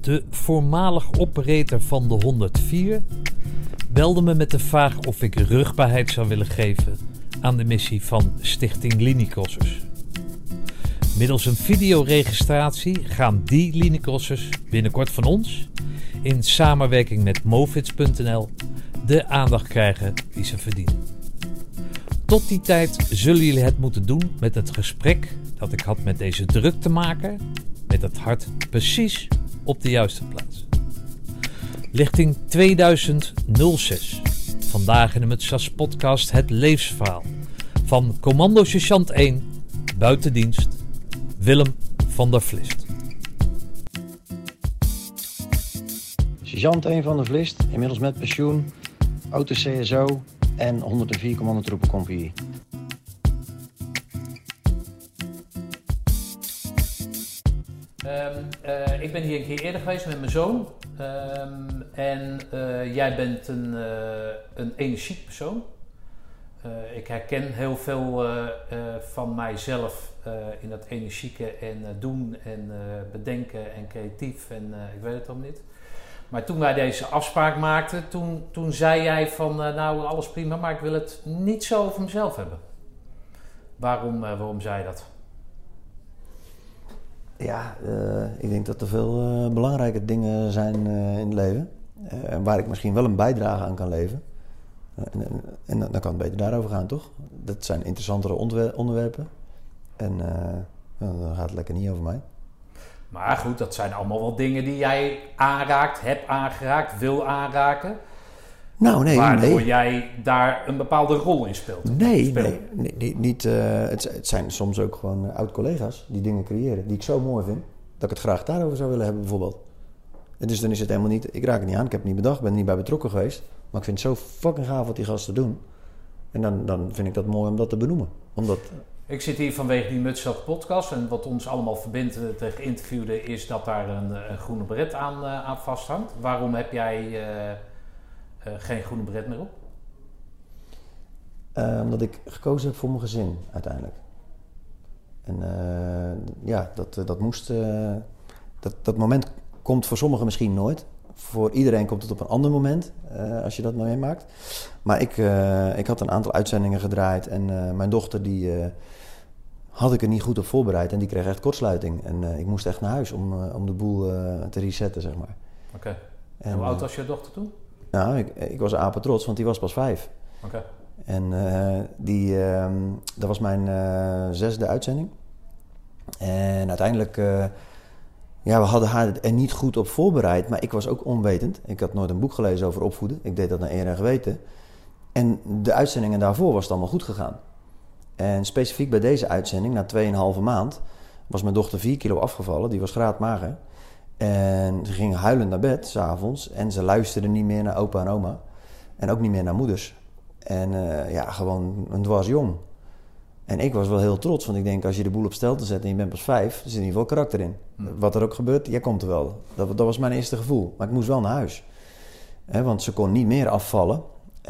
De voormalig operator van de 104 belde me met de vraag of ik rugbaarheid zou willen geven aan de missie van Stichting Linicrossers. Middels een videoregistratie gaan die Linicrossers binnenkort van ons, in samenwerking met Movits.nl, de aandacht krijgen die ze verdienen. Tot die tijd zullen jullie het moeten doen met het gesprek dat ik had met deze druktemaker, met het hart precies op de juiste plaats. Lichting 2006. Vandaag in de Mutsas podcast het levensverhaal van Commando Sergeant 1, buitendienst, Willem van der Vlist. Sergeant 1 van der Vlist, inmiddels met pensioen, auto CSO en 104 commandotroepencompagnie. Ik ben hier een keer eerder geweest met mijn zoon. Jij bent een energiek persoon. Ik herken heel veel van mijzelf in dat energieke en doen en bedenken en creatief en ik weet het allemaal niet. Maar toen wij deze afspraak maakten, toen zei jij van nou alles prima, maar ik wil het niet zo over mezelf hebben. Waarom zei je dat? Ja, ik denk dat er veel belangrijke dingen zijn in het leven. Waar ik misschien wel een bijdrage aan kan leveren. En dan kan het beter daarover gaan, toch? Dat zijn interessantere onderwerpen. En dan gaat het lekker niet over mij. Maar goed, dat zijn allemaal wel dingen die jij aanraakt, hebt aangeraakt, wil aanraken. Nou, nee. Waardoor jij daar een bepaalde rol in speelt. Nee, niet. Het zijn soms ook gewoon oud-collega's die dingen creëren die ik zo mooi vind, dat ik het graag daarover zou willen hebben bijvoorbeeld. En dus dan is het helemaal niet, ik raak het niet aan, ik heb het niet bedacht, ben er niet bij betrokken geweest. Maar ik vind het zo fucking gaaf wat die gasten doen. En dan vind ik dat mooi om dat te benoemen. Ik zit hier vanwege die Mutsas podcast en wat ons allemaal verbindt de geïnterviewde is dat daar een groene beret aan vasthangt. Waarom heb jij geen groene beret meer op? Omdat ik gekozen heb voor mijn gezin uiteindelijk. En dat moest. Dat moment komt voor sommigen misschien nooit. Voor iedereen komt het op een ander moment, als je dat meemaakt. Maar ik had een aantal uitzendingen gedraaid en mijn dochter die had ik er niet goed op voorbereid en die kreeg echt kortsluiting. En ik moest echt naar huis om de boel te resetten, zeg maar. Oké. En hoe oud was je dochter toen? Nou, ik was apetrots, want die was pas 5. Oké. En dat was mijn 6e uitzending. En uiteindelijk, we hadden haar er niet goed op voorbereid, maar ik was ook onwetend. Ik had nooit een boek gelezen over opvoeden. Ik deed dat naar eer en geweten. En de uitzendingen daarvoor was het allemaal goed gegaan. En specifiek bij deze uitzending, na 2,5 maand, was mijn dochter 4 kilo afgevallen. Die was graadmager. En ze ging huilend naar bed, 's avonds. En ze luisterde niet meer naar opa en oma. En ook niet meer naar moeders. En gewoon een dwars jong. En ik was wel heel trots, want ik denk, als je de boel op stel te zetten en je bent pas 5, er zit in ieder geval karakter in. Wat er ook gebeurt, jij komt er wel. Dat was mijn eerste gevoel. Maar ik moest wel naar huis. Want ze kon niet meer afvallen.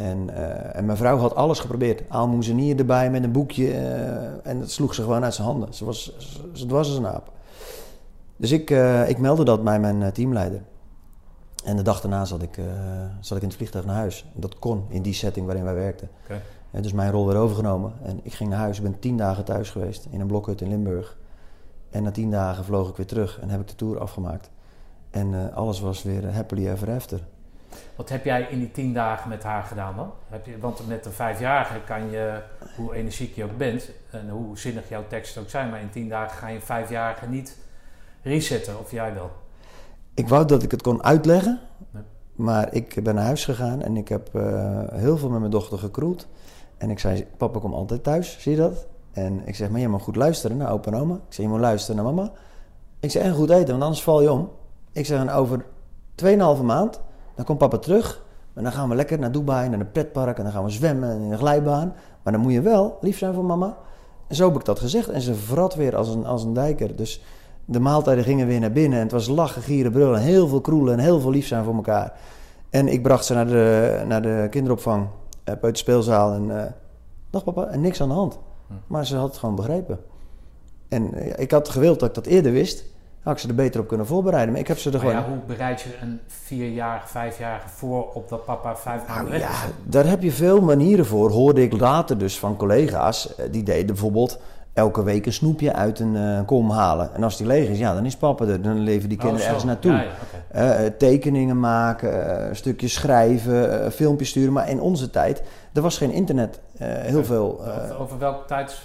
En mijn vrouw had alles geprobeerd. Aalmoezenier erbij met een boekje. En dat sloeg ze gewoon uit zijn handen. Ze was als een aap. Dus ik meldde dat bij mijn teamleider. En de dag daarna zat ik in het vliegtuig naar huis. En dat kon in die setting waarin wij werkten. Okay. Dus mijn rol werd overgenomen. En ik ging naar huis. Ik ben 10 dagen thuis geweest in een blokhut in Limburg. En na 10 dagen vloog ik weer terug en heb ik de tour afgemaakt. En alles was weer happily ever after. Wat heb jij in die 10 dagen met haar gedaan dan? Want met een 5-jarige kan je, hoe energiek je ook bent en hoe zinnig jouw teksten ook zijn, maar in 10 dagen ga je een 5-jarige niet resetten, of jij wel? Ik wou dat ik het kon uitleggen, nee. Maar ik ben naar huis gegaan en ik heb heel veel met mijn dochter gekroeld. En ik zei, papa komt altijd thuis, zie je dat? En ik zeg, maar je moet goed luisteren naar opa en oma. Ik zeg, je moet luisteren naar mama. Ik zeg, en goed eten, want anders val je om. Ik zeg, en over 2,5 maand, dan komt papa terug. En dan gaan we lekker naar Dubai, naar een pretpark. En dan gaan we zwemmen in een glijbaan. Maar dan moet je wel lief zijn voor mama. En zo heb ik dat gezegd. En ze vrat weer als een dijker. Dus de maaltijden gingen weer naar binnen. En het was lachen, gieren, brullen. Heel veel kroelen en heel veel lief zijn voor elkaar. En ik bracht ze naar de kinderopvang. Uit de speelzaal. En dag papa. En niks aan de hand. Maar ze had het gewoon begrepen. En ik had gewild dat ik dat eerder wist. had ik ze er beter op kunnen voorbereiden. Maar ik heb ze er Maar gewoon... hoe bereid je een 4-jarige, 5-jarige voor op dat papa 5 maanden weg is? Daar heb je veel manieren voor. Hoorde ik later dus van collega's. Die deden bijvoorbeeld elke week een snoepje uit een kom halen. En als die leeg is, dan is papa er. Dan leven die kinderen ergens naartoe. Okay. Tekeningen maken, stukjes schrijven, filmpjes sturen. Maar in onze tijd, er was geen internet. Heel veel... Over welke tijd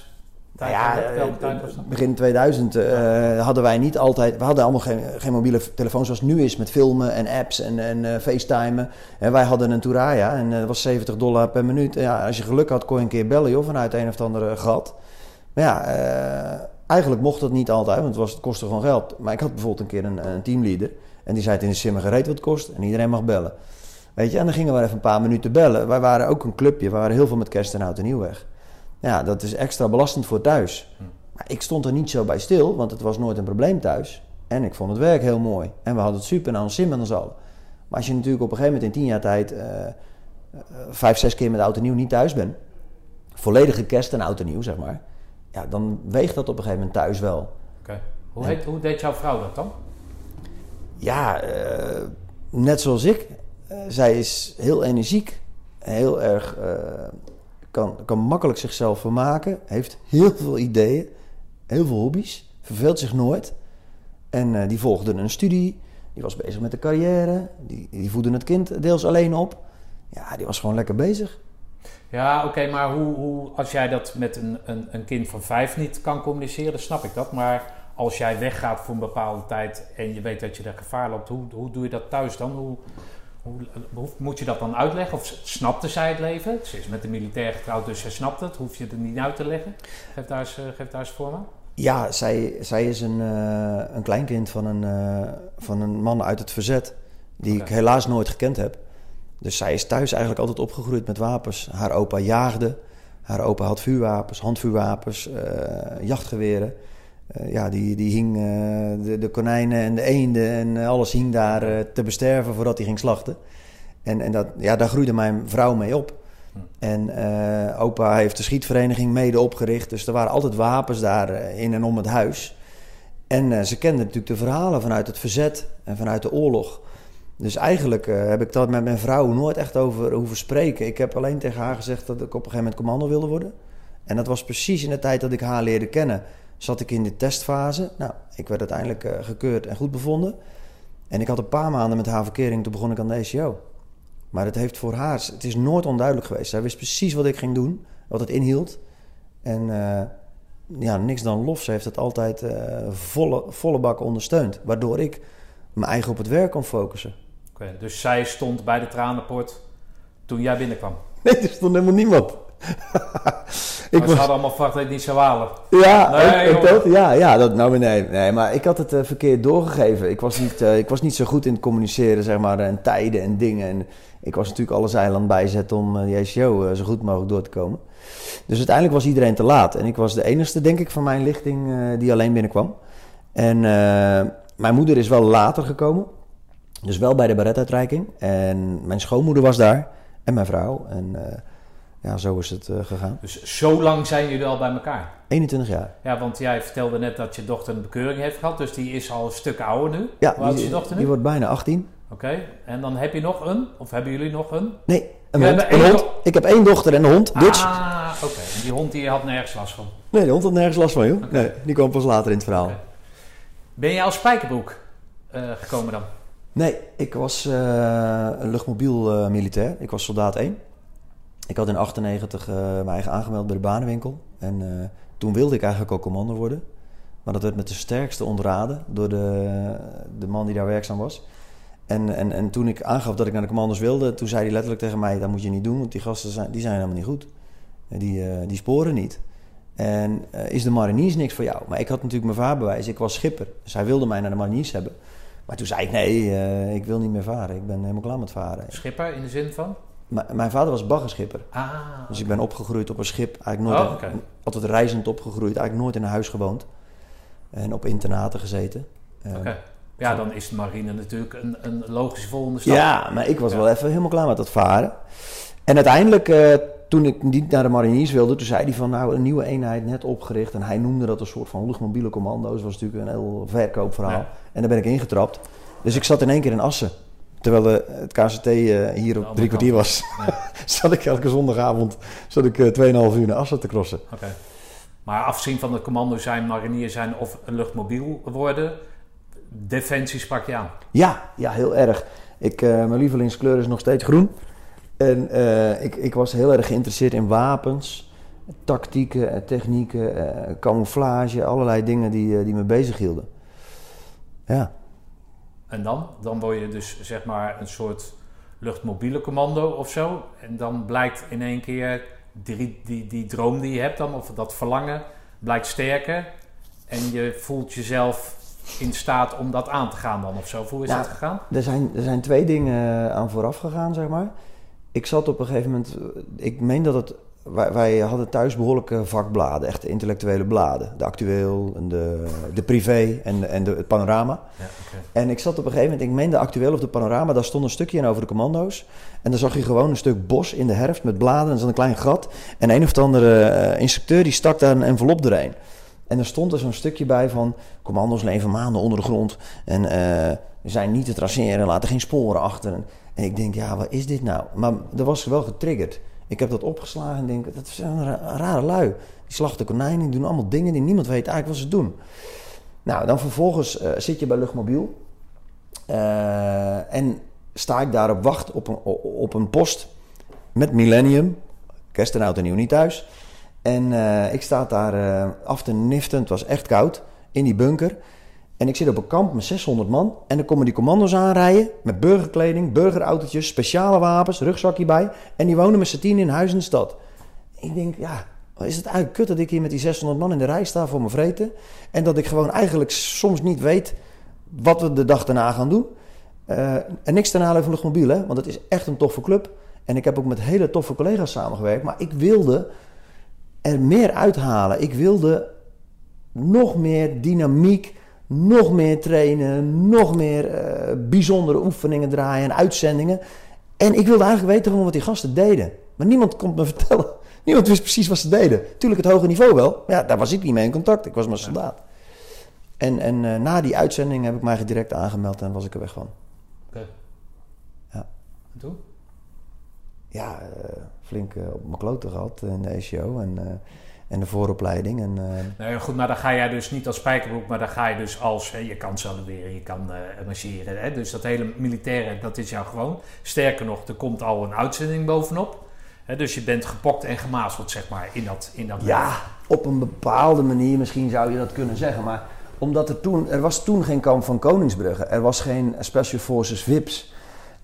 was dat? Begin 2000 hadden wij niet altijd... We hadden allemaal geen mobiele telefoon zoals het nu is... met filmen en apps en facetimen. En wij hadden een Touraya en dat was $70 per minuut. Ja, als je geluk had, kon je een keer bellen vanuit een of andere gat. Maar eigenlijk mocht dat niet altijd, want het kostte gewoon geld. Maar ik had bijvoorbeeld een keer een teamleader... en die zei het in de simmer gereed wat het kost... en iedereen mag bellen. Weet je, en dan gingen we even een paar minuten bellen. Wij waren ook een clubje, we waren heel veel met kerst en oud en nieuw weg. Ja, dat is extra belastend voor thuis. Maar ik stond er niet zo bij stil, want het was nooit een probleem thuis. En ik vond het werk heel mooi. En we hadden het super naar ons zin met ons allen. Maar als je natuurlijk op een gegeven moment in 10 jaar tijd... 5-6 keer met oud en nieuw niet thuis bent... volledige kerst en oud en nieuw, zeg maar... ja, dan weegt dat op een gegeven moment thuis wel. Okay. Hoe deed jouw vrouw dat dan? Ja, net zoals ik. Zij is heel energiek. Heel erg... Kan makkelijk zichzelf vermaken. Heeft heel veel ideeën. Heel veel hobby's. Verveelt zich nooit. En die volgde een studie. Die was bezig met de carrière. Die voedde het kind deels alleen op. Ja, die was gewoon lekker bezig. Ja, oké, maar hoe als jij dat met een kind van 5 niet kan communiceren, dan snap ik dat. Maar als jij weggaat voor een bepaalde tijd en je weet dat je er gevaar loopt, hoe doe je dat thuis dan? Hoe moet je dat dan uitleggen? Of snapte zij het leven? Ze is met de militair getrouwd, dus zij snapt het. Hoef je het niet uit te leggen? Geef daar eens voor me. Ja, zij is een kleinkind van een man uit het verzet, die ik helaas nooit gekend heb. Dus zij is thuis eigenlijk altijd opgegroeid met wapens. Haar opa jaagde. Haar opa had vuurwapens, handvuurwapens, jachtgeweren. Die hing de konijnen en de eenden en alles hing daar te besterven voordat hij ging slachten. En daar groeide mijn vrouw mee op. En opa heeft de schietvereniging mede opgericht. Dus er waren altijd wapens daar in en om het huis. En ze kende natuurlijk de verhalen vanuit het verzet en vanuit de oorlog. Dus eigenlijk heb ik dat met mijn vrouw nooit echt over hoeven spreken. Ik heb alleen tegen haar gezegd dat ik op een gegeven moment commando wilde worden. En dat was precies in de tijd dat ik haar leerde kennen. Zat ik in de testfase. Nou, ik werd uiteindelijk gekeurd en goed bevonden. En ik had een paar maanden met haar verkering, toen begon ik aan de ECO. Maar het heeft voor haar, het is nooit onduidelijk geweest. Zij wist precies wat ik ging doen, wat het inhield. En niks dan lof. Ze heeft het altijd volle bak ondersteund. Waardoor ik mijn eigen op het werk kon focussen. Okay, dus zij stond bij de tranenpoort toen jij binnenkwam? Nee, er stond helemaal niemand. Ze hadden allemaal verwacht dat je het niet zou halen. Ja, nee, maar ik had het verkeerd doorgegeven. Ik was niet zo goed in het communiceren, zeg maar, en tijden en dingen. En ik was natuurlijk alle zeilen aan het bijzetten om die ECO zo goed mogelijk door te komen. Dus uiteindelijk was iedereen te laat. En ik was de enigste, denk ik, van mijn lichting die alleen binnenkwam. En mijn moeder is wel later gekomen. Dus wel bij de beretuitreiking. En mijn schoonmoeder was daar. En mijn vrouw. En zo is het gegaan. Dus zo lang zijn jullie al bij elkaar? 21 jaar. Ja, want jij vertelde net dat je dochter een bekeuring heeft gehad. Dus die is al een stuk ouder nu. Ja, hoe oud is je dochter nu? Die wordt bijna 18. Oké. En dan heb je nog een? Of hebben jullie nog een? Nee, een hond. Ik heb 1 dochter en een hond, Dutch. Oké. En die hond die had nergens last van? Nee, de hond had nergens last van, joh. Okay. Nee, die kwam pas later in het verhaal. Okay. Ben je als Spijkerbroek gekomen dan? Nee, ik was een luchtmobiel militair. Ik was soldaat 1. Ik had in 1998 mijn eigen aangemeld bij de banenwinkel. En toen wilde ik eigenlijk ook commando worden. Maar dat werd met de sterkste ontraden door de man die daar werkzaam was. En toen ik aangaf dat ik naar de commando's wilde, toen zei hij letterlijk tegen mij, dat moet je niet doen, want die gasten die zijn helemaal niet goed. Die sporen niet. En is de mariniers niks voor jou? Maar ik had natuurlijk mijn vaarbewijs, ik was schipper. Dus hij wilde mij naar de mariniers hebben. Maar toen zei ik, nee, ik wil niet meer varen. Ik ben helemaal klaar met varen. Schipper in de zin van? Mijn vader was baggerschipper. Dus ik ben opgegroeid op een schip. Eigenlijk nooit altijd reizend opgegroeid. Eigenlijk nooit in een huis gewoond. En op internaten gezeten. Oké. Ja, dan is de marine natuurlijk een logische volgende stap. Ja, maar ik was wel even helemaal klaar met dat varen. En uiteindelijk, toen ik niet naar de mariniers wilde, toen zei hij van nou een nieuwe eenheid net opgericht. En hij noemde dat een soort van luchtmobiele commando's. Dat was natuurlijk een heel verkoopverhaal. Ja. En daar ben ik ingetrapt. Dus ik zat in één keer in Assen. Terwijl het KCT hier op 3 kwartier was. Ja. Zat ik elke zondagavond 2,5 uur naar Assen te crossen. Okay. Maar afgezien van het commando zijn, marinier zijn of een luchtmobiel worden, defensie sprak je aan? Ja, heel erg. Mijn lievelingskleur is nog steeds groen. En ik was heel erg geïnteresseerd in wapens, tactieken, technieken, camouflage, allerlei dingen die me bezig hielden. Ja. En dan word je dus zeg maar een soort luchtmobiele commando of zo. En dan blijkt in één keer die droom die je hebt dan, of dat verlangen, blijkt sterker. En je voelt jezelf in staat om dat aan te gaan dan of zo. Hoe is dat gegaan? Er zijn 2 dingen aan vooraf gegaan, zeg maar. Ik zat op een gegeven moment... Ik meen dat het... Wij hadden thuis behoorlijke vakbladen, echte intellectuele bladen. De Actueel, en de Privé en het Panorama. Ja, okay. En ik zat op een gegeven moment, ik meen de Actueel of de Panorama, daar stond een stukje in over de commando's. En dan zag je gewoon een stuk bos in de herfst met bladen en zo'n een klein gat. En een of andere instructeur die stak daar een envelop doorheen. En er stond er zo'n stukje bij van commando's leven maanden onder de grond. En zijn niet te traceren, laten geen sporen achter. En ik denk, ja, wat is dit nou? Maar dat was wel getriggerd. Ik heb dat opgeslagen en denk, dat zijn een rare lui. Die slachten konijnen, die doen allemaal dingen die niemand weet eigenlijk wat ze doen. Nou, dan vervolgens zit je bij Luchtmobiel. En sta ik daar op wacht op een post met Millennium. Kerst en oud en nieuw niet thuis. En ik sta daar af te niften, het was echt koud, in die bunker. En ik zit op een kamp met 600 man. En dan komen die commando's aanrijden met burgerkleding, burgerautootjes, speciale wapens, rugzakje bij. En die wonen met z'n 10 in huis in de stad. Ik denk, ja, is het eigenlijk kut dat ik hier met die 600 man in de rij sta voor mijn vreten. En dat ik gewoon eigenlijk soms niet weet wat we de dag daarna gaan doen. En niks ten nadele van Luchtmobiel, hè, want het is echt een toffe club. En ik heb ook met hele toffe collega's samengewerkt. Maar ik wilde er meer uithalen. Ik wilde nog meer dynamiek, nog meer trainen, nog meer bijzondere oefeningen draaien en uitzendingen. En ik wilde eigenlijk weten gewoon wat die gasten deden. Maar niemand kon me vertellen. Niemand wist precies wat ze deden. Tuurlijk het hoge niveau wel. Maar ja, daar was ik niet mee in contact. Ik was maar soldaat. En na die uitzending heb ik mij direct aangemeld en was ik er weg van. Oké. Ja. En toen? Ja, flink op mijn kloten gehad in de ECO en de vooropleiding. Nou goed, maar dan ga jij dus niet als spijkerbroek, maar dan ga je dus als... je kan salueren, je kan marcheren. Hè? Dus dat hele militaire, dat is jou gewoon. Sterker nog, er komt al een uitzending bovenop. Hè? Dus je bent gepokt en gemazeld, zeg maar, in dat ja, leven. Op een bepaalde manier misschien zou je dat kunnen zeggen. Maar omdat er was toen geen kamp van Koningsbrugge. Er was geen Special Forces VIPs.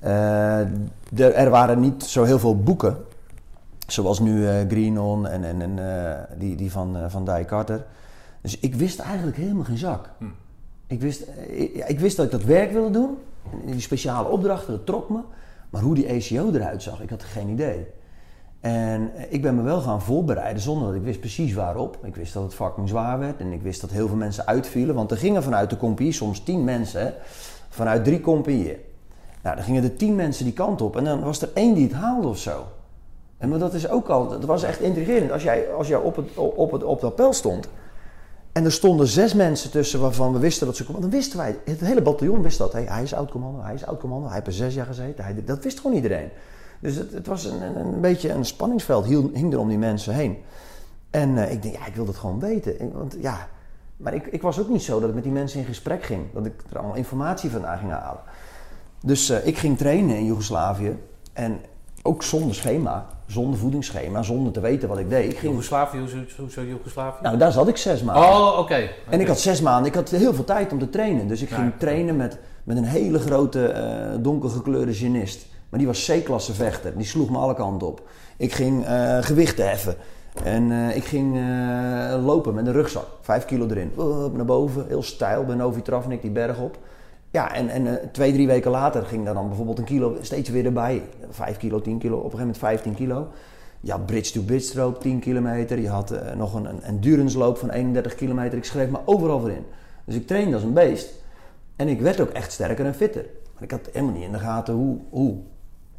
Er waren niet zo heel veel boeken. Zoals nu Greenon en die van Die Carter. Dus ik wist eigenlijk helemaal geen zak. Ik wist dat ik dat werk wilde doen. Die speciale opdrachten, dat trok me. Maar hoe die ECO eruit zag, ik had geen idee. En ik ben me wel gaan voorbereiden zonder dat ik wist precies waarop. Ik wist dat het fucking zwaar werd en ik wist dat heel veel mensen uitvielen. Want er gingen vanuit de compagnie soms 10 mensen, vanuit 3 compagnieën. Nou, dan gingen er 10 mensen die kant op en dan was er 1 die het haalde of zo. En maar dat is ook al, dat was echt intrigerend. Als jij op het appel stond en er stonden 6 mensen tussen waarvan we wisten dat ze konden, dan wisten wij, het hele bataljon wist dat. Hey, hij is oud-commando, hij heeft er 6 jaar gezeten. Dat wist gewoon iedereen. Dus het was een beetje een spanningsveld, hing er om die mensen heen. En ik denk, ja, ik wil dat gewoon weten. Maar ik was ook niet zo dat ik met die mensen in gesprek ging. Dat ik er allemaal informatie vandaan ging halen. Dus ik ging trainen in Joegoslavië. En ook zonder schema, zonder voedingsschema, zonder te weten wat ik deed. Joegoslavië, hoezo Joegoslavië? Nou, daar zat ik 6 maanden. Oh, oké. En ik had 6 maanden, ik had heel veel tijd om te trainen. Dus ik ging trainen met een hele grote donkergekleurde genist. Maar die was C-klasse vechter. Die sloeg me alle kanten op. Ik ging gewichten heffen. En ik ging lopen met een rugzak. 5 kilo erin. Naar boven. Heel steil. Bij Novi Travnik die berg op. Ja, en 2-3 weken later ging daar dan bijvoorbeeld een kilo steeds weer erbij. 5 kilo, 10 kilo. Op een gegeven moment 15 kilo. Je had bridge-to-bridge stroop 10 kilometer. Je had nog een endurance loop van 31 kilometer. Ik schreef me overal voor in. Dus ik trainde als een beest. En ik werd ook echt sterker en fitter. Maar ik had helemaal niet in de gaten hoe.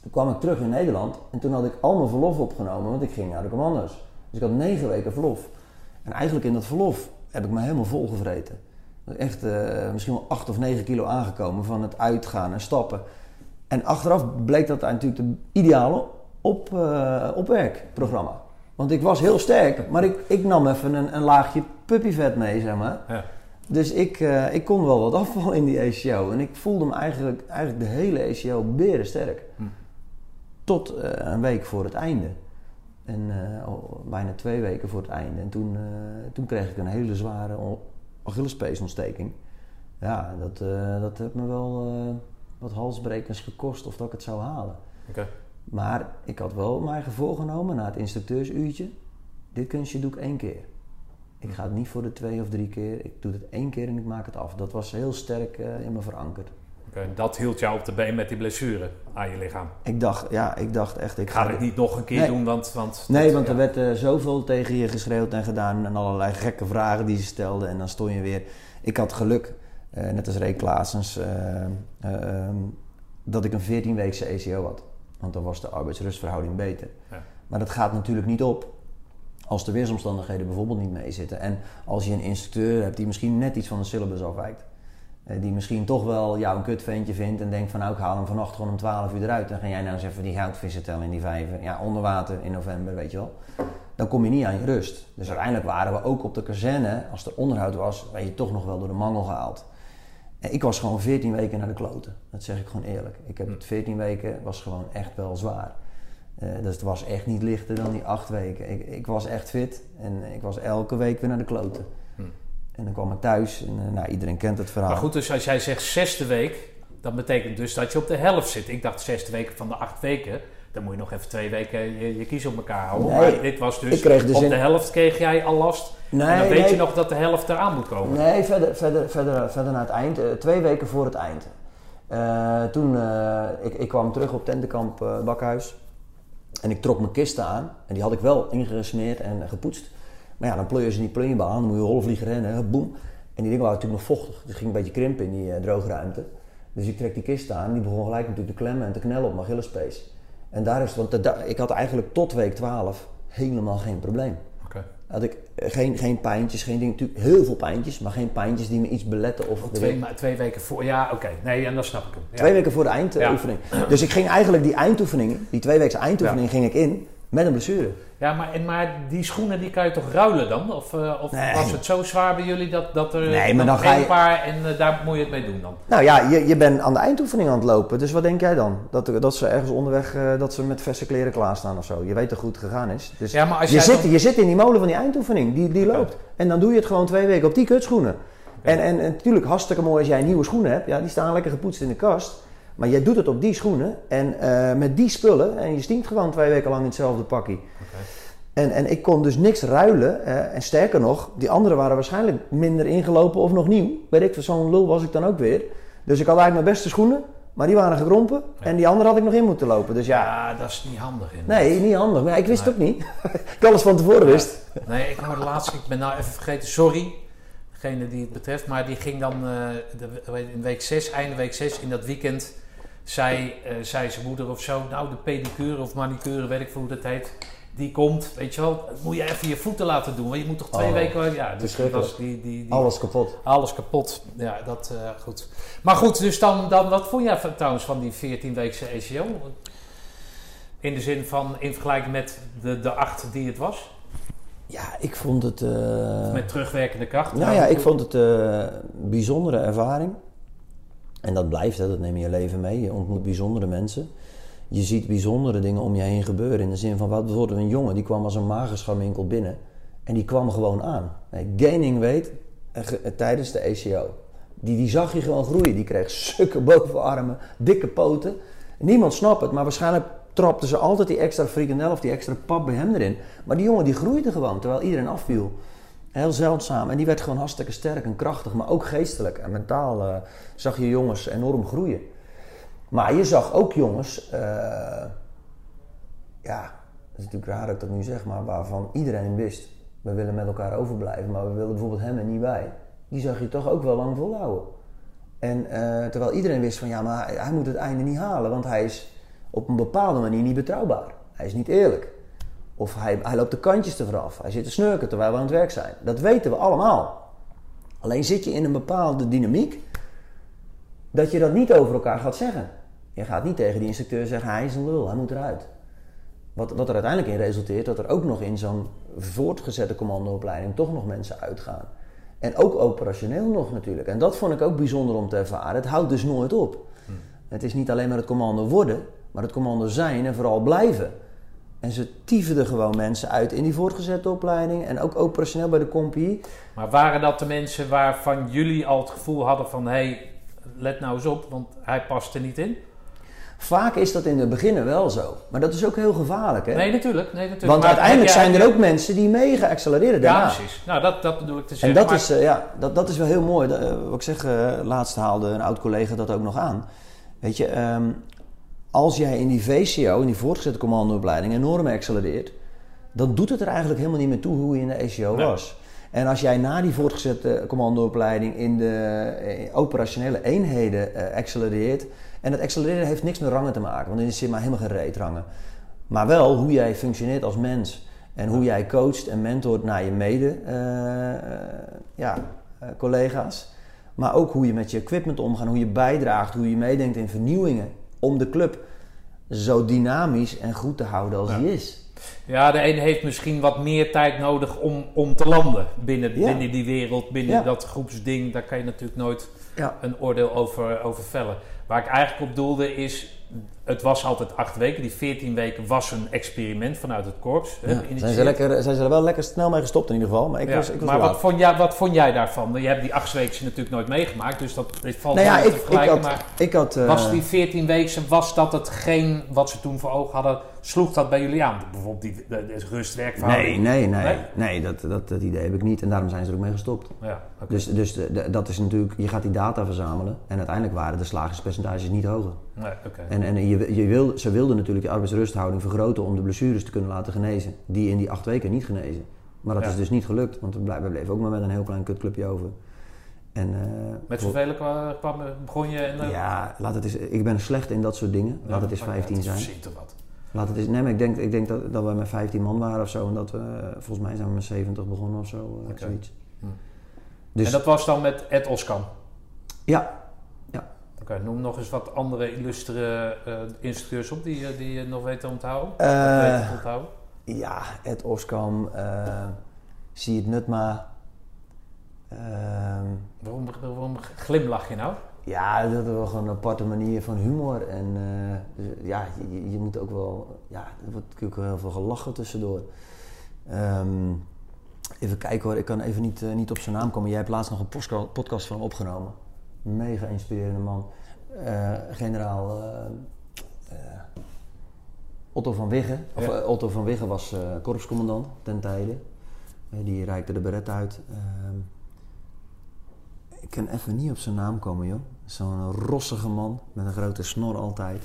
Toen kwam ik terug in Nederland en toen had ik al mijn verlof opgenomen, want ik ging naar de commando's. Dus ik had 9 weken verlof. En eigenlijk in dat verlof heb ik me helemaal volgevreten. Echt misschien wel 8 of 9 kilo aangekomen van het uitgaan en stappen. En achteraf bleek dat natuurlijk de ideale opwerkprogramma. Want ik was heel sterk, maar ik nam even een laagje puppyvet mee, zeg maar. Ja. Dus ik kon wel wat afvallen in die ACO. En ik voelde me eigenlijk de hele ACO berensterk. Tot een week voor het einde. En bijna 2 weken voor het einde. En toen kreeg ik een hele zware Achillespeesontsteking. Ja, dat heeft me wel wat halsbrekens gekost of dat ik het zou halen. Okay. Maar ik had wel mij eigen voorgenomen na het instructeursuurtje. Dit kunstje doe ik 1 keer. Ik ga het niet voor de 2 of 3 keer. Ik doe het 1 keer en ik maak het af. Dat was heel sterk in me verankerd. Okay, dat hield jou op de been met die blessure aan je lichaam? Ik dacht echt... Ik ga het niet nog een keer doen, want er werd zoveel tegen je geschreeuwd en gedaan. En allerlei gekke vragen die ze stelden. En dan stond je weer... Ik had geluk, net als Ray Klaasens, dat ik een 14-weekse ACO had. Want dan was de arbeidsrustverhouding beter. Ja. Maar dat gaat natuurlijk niet op als de weersomstandigheden bijvoorbeeld niet meezitten. En als je een instructeur hebt die misschien net iets van de syllabus afwijkt. Die misschien toch wel jou een kutventje vindt en denkt van nou ik haal hem vannacht gewoon om 12 uur eruit. Dan ga jij nou eens even die goudvissen tellen in die vijver. Ja, onder water in november, weet je wel. Dan kom je niet aan je rust. Dus uiteindelijk waren we ook op de kazerne, als er onderhoud was, werd je toch nog wel door de mangel gehaald. En ik was gewoon 14 weken naar de kloten. Dat zeg ik gewoon eerlijk. Ik heb het 14 weken, was gewoon echt wel zwaar. Dus het was echt niet lichter dan die 8 weken. Ik was echt fit en ik was elke week weer naar de kloten. En dan kwam ik thuis en iedereen kent het verhaal. Maar goed, dus als jij zegt 6e week, dat betekent dus dat je op de helft zit. Ik dacht 6e weken van de 8 weken, dan moet je nog even 2 weken je kies op elkaar houden. Nee, maar dit was dus, op de helft kreeg jij al last. Nee, en dan weet je nog dat de helft eraan moet komen. Nee, verder naar het eind. 2 weken voor het eind. Ik kwam terug op tentenkamp Bakhuis. En ik trok mijn kisten aan. En die had ik wel ingesmeerd en gepoetst. Maar ja, dan pleur je ze in die plunjebaan. Dan moet je hollen vliegen rennen. Boem. En die dingen waren natuurlijk nog vochtig. Dus ging een beetje krimpen in die droogruimte. Dus ik trek die kisten aan. Die begon gelijk natuurlijk te klemmen en te knellen op mijn Achillespees. En daar is want ik had eigenlijk tot week 12 helemaal geen probleem. Okay. Had ik geen pijntjes, geen dingen, natuurlijk heel veel pijntjes, maar geen pijntjes die me iets beletten. Of 2 weken voor, ja oké, nee, en dan snap ik hem. Ja. 2 weken voor de eindoefening. Ja. Dus ik ging eigenlijk die eindoefening, die 2-weekse eindoefening, ging ik in met een blessure. Ja, maar die schoenen die kan je toch ruilen dan? Of nee. Was het zo zwaar bij jullie dat er nog één paar en daar moet je het mee doen dan? Nou ja, je bent aan de eindoefening aan het lopen. Dus wat denk jij dan? Dat ze ergens onderweg dat ze met verse kleren klaarstaan of zo. Je weet toch hoe het gegaan is. Dus ja, maar als je zit in die molen van die eindoefening. Die loopt. En dan doe je het gewoon 2 weken op die kutschoenen. Okay. En natuurlijk hartstikke mooi als jij nieuwe schoenen hebt. Ja, die staan lekker gepoetst in de kast. Maar jij doet het op die schoenen en met die spullen en je stinkt gewoon 2 weken lang in hetzelfde pakkie. Okay. En ik kon dus niks ruilen. En sterker nog, die anderen waren waarschijnlijk minder ingelopen of nog nieuw. Weet ik, zo'n lul was ik dan ook weer. Dus ik had eigenlijk mijn beste schoenen, maar die waren gekrompen. Ja. En die andere had ik nog in moeten lopen. Dus ja, dat is niet handig. Nee, niet handig. Maar ik wist het ook niet. Ik alles van tevoren wist. Nee, ik hoorde laatst, ik ben nou even vergeten, sorry. Degene die het betreft, maar die ging dan in week 6, einde week 6, in dat weekend, zei zijn moeder of zo, nou de pedicure of manicure, weet ik veel hoe dat heet, die komt, weet je wel, moet je even je voeten laten doen, want je moet toch 2 weken, ja, dus alles kapot. Alles kapot, ja, dat goed. Maar goed, dus dan wat vond jij trouwens van die 14-weekse ACO? In de zin van, in vergelijking met de 8 die het was? Ja, ik vond het... met terugwerkende kracht? Nou ja, ik vond het een bijzondere ervaring. En dat blijft, hè, dat neem je leven mee. Je ontmoet bijzondere mensen. Je ziet bijzondere dingen om je heen gebeuren. In de zin van, wat bijvoorbeeld een jongen, die kwam als een magerscharminkel binnen. En die kwam gewoon aan. Gaining weight tijdens de ACO. Die zag je gewoon groeien. Die kreeg sukke bovenarmen, dikke poten. Niemand snapt het, maar waarschijnlijk trapten ze altijd die extra frikandel of die extra pap bij hem erin. Maar die jongen die groeide gewoon, terwijl iedereen afviel. Heel zeldzaam. En die werd gewoon hartstikke sterk en krachtig, maar ook geestelijk en mentaal zag je jongens enorm groeien. Maar je zag ook jongens, ja, dat is natuurlijk raar dat ik dat nu zeg, maar waarvan iedereen wist, we willen met elkaar overblijven, maar we willen bijvoorbeeld hem en niet wij. Die zag je toch ook wel lang volhouden. En terwijl iedereen wist van, ja, maar hij moet het einde niet halen, want hij is op een bepaalde manier niet betrouwbaar. Hij is niet eerlijk. Of hij loopt de kantjes te vooraf. Hij zit te snurken terwijl we aan het werk zijn. Dat weten we allemaal. Alleen zit je in een bepaalde dynamiek dat je dat niet over elkaar gaat zeggen. Je gaat niet tegen die instructeur zeggen, hij is een lul, hij moet eruit. Wat er uiteindelijk in resulteert dat er ook nog in zo'n voortgezette commandoopleiding toch nog mensen uitgaan. En ook operationeel nog natuurlijk. En dat vond ik ook bijzonder om te ervaren. Het houdt dus nooit op. Het is niet alleen maar het commando worden, maar het commando zijn en vooral blijven. En ze tyfden gewoon mensen uit in die voortgezette opleiding en ook operationeel bij de compie. Maar waren dat de mensen waarvan jullie al het gevoel hadden van, hey, let nou eens op, want hij past er niet in? Vaak is dat in het begin wel zo. Maar dat is ook heel gevaarlijk, hè? Nee, natuurlijk. Want Want uiteindelijk zijn er ook mensen die mee geaccelereerd daarna. Ja, precies. Nou, dat bedoel ik te zeggen. En dat is wel heel mooi. Wat ik zeg, laatst haalde een oud collega dat ook nog aan. Weet je, als jij in die VCO, in die voortgezette commandoopleiding, enorm accelereert, dan doet het er eigenlijk helemaal niet meer toe hoe je in de ECO was. En als jij na die voortgezette commandoopleiding in de operationele eenheden accelereert. En het accelereren heeft niks met rangen te maken, want er zit maar helemaal geen reetrangen. Maar wel hoe jij functioneert als mens. En hoe jij coacht en mentort naar je collega's. Maar ook hoe je met je equipment omgaat, hoe je bijdraagt, hoe je meedenkt in vernieuwingen. Om de club zo dynamisch en goed te houden als die is. Ja, de ene heeft misschien wat meer tijd nodig om te landen binnen die wereld, binnen dat groepsding. Daar kan je natuurlijk nooit een oordeel over vellen. Waar ik eigenlijk op doelde is, het was altijd 8 weken. Die 14 weken was een experiment vanuit het korps. Zijn ze er wel lekker snel mee gestopt in ieder geval. Maar ik was maar wat vond jij daarvan? Je hebt die 8 weken natuurlijk nooit meegemaakt, dus dat valt niet te vergelijken. Was die 14 weken, was dat hetgeen wat ze toen voor ogen hadden, sloeg dat bij jullie aan? Bijvoorbeeld de rustwerkverhouding? Nee, dat idee heb ik niet. En daarom zijn ze er ook mee gestopt. Ja, okay. Dus dat is natuurlijk, je gaat die data verzamelen. En uiteindelijk waren de slagingspercentages niet hoger. Nee, okay. En ze wilden natuurlijk de arbeidsrusthouding vergroten om de blessures te kunnen laten genezen. Die in die 8 weken niet genezen. Maar dat is dus niet gelukt, want we bleven ook maar met een heel klein kutclubje over. En, met zoveel begon je? Laat het eens, ik ben slecht in dat soort dingen. Laat het eens 15 zijn. Laat het eens, maar ik denk dat we met 15 man waren of zo. En dat we, volgens mij zijn we met 70 begonnen of zo. Zoiets. Dus, en dat was dan met Ed Oskam? Ja. Oké, noem nog eens wat andere illustere instructeurs op die je nog weet te onthouden. Ja, Ed Oskam, Siert Nutma. Waarom glimlach je nou? Ja, dat is wel gewoon een aparte manier van humor. En je moet ook wel... Ja, er wordt natuurlijk wel heel veel gelachen tussendoor. Even kijken hoor, ik kan even niet op zijn naam komen. Jij hebt laatst nog een podcast van hem opgenomen. Mega inspirerende man. Generaal Otto van Wiggen. Otto van Wiggen was korpscommandant ten tijde. Die reikte de beret uit. Ik kan even niet op zijn naam komen, joh. Zo'n rossige man met een grote snor altijd.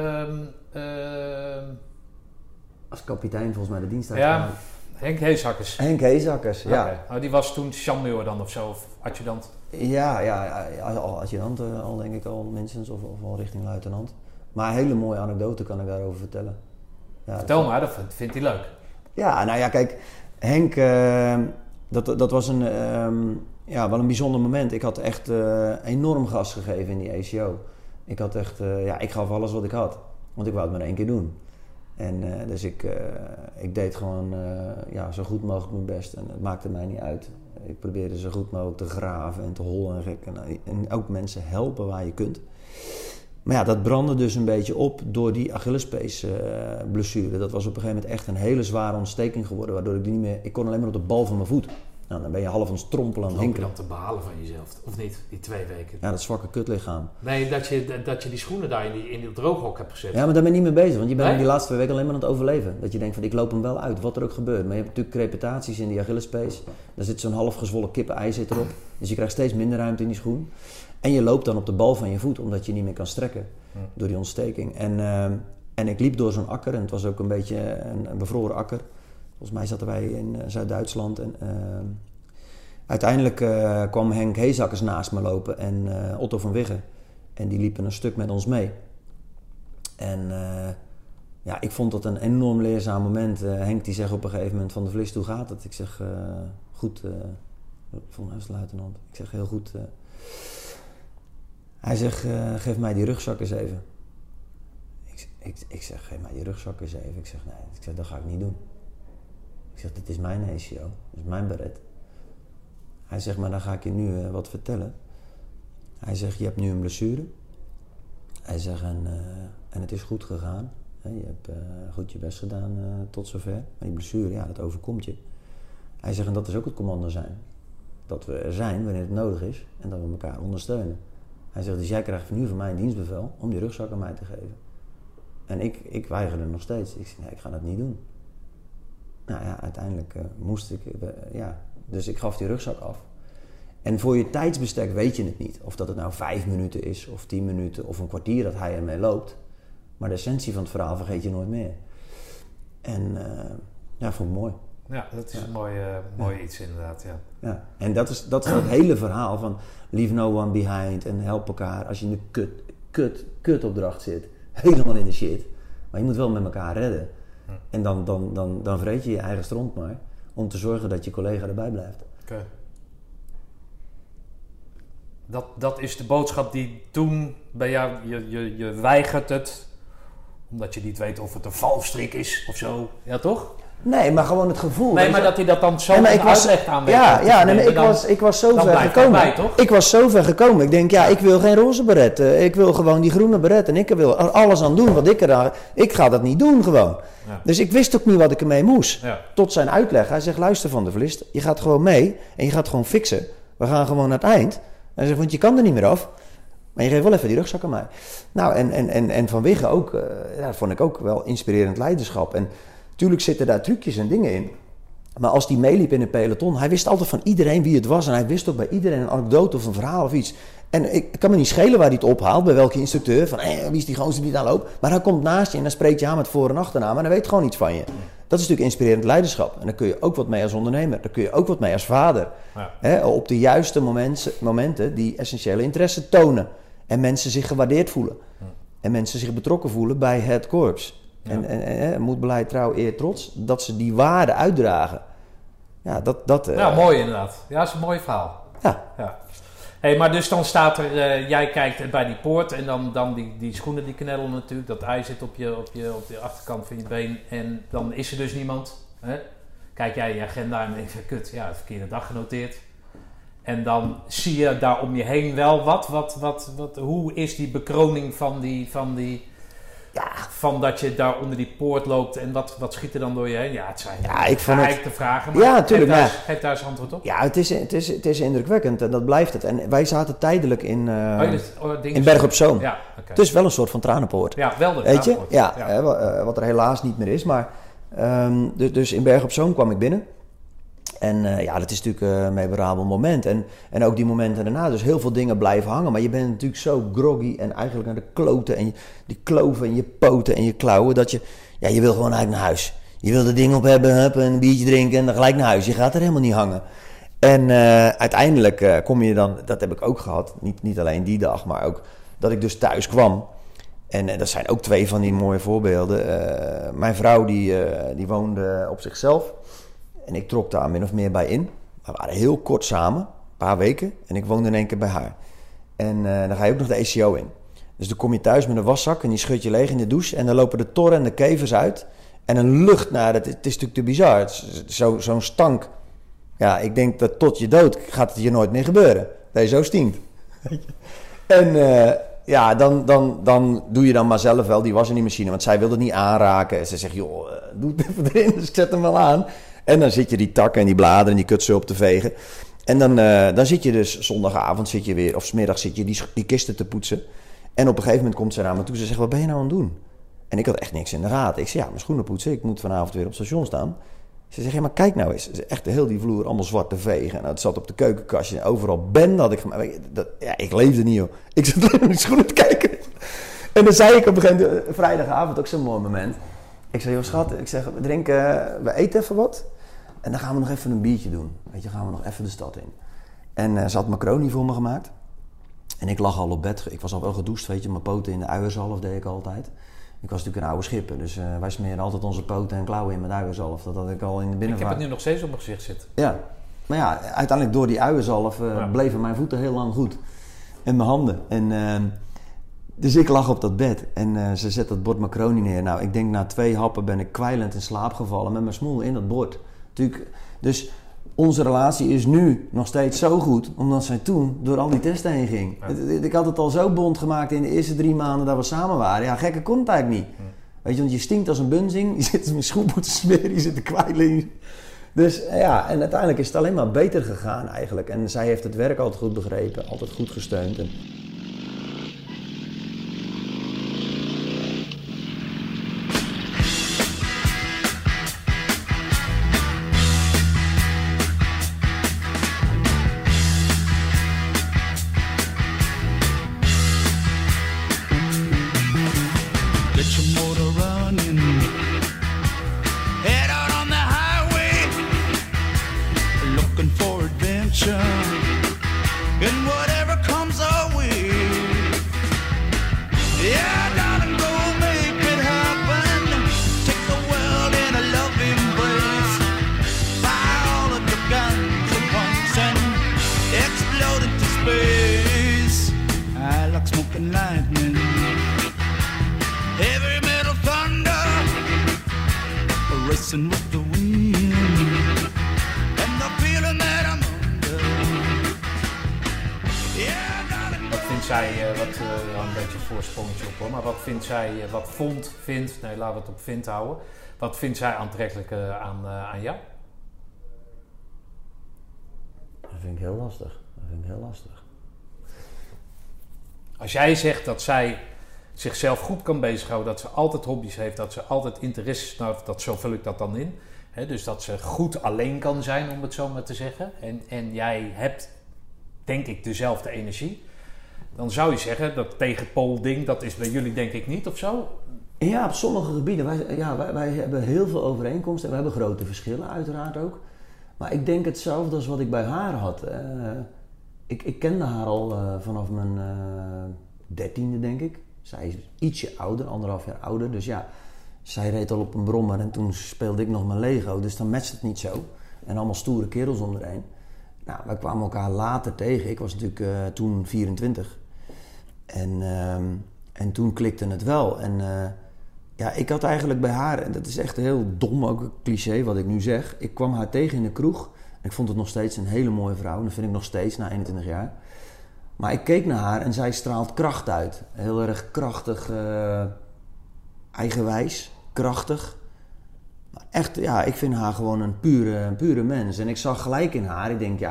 Als kapitein volgens mij de dienst uitgemaakt. Henk Heesakkers. Ja. Okay. Nou, die was toen chameur dan of zo, of adjudant? Ja, adjudant al denk ik al minstens, of al richting luitenant. Maar een hele mooie anekdote kan ik daarover vertellen. Ja, vertel maar, dat vindt hij leuk. Ja, nou ja, kijk, Henk, dat was wel een bijzonder moment. Ik had echt enorm gas gegeven in die ECO. Ik had echt, ik gaf alles wat ik had. Want ik wou het maar 1 keer doen. En dus ik deed gewoon zo goed mogelijk mijn best. En het maakte mij niet uit. Ik probeerde zo goed mogelijk te graven en te hollen en gek. En ook mensen helpen waar je kunt. Maar ja, dat brandde dus een beetje op door die Achillespees blessure. Dat was op een gegeven moment echt een hele zware ontsteking geworden. Waardoor ik kon alleen maar op de bal van mijn voet. Nou, dan ben je half aan het strompelen aan het hinkelen. Loop je dan te behalen van jezelf, of niet? Die 2 weken. Ja, dat zwakke kutlichaam. Nee, dat je die schoenen daar in die drooghok hebt gezet. Ja, maar daar ben je niet mee bezig. Want je bent die laatste 2 weken alleen maar aan het overleven. Dat je denkt van, ik loop hem wel uit, wat er ook gebeurt. Maar je hebt natuurlijk crepitaties in die Achillespees. Daar zit zo'n half gezwollen kippenei zit erop. Dus je krijgt steeds minder ruimte in die schoen. En je loopt dan op de bal van je voet, omdat je niet meer kan strekken. Door die ontsteking. En ik liep door zo'n akker. En het was ook een beetje een bevroren akker. Volgens mij zaten wij in Zuid-Duitsland. En uiteindelijk kwam Henk Heesakkers naast me lopen en Otto van Wiggen. En die liepen een stuk met ons mee. En ik vond dat een enorm leerzaam moment. Henk die zegt op een gegeven moment van de Vlist, hoe gaat het? Ik zeg, goed. Volgens mij was het luitenant. Ik zeg, heel goed. Hij zegt, geef mij die rugzak eens even. Ik zeg, geef mij die rugzak eens even. Ik zeg, dat ga ik niet doen. Ik zeg, dit is mijn ACO. Dit is mijn beret. Hij zegt, maar dan ga ik je nu wat vertellen. Hij zegt, je hebt nu een blessure. Hij zegt, en het is goed gegaan. Je hebt goed je best gedaan tot zover. Maar die blessure, dat overkomt je. Hij zegt, en dat is ook het commando zijn. Dat we er zijn wanneer het nodig is. En dat we elkaar ondersteunen. Hij zegt, dus jij krijgt nu van mij een dienstbevel om die rugzak aan mij te geven. En ik weigerde nog steeds. Ik zei, nee, ik ga dat niet doen. Nou ja, uiteindelijk moest ik. Dus ik gaf die rugzak af. En voor je tijdsbestek weet je het niet. Of dat het nou 5 minuten is, of 10 minuten, of een kwartier dat hij ermee loopt. Maar de essentie van het verhaal vergeet je nooit meer. En vond ik mooi. Ja, dat is een mooi iets inderdaad, ja. En dat is het hele verhaal van leave no one behind en help elkaar. Als je in de kutopdracht zit, helemaal in de shit. Maar je moet wel met elkaar redden. En dan vreet je je eigen stront maar, om te zorgen dat je collega erbij blijft. Okay. Dat is de boodschap die toen bij jou, je weigert het, omdat je niet weet of het een valstrik is of zo. Ja, toch? Nee, maar gewoon het gevoel. Nee, maar dat hij dat dan zo uitlegt aan ik was zo ver gekomen. Bij, toch? Ik was zo ver gekomen. Ik denk, ik wil geen roze beret. Ik wil gewoon die groene beret. En ik wil er alles aan doen. Want ik ga dat niet doen gewoon. Ja. Dus ik wist ook niet wat ik ermee moest. Ja. Tot zijn uitleg. Hij zegt, luister Van der Vlist. Je gaat gewoon mee. En je gaat gewoon fixen. We gaan gewoon naar het eind. Hij zegt, want je kan er niet meer af. Maar je geeft wel even die rugzak aan mij. Nou, en Van Wigge ook. Dat vond ik ook wel inspirerend leiderschap. En natuurlijk zitten daar trucjes en dingen in. Maar als die meeliep in een peloton, hij wist altijd van iedereen wie het was. En hij wist ook bij iedereen een anekdote of een verhaal of iets. En ik kan me niet schelen waar hij het ophaalt, bij welke instructeur. Van wie is die gozer die daar loopt. Maar hij komt naast je en dan spreekt je aan met voor- en achternaam. En hij weet gewoon iets van je. Dat is natuurlijk inspirerend leiderschap. En daar kun je ook wat mee als ondernemer. Daar kun je ook wat mee als vader. Ja. Op de juiste momenten die essentiële interesse tonen. En mensen zich gewaardeerd voelen. En mensen zich betrokken voelen bij het korps. Ja. En moed, beleid, trouw, eer, trots. Dat ze die waarden uitdragen. Ja, mooi inderdaad. Ja, dat is een mooi verhaal. Ja. Hey, maar dus dan staat er... jij kijkt bij die poort en dan die schoenen die kneddelen natuurlijk. Dat ei zit op de achterkant van je been. En dan is er dus niemand. Hè? Kijk jij je agenda en denk je... Kut, de verkeerde dag genoteerd. En dan zie je daar om je heen wel wat. Hoe is die bekroning van die van dat je daar onder die poort loopt en wat schiet er dan door je heen? Ja, het zijn te vragen, maar geef daar eens antwoord op. Ja, het is indrukwekkend en dat blijft het. En wij zaten tijdelijk in Berg op Zoom. Ja, okay. Het is wel een soort van tranenpoort. Ja, wel de weet je? Ja. Wat er helaas niet meer is. Maar dus in Berg op Zoom kwam ik binnen. En dat is natuurlijk een memorabel moment. En ook die momenten daarna. Dus heel veel dingen blijven hangen. Maar je bent natuurlijk zo groggy en eigenlijk naar de kloten. En die kloven in je poten en je klauwen. Dat je wil gewoon eigenlijk naar huis. Je wil er ding op hebben, en een biertje drinken en dan gelijk naar huis. Je gaat er helemaal niet hangen. En uiteindelijk kom je dan, dat heb ik ook gehad. Niet alleen die dag, maar ook dat ik dus thuis kwam. En dat zijn ook 2 van die mooie voorbeelden. Mijn vrouw die woonde op zichzelf. En ik trok daar min of meer bij in. We waren heel kort samen, een paar weken. En ik woonde in één keer bij haar. En dan ga je ook nog de ACO in. Dus dan kom je thuis met een waszak en die schud je leeg in de douche. En dan lopen de torren en de kevers uit. En een lucht naar, het is natuurlijk te bizar. Zo'n stank. Ja, ik denk dat tot je dood gaat het je nooit meer gebeuren. Dat je zo stinkt. En dan doe je dan maar zelf wel die was in die machine. Want zij wilde het niet aanraken. En ze zegt, joh, doe het even erin. Dus ik zet hem wel aan. En dan zit je die takken en die bladeren en die kutsen op te vegen. En dan zit je dus zondagavond zit je weer, of 's middags zit je die kisten te poetsen. En op een gegeven moment komt ze naar me toe. Ze zegt, wat ben je nou aan het doen? En ik had echt niks in de gaten. Ik zei, mijn schoenen poetsen. Ik moet vanavond weer op station staan. Ze zegt, maar kijk nou eens. Echt heel die vloer allemaal zwart te vegen. En het zat op de keukenkastje. Overal bende had ik gemaakt. Ik leefde niet, joh. Ik zat alleen naar die schoenen te kijken. En dan zei ik op een gegeven moment, vrijdagavond, ook zo'n mooi moment. Ik zei, joh schat, we eten even wat. En dan gaan we nog even een biertje doen. Weet je, gaan we nog even de stad in. En ze had macaroni voor me gemaakt. En ik lag al op bed. Ik was al wel gedoucht, weet je. Mijn poten in de uierzalf deed ik altijd. Ik was natuurlijk een oude schipper, dus wij smeren altijd onze poten en klauwen in met uienzalf. Dat had ik al in de binnenvaart. Ik heb het nu nog steeds op mijn gezicht zitten. Ja, maar ja, uiteindelijk door die uienzalf bleven mijn voeten heel lang goed. En mijn handen. Dus ik lag op dat bed en ze zet dat bord macaroni neer. Nou, ik denk na 2 happen ben ik kwijlend in slaap gevallen met mijn smoel in dat bord. Dus onze relatie is nu nog steeds zo goed, omdat zij toen door al die testen heen ging. Ja. Ik had het al zo bond gemaakt in de eerste 3 maanden dat we samen waren. Ja, gekker kon het eigenlijk niet. Weet je, want je stinkt als een bunzing, je zit met schoenboet te smeren, je zit te kwijlen. Dus ja, en uiteindelijk is het alleen maar beter gegaan eigenlijk. En zij heeft het werk altijd goed begrepen, altijd goed gesteund. Wat vindt zij aantrekkelijk aan jou? Dat vind ik heel lastig. Als jij zegt dat zij zichzelf goed kan bezighouden, dat ze altijd hobby's heeft, dat ze altijd interesses, nou, zo vul ik dat dan in. Hè, dus dat ze goed alleen kan zijn, om het zo maar te zeggen. En jij hebt, denk ik, dezelfde energie. Dan zou je zeggen, dat tegenpoolding, dat is bij jullie denk ik niet of zo? Ja, op sommige gebieden. Wij hebben heel veel overeenkomsten. We hebben grote verschillen uiteraard ook. Maar ik denk hetzelfde als wat ik bij haar had. Ik kende haar al vanaf mijn 13e, denk ik. Zij is ietsje ouder, 1,5 jaar ouder. Dus ja, zij reed al op een brommer en toen speelde ik nog mijn Lego. Dus dan matcht het niet zo. En allemaal stoere kerels om erheen. Nou, wij kwamen elkaar later tegen. Ik was natuurlijk toen 24. En toen klikte het wel. En ja, ik had eigenlijk bij haar, en dat is echt heel dom, ook een cliché wat ik nu zeg. Ik kwam haar tegen in de kroeg. Ik vond het nog steeds een hele mooie vrouw. En dat vind ik nog steeds, na 21 jaar. Maar ik keek naar haar en zij straalt kracht uit. Heel erg krachtig, eigenwijs, krachtig. Maar echt, ja, ik vind haar gewoon een pure mens. En ik zag gelijk in haar, ik denk, ja,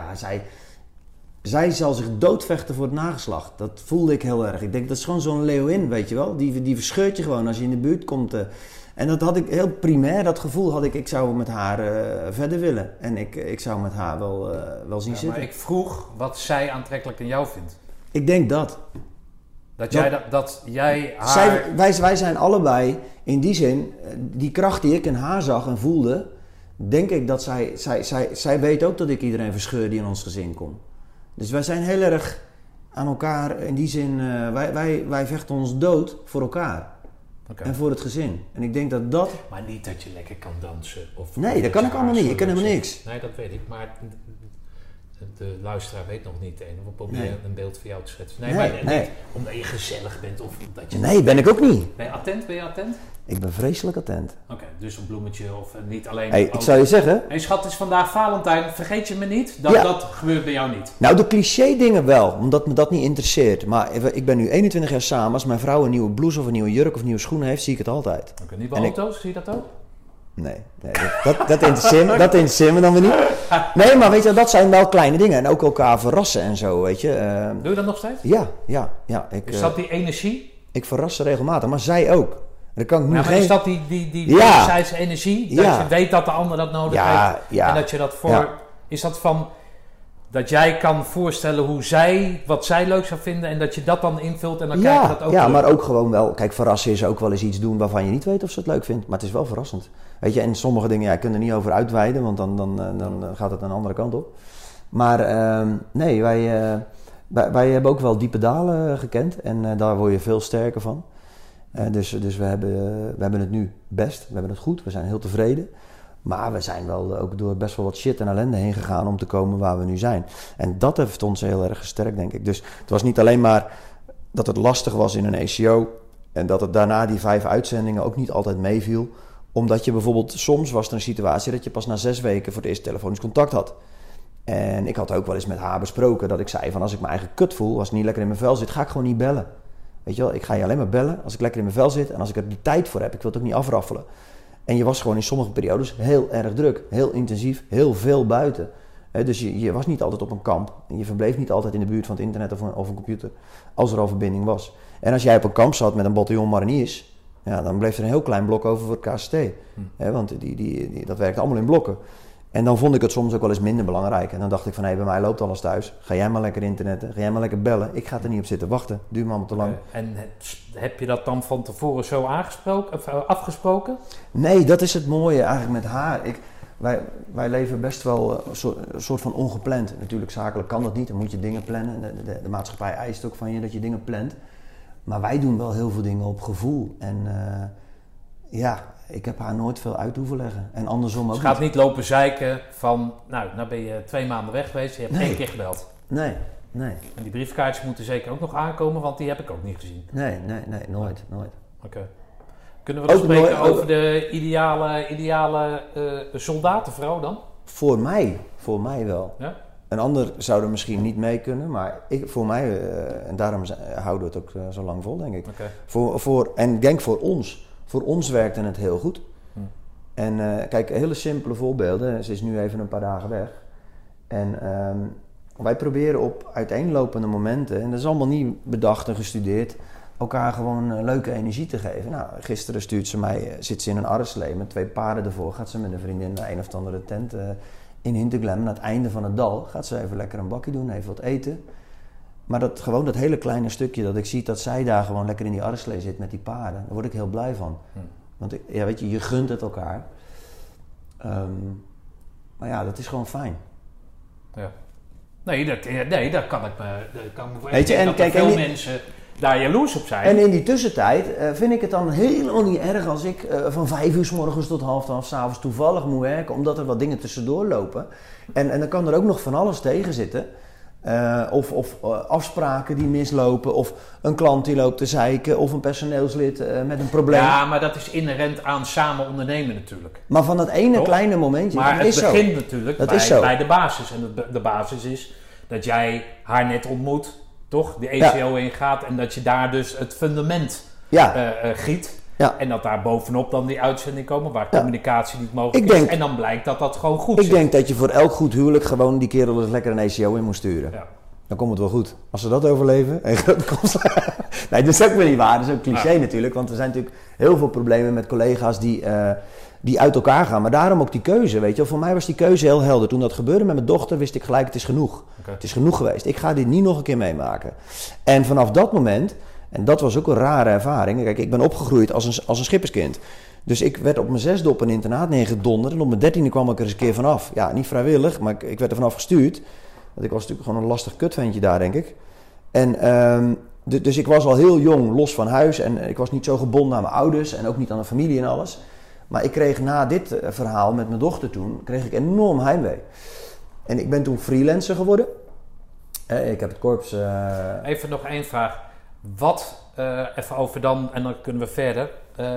zij zal zich doodvechten voor het nageslacht. Dat voelde ik heel erg. Ik denk, dat is gewoon zo'n leeuwin, weet je wel. Die verscheurt je gewoon als je in de buurt komt. En dat had ik heel primair, dat gevoel had ik zou met haar verder willen. En ik zou met haar wel zien zitten. Maar ik vroeg wat zij aantrekkelijk in jou vindt. Ik denk dat. Dat jij haar... Wij zijn allebei, in die zin, die kracht die ik in haar zag en voelde, denk ik dat zij weet ook dat ik iedereen verscheur die in ons gezin komt. Dus wij zijn heel erg aan elkaar, in die zin, wij vechten ons dood voor elkaar. Okay. En voor het gezin. En ik denk dat... Maar niet dat je lekker kan dansen. Nee, dat kan ik allemaal niet. Ik kan helemaal niks. Nee, dat weet ik. Maar de luisteraar weet nog niet. We proberen een beeld van jou te schetsen. Nee. Omdat je gezellig bent of dat je... Nee, ben ik ook niet. Ben je attent? Ik ben vreselijk attent. Oké, dus een bloemetje of niet alleen... Hey, ik zou je zeggen... Hey schat, het is vandaag Valentijn. Vergeet je me niet? Dat gebeurt bij jou niet. Nou, de cliché dingen wel. Omdat me dat niet interesseert. Maar ik ben nu 21 jaar samen. Als mijn vrouw een nieuwe blouse of een nieuwe jurk of nieuwe schoenen heeft, zie ik het altijd. Oké, nieuwe auto's, zie je dat ook? Nee, dat interesseert me dan weer niet. Nee, maar weet je, dat zijn wel kleine dingen. En ook elkaar verrassen en zo, weet je. Doe je dat nog steeds? Ja. Is dat die energie? Ik verras ze regelmatig, maar zij ook. Dan kan ik nu maar is dat die wederzijdse energie? Dat je weet dat de ander dat nodig heeft? Ja. En dat je dat voor... Ja. Is dat van... Dat jij kan voorstellen wat zij leuk zou vinden en dat je dat dan invult en dan kijk je dat ook. Ja, maar ook gewoon wel... Kijk, verrassen is ook wel eens iets doen waarvan je niet weet of ze het leuk vindt. Maar het is wel verrassend. Weet je, en sommige dingen, je kunt er niet over uitweiden, want dan gaat het een andere kant op. Maar nee, wij hebben ook wel diepe dalen gekend en daar word je veel sterker van. Dus we hebben het nu best, we hebben het goed, we zijn heel tevreden. Maar we zijn wel ook door best wel wat shit en ellende heen gegaan om te komen waar we nu zijn. En dat heeft ons heel erg gesterkt, denk ik. Dus het was niet alleen maar dat het lastig was in een ACO en dat het daarna die 5 uitzendingen ook niet altijd meeviel. Omdat je bijvoorbeeld, soms was er een situatie dat je pas na 6 weken voor het eerst telefonisch contact had. En ik had ook wel eens met haar besproken dat ik zei van als ik mijn eigen kut voel, als ik niet lekker in mijn vel zit, ga ik gewoon niet bellen. Weet je wel, ik ga je alleen maar bellen als ik lekker in mijn vel zit en als ik er die tijd voor heb. Ik wil het ook niet afraffelen. En je was gewoon in sommige periodes heel erg druk, heel intensief, heel veel buiten. Dus je was niet altijd op een kamp. En je verbleef niet altijd in de buurt van het internet of een computer, als er al verbinding was. En als jij op een kamp zat met een bataljon mariniers, ja, dan bleef er een heel klein blok over voor het KST. Want dat werkte allemaal in blokken. En dan vond ik het soms ook wel eens minder belangrijk. En dan dacht ik van, bij mij loopt alles thuis. Ga jij maar lekker internetten, ga jij maar lekker bellen. Ik ga er niet op zitten wachten, duurt me allemaal te lang. En heb je dat dan van tevoren zo afgesproken? Nee, dat is het mooie eigenlijk met haar. Wij leven best wel een soort van ongepland. Natuurlijk, zakelijk kan dat niet, dan moet je dingen plannen. De maatschappij eist ook van je dat je dingen plant. Maar wij doen wel heel veel dingen op gevoel. En ik heb haar nooit veel uit hoeven leggen. En andersom ook dus gaat niet lopen zeiken van, nou ben je 2 maanden weg geweest, je hebt 1 keer gebeld. Nee. En die briefkaartjes moeten zeker ook nog aankomen, want die heb ik ook niet gezien. Nee, nooit. Oké. Kunnen we dan spreken over de ideale soldatenvrouw dan? Voor mij wel. Ja? Een ander zou er misschien niet mee kunnen, maar voor mij, en daarom houden we het ook zo lang vol, denk ik. Okay. En ik denk voor ons werkte het heel goed. En kijk, hele simpele voorbeelden. Ze is nu even een paar dagen weg. En wij proberen op uiteenlopende momenten, en dat is allemaal niet bedacht en gestudeerd, elkaar gewoon leuke energie te geven. Nou, gisteren zit ze in een arreslee met 2 paarden ervoor. Gaat ze met een vriendin naar een of andere tent in Hinterglemm. Aan het einde van het dal gaat ze even lekker een bakje doen, even wat eten. Maar dat hele kleine stukje dat ik zie dat zij daar gewoon lekker in die arreslee zit met die paarden. Daar word ik heel blij van. Want weet je gunt het elkaar. Maar ja, dat is gewoon fijn. Ja. Nee, dat kan ik me weet je, en kijk, veel mensen daar jaloers op zijn. En in die tussentijd vind ik het dan helemaal niet erg als ik van 5 uur 's morgens tot 11:30 's avonds toevallig moet werken, omdat er wat dingen tussendoor lopen. En dan kan er ook nog van alles tegen zitten. Of afspraken die mislopen, of een klant die loopt te zeiken, of een personeelslid met een probleem. Ja, maar dat is inherent aan samen ondernemen natuurlijk. Maar van dat ene kleine momentje, maar het begint natuurlijk bij de basis. En de basis is dat jij haar net ontmoet, toch? De ECO ingaat en dat je daar dus het fundament giet. Ja. En dat daar bovenop dan die uitzending komen waar communicatie niet mogelijk is. En dan blijkt dat gewoon goed is. Ik denk dat je voor elk goed huwelijk gewoon die kerel eens lekker een ECO in moet sturen. Ja. Dan komt het wel goed. Als ze dat overleven. Nee, dat is ook weer niet waar. Dat is ook cliché natuurlijk. Want er zijn natuurlijk heel veel problemen met collega's die uit elkaar gaan. Maar daarom ook die keuze, weet je wel. Voor mij was die keuze heel helder. Toen dat gebeurde met mijn dochter wist ik gelijk, het is genoeg. Okay. Het is genoeg geweest. Ik ga dit niet nog een keer meemaken. En vanaf dat moment... En dat was ook een rare ervaring. Kijk, ik ben opgegroeid als een schipperskind. Dus ik werd op mijn 6e op een internaat neergedonderd. En op mijn 13e kwam ik er eens een keer vanaf. Ja, niet vrijwillig, maar ik werd er vanaf gestuurd. Want ik was natuurlijk gewoon een lastig kutventje daar, denk ik. En dus ik was al heel jong los van huis. En ik was niet zo gebonden aan mijn ouders. En ook niet aan de familie en alles. Maar ik kreeg na dit verhaal met mijn dochter toen... kreeg ik enorm heimwee. En ik ben toen freelancer geworden. Ik heb het korps... Even nog 1 vraag. Wat, even over dan, en dan kunnen we verder.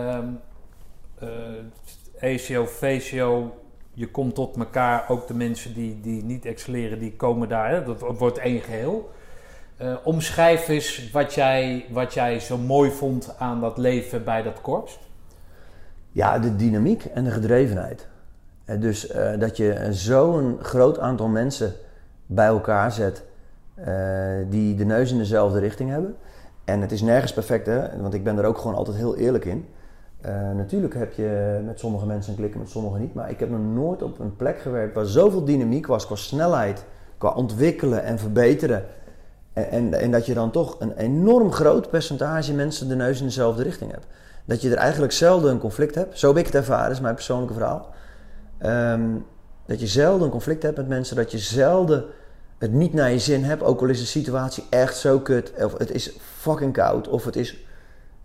ACO, VCO, je komt tot elkaar. Ook de mensen die niet excelleren, die komen daar. Hè? Dat wordt 1 geheel. Omschrijf eens wat jij zo mooi vond aan dat leven bij dat korps. Ja, de dynamiek en de gedrevenheid. Dus dat je zo'n groot aantal mensen bij elkaar zet... die de neus in dezelfde richting hebben... En het is nergens perfect, hè? Want ik ben er ook gewoon altijd heel eerlijk in. Natuurlijk heb je met sommige mensen een klik en met sommigen niet. Maar ik heb nog nooit op een plek gewerkt waar zoveel dynamiek was qua snelheid, qua ontwikkelen en verbeteren. En dat je dan toch een enorm groot percentage mensen de neus in dezelfde richting hebt. Dat je er eigenlijk zelden een conflict hebt. Zo heb ik het ervaren, is mijn persoonlijke verhaal. Dat je zelden een conflict hebt met mensen, dat je zelden... het niet naar je zin hebt, ook al is de situatie echt zo kut, of het is fucking koud, of het is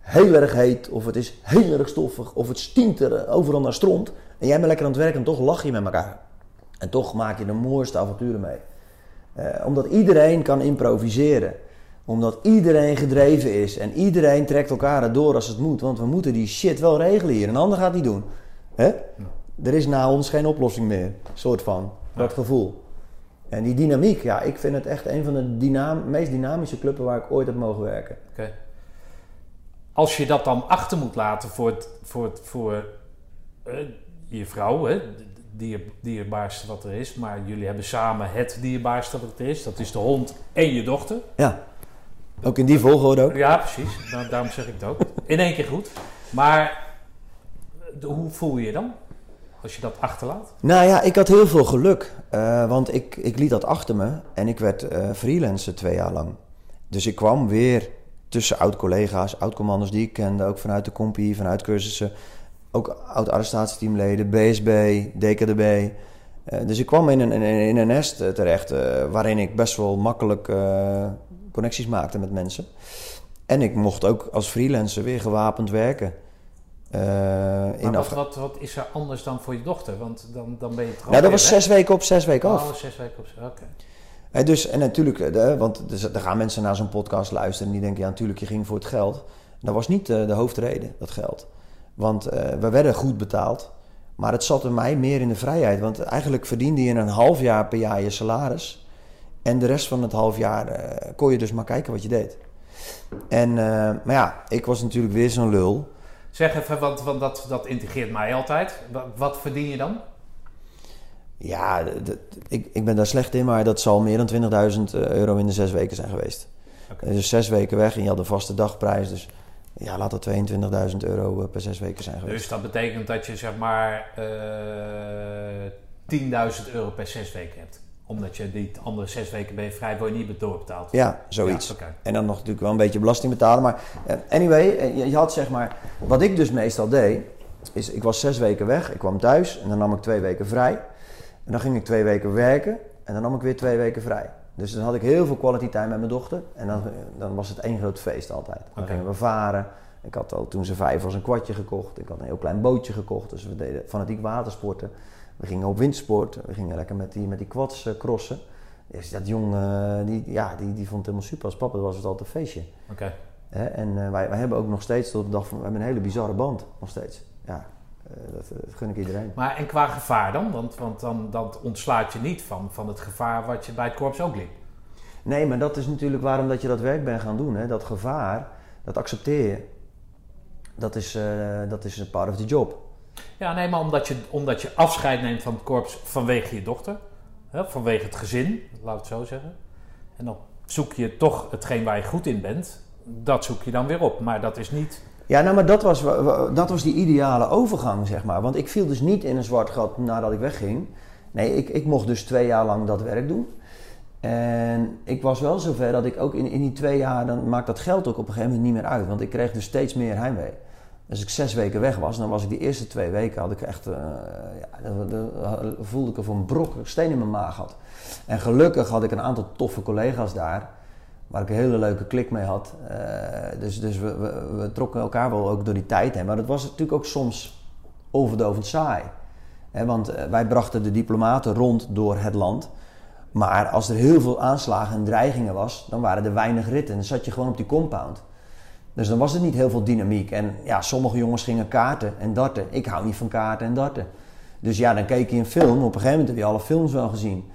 heel erg heet, of het is heel erg stoffig, of het stinkt er overal naar stront. En jij bent lekker aan het werk en toch lach je met elkaar. En toch maak je de mooiste avonturen mee. Omdat iedereen kan improviseren. Omdat iedereen gedreven is. En iedereen trekt elkaar erdoor als het moet. Want we moeten die shit wel regelen hier. Een ander gaat niet doen. Hè? Er is na ons geen oplossing meer. Soort van. Dat gevoel. En die dynamiek. Ja, ik vind het echt een van de meest dynamische clubben waar ik ooit heb mogen werken. Okay. Als je dat dan achter moet laten voor je vrouw, hè? Dierbaarste wat er is. Maar jullie hebben samen het dierbaarste wat er is. Dat is de hond en je dochter. Ja. Ook in die volgorde ook? Ja, precies. Daarom zeg ik het ook. In één keer goed. Maar hoe voel je je dan? Als je dat achterlaat? Nou ja, ik had heel veel geluk. Want ik liet dat achter me. En ik werd freelancer 2 jaar lang. Dus ik kwam weer tussen oud-collega's, oud-commando's die ik kende. Ook vanuit de compie, vanuit cursussen. Ook oud-arrestatieteamleden, BSB, DKDB. Dus ik kwam in een nest terecht. Waarin ik best wel makkelijk connecties maakte met mensen. En ik mocht ook als freelancer weer gewapend werken. Wat is er anders dan voor je dochter? Want dan ben je toch. Nou, dat was 6 weken op, 6 weken af. 6 weken op, oké. Dus, en natuurlijk, want er gaan mensen naar zo'n podcast luisteren en die denken, ja natuurlijk, je ging voor het geld. Dat was niet de hoofdreden, dat geld. Want we werden goed betaald, maar het zat er mij meer in de vrijheid. Want eigenlijk verdiende je een half jaar per jaar je salaris. En de rest van het half jaar kon je dus maar kijken wat je deed. En, maar ja, ik was natuurlijk weer zo'n lul. Zeg even, want dat integreert mij altijd. Wat verdien je dan? Ja, ik ben daar slecht in, maar dat zal meer dan €20.000 in de 6 weken zijn geweest. Okay. Dus 6 weken weg en je had een vaste dagprijs. Dus ja, laat dat €22.000 per 6 weken zijn geweest. Dus dat betekent dat je zeg maar €10.000 per 6 weken hebt. Omdat je die andere 6 weken ben je vrij, word je niet doorbetaald. Ja, zoiets. Ja, okay. En dan nog natuurlijk wel een beetje belasting betalen. Maar anyway, je had zeg maar... Wat ik dus meestal deed, is ik was 6 weken weg. Ik kwam thuis en dan nam ik 2 weken vrij. En dan ging ik 2 weken werken en dan nam ik weer 2 weken vrij. Dus dan had ik heel veel quality time met mijn dochter. En dan was het één groot feest altijd. Dan gingen we varen. Ik had al toen ze 5 was een kwartje gekocht. Ik had een heel klein bootje gekocht. Dus we deden fanatiek watersporten. We gingen op windsport. We gingen lekker met die quads crossen. Dus dat jong, die vond het helemaal super. Als papa was het altijd een feestje. Okay. En wij hebben ook nog steeds tot de dag van... We hebben een hele bizarre band, nog steeds. Ja, dat gun ik iedereen. Maar en qua gevaar dan? Want dan ontslaat je niet van het gevaar wat je bij het korps ook liep. Nee, maar dat is natuurlijk waarom dat je dat werk bent gaan doen. Hè? Dat gevaar, dat accepteer je. Dat is een part of the job. Ja, nee, maar omdat je afscheid neemt van het korps vanwege je dochter. Hè, vanwege het gezin, laat ik het zo zeggen. En dan zoek je toch hetgeen waar je goed in bent. Dat zoek je dan weer op, maar dat is niet... Ja, nou, maar dat was die ideale overgang, zeg maar. Want ik viel dus niet in een zwart gat nadat ik wegging. Nee, ik mocht dus 2 jaar lang dat werk doen. En ik was wel zover dat ik ook in die 2 jaar... dan maakt dat geld ook op een gegeven moment niet meer uit. Want ik kreeg dus steeds meer heimwee. Als ik 6 weken weg was, dan was ik die eerste 2 weken... had ik echt... voelde ik er voor een brok steen in mijn maag had. En gelukkig had ik een aantal toffe collega's daar... waar ik een hele leuke klik mee had. Dus we trokken elkaar wel ook door die tijd heen. Maar dat was natuurlijk ook soms overdovend saai. Want wij brachten de diplomaten rond door het land. Maar als er heel veel aanslagen en dreigingen was... dan waren er weinig ritten. Dan zat je gewoon op die compound. Dus dan was er niet heel veel dynamiek. En ja, sommige jongens gingen kaarten en darten. Ik hou niet van kaarten en darten. Dus ja, dan keek je een film. Op een gegeven moment heb je alle films wel gezien.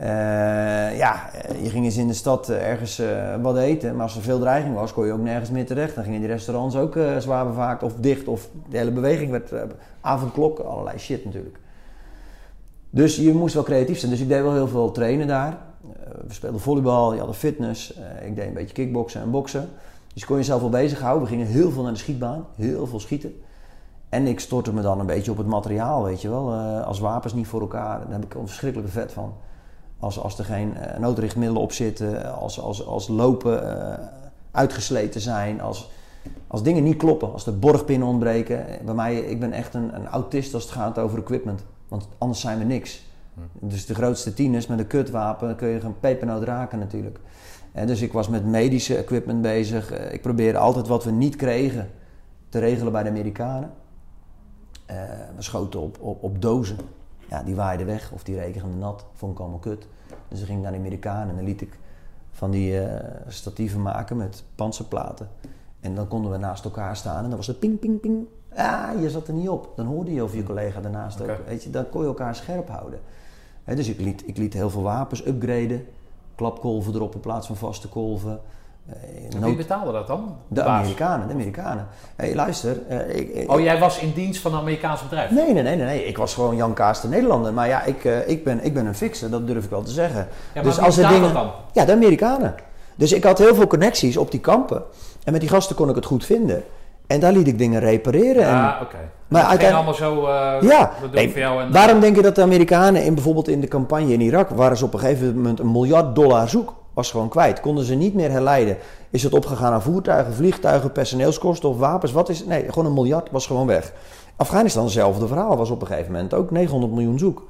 Je ging eens in de stad ergens wat eten. Maar als er veel dreiging was, kon je ook nergens meer terecht. Dan gingen die restaurants ook zwaar bewaakt of dicht. Of de hele beweging werd avondklok. Allerlei shit natuurlijk. Dus je moest wel creatief zijn. Dus ik deed wel heel veel trainen daar. We speelden volleybal, je had een fitness. Ik deed een beetje kickboksen en boksen. Dus kon je jezelf wel bezighouden. We gingen heel veel naar de schietbaan. Heel veel schieten. En ik stortte me dan een beetje op het materiaal, weet je wel. Als wapens niet voor elkaar. Daar heb ik een verschrikkelijke vet van. Als er geen noodrichtmiddelen op zitten. Als lopen uitgesleten zijn. Als dingen niet kloppen. Als de borgpinnen ontbreken. Bij mij, ik ben echt een autist als het gaat over equipment. Want anders zijn we niks. Dus de grootste tieners met een kutwapen kun je geen pepernoot raken natuurlijk. Dus ik was met medische equipment bezig. Ik probeerde altijd wat we niet kregen te regelen bij de Amerikanen. We schoten op dozen. Ja, die waaiden weg of die regenden nat. Vond ik allemaal kut. Dus dan ging ik naar de Amerikanen en dan liet ik van die statieven maken met pantserplaten. En dan konden we naast elkaar staan en dan was het ping, ping, ping. Ah, je zat er niet op. Dan hoorde je of je collega daarnaast ook. Weet je, dan kon je elkaar scherp houden. Dus ik liet heel veel wapens upgraden. Klapkolven erop in plaats van vaste kolven. Wie betaalde dat dan? De Amerikanen. Hé, luister. Jij was in dienst van een Amerikaans bedrijf? Nee. Ik was gewoon Jan Kaas de Nederlander. Maar ja, ik ben een fixer, dat durf ik wel te zeggen. Ja, dus als er dingen dan? Ja, de Amerikanen. Dus ik had heel veel connecties op die kampen. En met die gasten kon ik het goed vinden. En daar liet ik dingen repareren. Ja, oké. Maar het ging allemaal zo... dat doe ik voor jou en... Waarom denk je dat de Amerikanen bijvoorbeeld in de campagne in Irak... waren ze op een gegeven moment $1 miljard zoek... was gewoon kwijt. Konden ze niet meer herleiden. Is het opgegaan aan voertuigen, vliegtuigen, personeelskosten of wapens? Wat is het? Nee, gewoon $1 miljard was gewoon weg. Afghanistan, hetzelfde verhaal, was op een gegeven moment ook 900 miljoen zoek.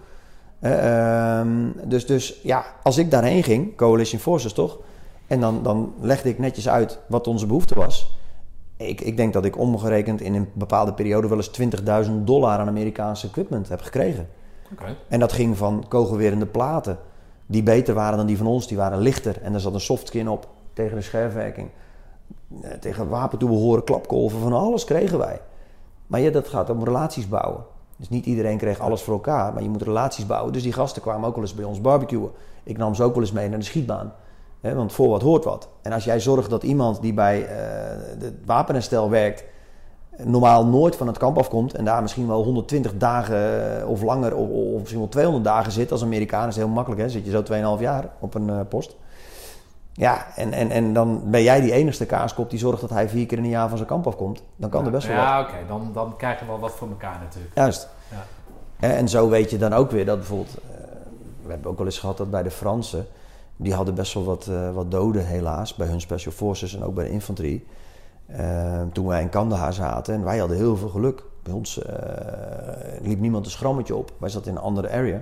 Dus ja, als ik daarheen ging, Coalition Forces toch? En dan legde ik netjes uit wat onze behoefte was. Ik denk dat ik omgerekend in een bepaalde periode wel eens $20.000 aan Amerikaanse equipment heb gekregen. Okay. En dat ging van kogelwerende platen. Die beter waren dan die van ons, die waren lichter. En daar zat een softskin op tegen de scherfwerking. Tegen wapentoebehoren, klapkolven, van alles kregen wij. Maar ja, dat gaat om relaties bouwen. Dus niet iedereen kreeg alles voor elkaar, maar je moet relaties bouwen. Dus die gasten kwamen ook wel eens bij ons barbecuen. Ik nam ze ook wel eens mee naar de schietbaan. Want voor wat hoort wat. En als jij zorgt dat iemand die bij het wapenherstel werkt... normaal nooit van het kamp afkomt... en daar misschien wel 120 dagen of langer... of misschien wel 200 dagen zit als Amerikaan... is heel makkelijk, hè? Zit je zo 2,5 jaar op een post. Ja, en dan ben jij die enigste kaaskop... die zorgt dat hij 4 keer in een jaar van zijn kamp afkomt. Dan kan er best wel wat. Ja, oké. Dan krijgen we wel wat voor elkaar natuurlijk. Juist. Ja. En zo weet je dan ook weer dat bijvoorbeeld... we hebben ook wel eens gehad dat bij de Fransen... die hadden best wel wat doden helaas... bij hun special forces en ook bij de infanterie... toen wij in Kandahar zaten en wij hadden heel veel geluk. Bij ons liep niemand een schrammetje op. Wij zaten in een andere area.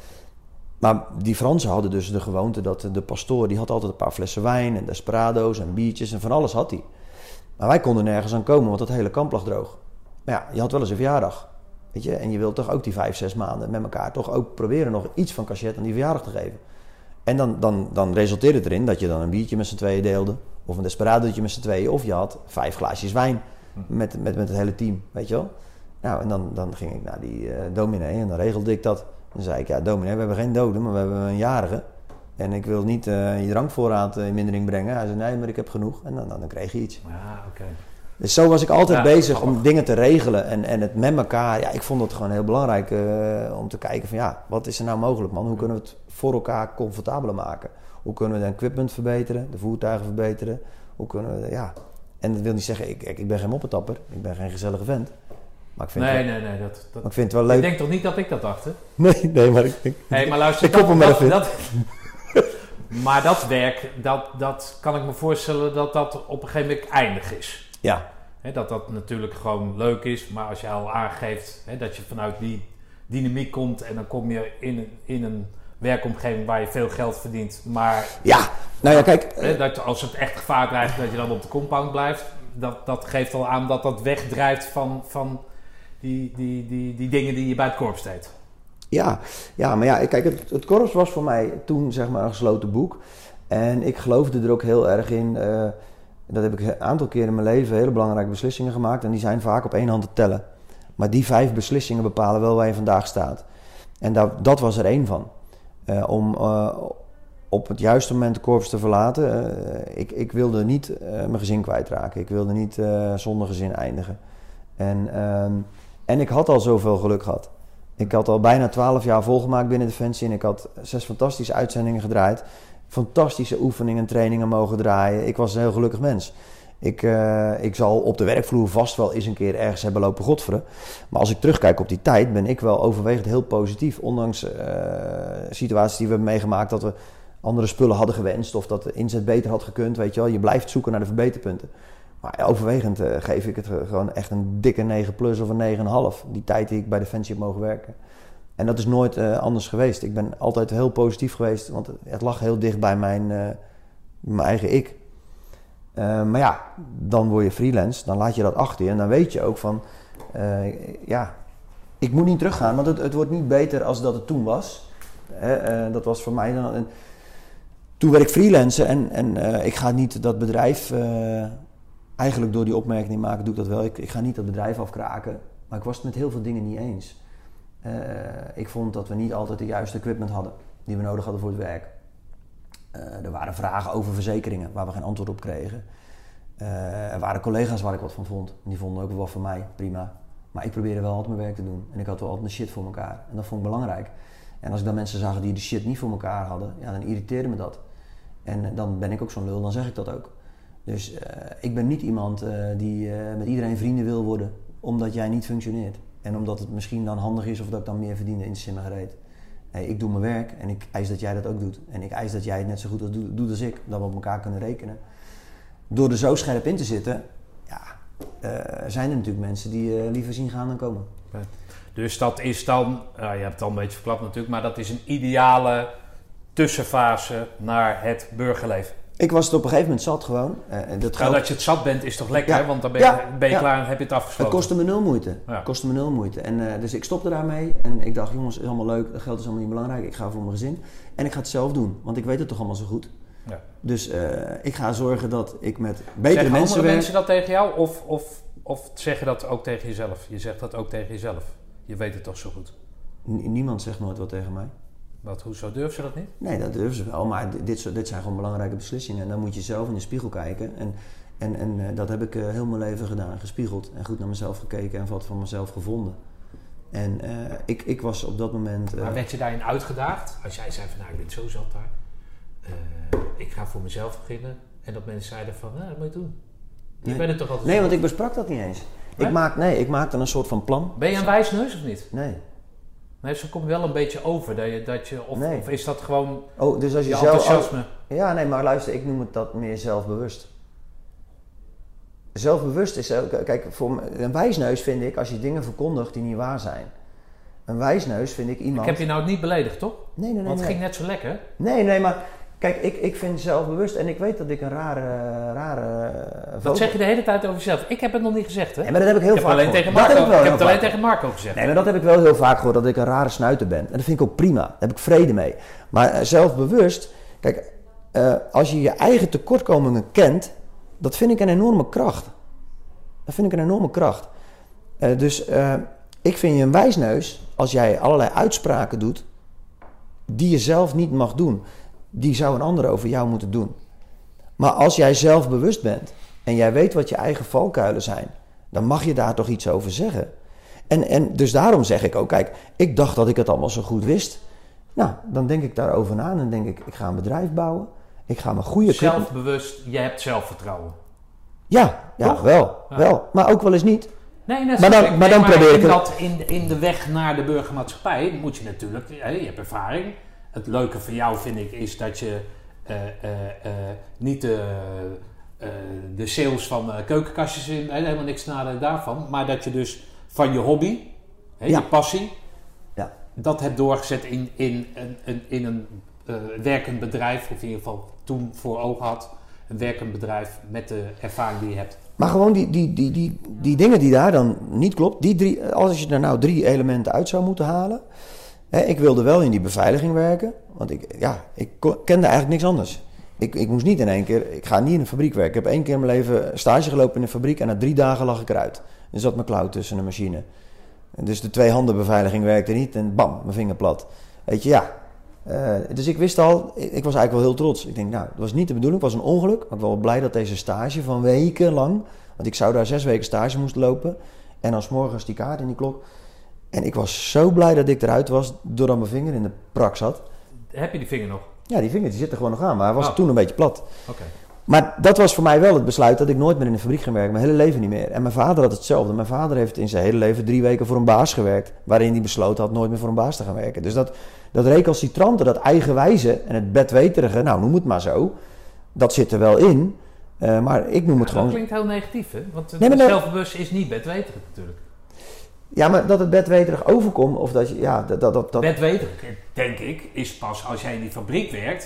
Maar die Fransen hadden dus de gewoonte dat de pastoor... die had altijd een paar flessen wijn en desperado's en biertjes en van alles had hij. Maar wij konden nergens aan komen, want het hele kamp lag droog. Maar ja, je had wel eens een verjaardag. Weet je? En je wilt toch ook die 5-6 maanden met elkaar... toch ook proberen nog iets van cachet aan die verjaardag te geven. En dan resulteerde het erin dat je dan een biertje met z'n tweeën deelde... of een desperadootje met z'n tweeën... of je had 5 glaasjes wijn met het hele team, weet je wel. Nou, en dan ging ik naar die dominee en dan regelde ik dat. Dan zei ik, ja dominee, we hebben geen doden, maar we hebben een jarige. En ik wil niet je drankvoorraad in mindering brengen. Hij zei, nee, maar ik heb genoeg. En dan kreeg je iets. Ja, oké. Dus zo was ik altijd bezig om dingen te regelen. En het met elkaar, ja, ik vond het gewoon heel belangrijk om te kijken van... ja, wat is er nou mogelijk, man? Hoe kunnen we het voor elkaar comfortabeler maken? Hoe kunnen we de equipment verbeteren, de voertuigen verbeteren? Hoe kunnen we, ja... En dat wil niet zeggen, ik ben geen moppetapper. Ik ben geen gezellige vent. Maar ik vind nee. Maar ik vind het wel leuk. Ik denk toch niet dat ik dat dacht, hè? Nee, maar ik... Maar luister, maar dat werk, dat kan ik me voorstellen dat op een gegeven moment eindig is. Ja. Dat natuurlijk gewoon leuk is, maar als je al aangeeft dat je vanuit die dynamiek komt en dan kom je in een werkomgeving waar je veel geld verdient, maar... Ja, nou ja, kijk... Dat als het echt gevaar dreigt, dat je dan op de compound blijft, dat geeft al aan dat wegdrijft van die dingen die je bij het korps deed. Ja, maar ja, kijk, het korps was voor mij toen zeg maar een gesloten boek. En ik geloofde er ook heel erg in. Dat heb ik een aantal keren in mijn leven hele belangrijke beslissingen gemaakt. En die zijn vaak op 1 hand te tellen. Maar die 5 beslissingen bepalen wel waar je vandaag staat. En dat was er 1 van. Om op het juiste moment de korps te verlaten. Ik wilde niet mijn gezin kwijtraken. Ik wilde niet zonder gezin eindigen. En ik had al zoveel geluk gehad. Ik had al bijna 12 jaar volgemaakt binnen Defensie. En ik had 6 fantastische uitzendingen gedraaid. Fantastische oefeningen en trainingen mogen draaien. Ik was een heel gelukkig mens. Ik zal op de werkvloer vast wel eens een keer ergens hebben lopen godveren. Maar als ik terugkijk op die tijd, ben ik wel overwegend heel positief. Ondanks situaties die we hebben meegemaakt dat we andere spullen hadden gewenst. Of dat de inzet beter had gekund, weet je wel. Je blijft zoeken naar de verbeterpunten. Maar overwegend geef ik het gewoon echt een dikke 9 plus of een 9,5. Die tijd die ik bij Defensie heb mogen werken. En dat is nooit anders geweest. Ik ben altijd heel positief geweest, want het lag heel dicht bij mijn eigen ik. Maar ja, dan word je freelance, dan laat je dat achter je. En dan weet je ook van, ik moet niet teruggaan, want het wordt niet beter als dat het toen was. Dat was voor mij dan... Toen werd ik freelancer en ik ga niet dat bedrijf... eigenlijk door die opmerking die maken doe ik dat wel. Ik ga niet dat bedrijf afkraken, maar ik was het met heel veel dingen niet eens. Ik vond dat we niet altijd de juiste equipment hadden die we nodig hadden voor het werk. Er waren vragen over verzekeringen waar we geen antwoord op kregen. Er waren collega's waar ik wat van vond. En die vonden ook wel wat van mij, prima. Maar ik probeerde wel altijd mijn werk te doen. En ik had wel altijd mijn shit voor elkaar. En dat vond ik belangrijk. En als ik dan mensen zag die de shit niet voor elkaar hadden, ja, dan irriteerde me dat. En dan ben ik ook zo'n lul, dan zeg ik dat ook. Dus ik ben niet iemand die met iedereen vrienden wil worden, omdat jij niet functioneert. En omdat het misschien dan handig is of dat ik dan meer verdien in mijn gereed. Ik doe mijn werk en ik eis dat jij dat ook doet. En ik eis dat jij het net zo goed doet als ik, dat we op elkaar kunnen rekenen. Door er zo scherp in te zitten, zijn er natuurlijk mensen die liever zien gaan dan komen. Okay. Dus dat is dan, je hebt het al een beetje verklapt natuurlijk, maar dat is een ideale tussenfase naar het burgerleven. Ik was het op een gegeven moment zat gewoon. Dat je het zat bent is toch lekker, want dan ben je klaar en heb je het afgesloten. Het kostte me nul moeite. En dus ik stopte daarmee en ik dacht, jongens, het is allemaal leuk, geld is allemaal niet belangrijk. Ik ga voor mijn gezin en ik ga het zelf doen, want ik weet het toch allemaal zo goed. Ja. Dus ik ga zorgen dat ik met betere mensen werk. Zeggen mensen dat tegen jou of zeg je dat ook tegen jezelf? Je zegt dat ook tegen jezelf. Je weet het toch zo goed? Niemand zegt nooit wat tegen mij. Hoezo durven ze dat niet? Nee, dat durven ze wel, maar dit zijn gewoon belangrijke beslissingen. En dan moet je zelf in de spiegel kijken. En dat heb ik heel mijn leven gedaan, gespiegeld. En goed naar mezelf gekeken en wat van mezelf gevonden. En ik was op dat moment... Maar werd je daarin uitgedaagd? Als jij zei van, ik ben zo zat daar. Ik ga voor mezelf beginnen. En dat mensen zeiden van, dat moet je doen. Je bent het toch altijd... Nee, want ik besprak dat niet eens. Ik maakte een soort van plan. Ben je een wijsneus of niet? Nee. Nee, zo komt wel een beetje over of is dat gewoon dus als je enthousiasme? Ja, nee, maar luister, ik noem het dat meer zelfbewust. Zelfbewust is ook, kijk, voor een wijsneus vind ik als je dingen verkondigt die niet waar zijn. Een wijsneus vind ik iemand... Ik heb je nou niet beledigd, toch? Nee. Want het ging net zo lekker. Nee, maar kijk, ik vind zelfbewust en ik weet dat ik een rare dat zeg je de hele tijd over jezelf. Ik heb het nog niet gezegd, hè? Nee, maar dat heb ik heel vaak gehoord. Ik heb het alleen tegen Marco gezegd. Nee, maar dat heb ik wel heel vaak gehoord, dat ik een rare snuiter ben. En dat vind ik ook prima. Daar heb ik vrede mee. Maar zelfbewust, kijk, als je je eigen tekortkomingen kent, dat vind ik een enorme kracht. Dus ik vind je een wijsneus als jij allerlei uitspraken doet die je zelf niet mag doen. Die zou een ander over jou moeten doen. Maar als jij zelfbewust bent en jij weet wat je eigen valkuilen zijn, dan mag je daar toch iets over zeggen. En dus daarom zeg ik ook, kijk, ik dacht dat ik het allemaal zo goed wist. Nou, dan denk ik daarover na en dan denk ik ga een bedrijf bouwen. Ik ga mijn goede... Zelfbewust, jij hebt zelfvertrouwen. Ja, wel. Maar ook wel eens niet. Nee, dat maar dan probeer ik dat in de weg naar de burgermaatschappij moet je natuurlijk, je hebt ervaring. Het leuke van jou vind ik is dat je niet de sales van keukenkastjes in, helemaal niks nadeel daarvan, maar dat je dus van je hobby, je passie, dat hebt doorgezet in een werkend bedrijf, of in ieder geval toen voor ogen had, een werkend bedrijf met de ervaring die je hebt. Maar gewoon die dingen die daar dan niet klopt, die drie, als je er nou 3 elementen uit zou moeten halen. Ik wilde wel in die beveiliging werken, want ik kende eigenlijk niks anders. Ik moest niet in één keer, ik ga niet in een fabriek werken. Ik heb 1 keer in mijn leven stage gelopen in een fabriek en na 3 dagen lag ik eruit. Er zat mijn klauw tussen een machine. En dus de 2-handen-beveiliging werkte niet en bam, mijn vinger plat. Weet je, dus ik wist al, ik was eigenlijk wel heel trots. Ik denk, dat was niet de bedoeling, het was een ongeluk. Maar ik was wel blij dat deze stage van weken lang, want ik zou daar 6 weken stage moest lopen. En dan 's morgens die kaart in die klok. En ik was zo blij dat ik eruit was, doordat mijn vinger in de prak zat. Heb je die vinger nog? Ja, die vinger die zit er gewoon nog aan, maar hij was toen een beetje plat. Okay. Maar dat was voor mij wel het besluit dat ik nooit meer in een fabriek ging werken, mijn hele leven niet meer. En mijn vader had hetzelfde. Mijn vader heeft in zijn hele leven 3 weken voor een baas gewerkt, waarin hij besloten had nooit meer voor een baas te gaan werken. Dus dat recalcitrante, dat eigenwijze en het bedweterige, noem het maar zo, dat zit er wel in. Maar ik noem het gewoon... Dat klinkt heel negatief, hè? Want zelfbewust is niet bedweterig natuurlijk. Ja, maar dat het bedweterig overkomt, of dat je, dat... Bedweterig, denk ik, is pas als jij in die fabriek werkt.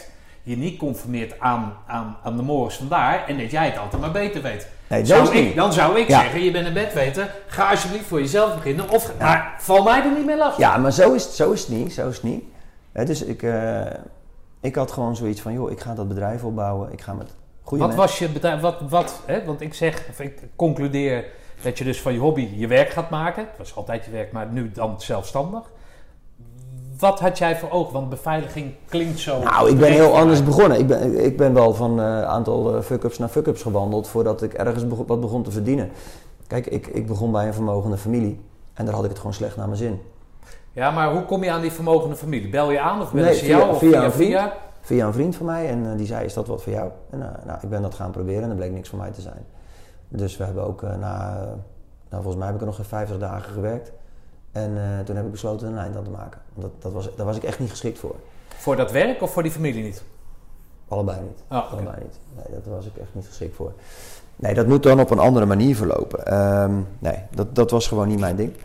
je niet conformeert aan de morgens vandaar en dat jij het altijd maar beter weet. Nee, Dan zou ik zeggen, je bent een bedweter, ga alsjeblieft voor jezelf beginnen. Of maar val mij er niet meer lastig. Ja, maar zo is het niet. Dus ik had gewoon zoiets van, joh, ik ga dat bedrijf opbouwen. Ik ga met goede mensen. Wat was je bedrijf? Want ik concludeer dat je dus van je hobby je werk gaat maken. Het was altijd je werk, maar nu dan zelfstandig. Wat had jij voor ogen? Want beveiliging klinkt zo... Nou, ik ben heel anders begonnen. Ik ben wel van een aantal fuck-ups naar fuck-ups gewandeld voordat ik ergens wat begon te verdienen. Kijk, ik begon bij een vermogende familie en daar had ik het gewoon slecht naar mijn zin. Ja, maar hoe kom je aan die vermogende familie? Bel je aan of bellen ze jou? Via een vriend van mij en die zei, is dat wat voor jou? En ik ben dat gaan proberen en dat bleek niks voor mij te zijn. Dus we hebben ook volgens mij heb ik er nog geen 50 dagen gewerkt. En toen heb ik besloten een eind aan te maken. Want daar was ik echt niet geschikt voor. Voor dat werk of voor die familie niet? Allebei niet. Oh, Allebei niet. Nee, daar was ik echt niet geschikt voor. Nee, dat moet dan op een andere manier verlopen. Dat was gewoon niet mijn ding.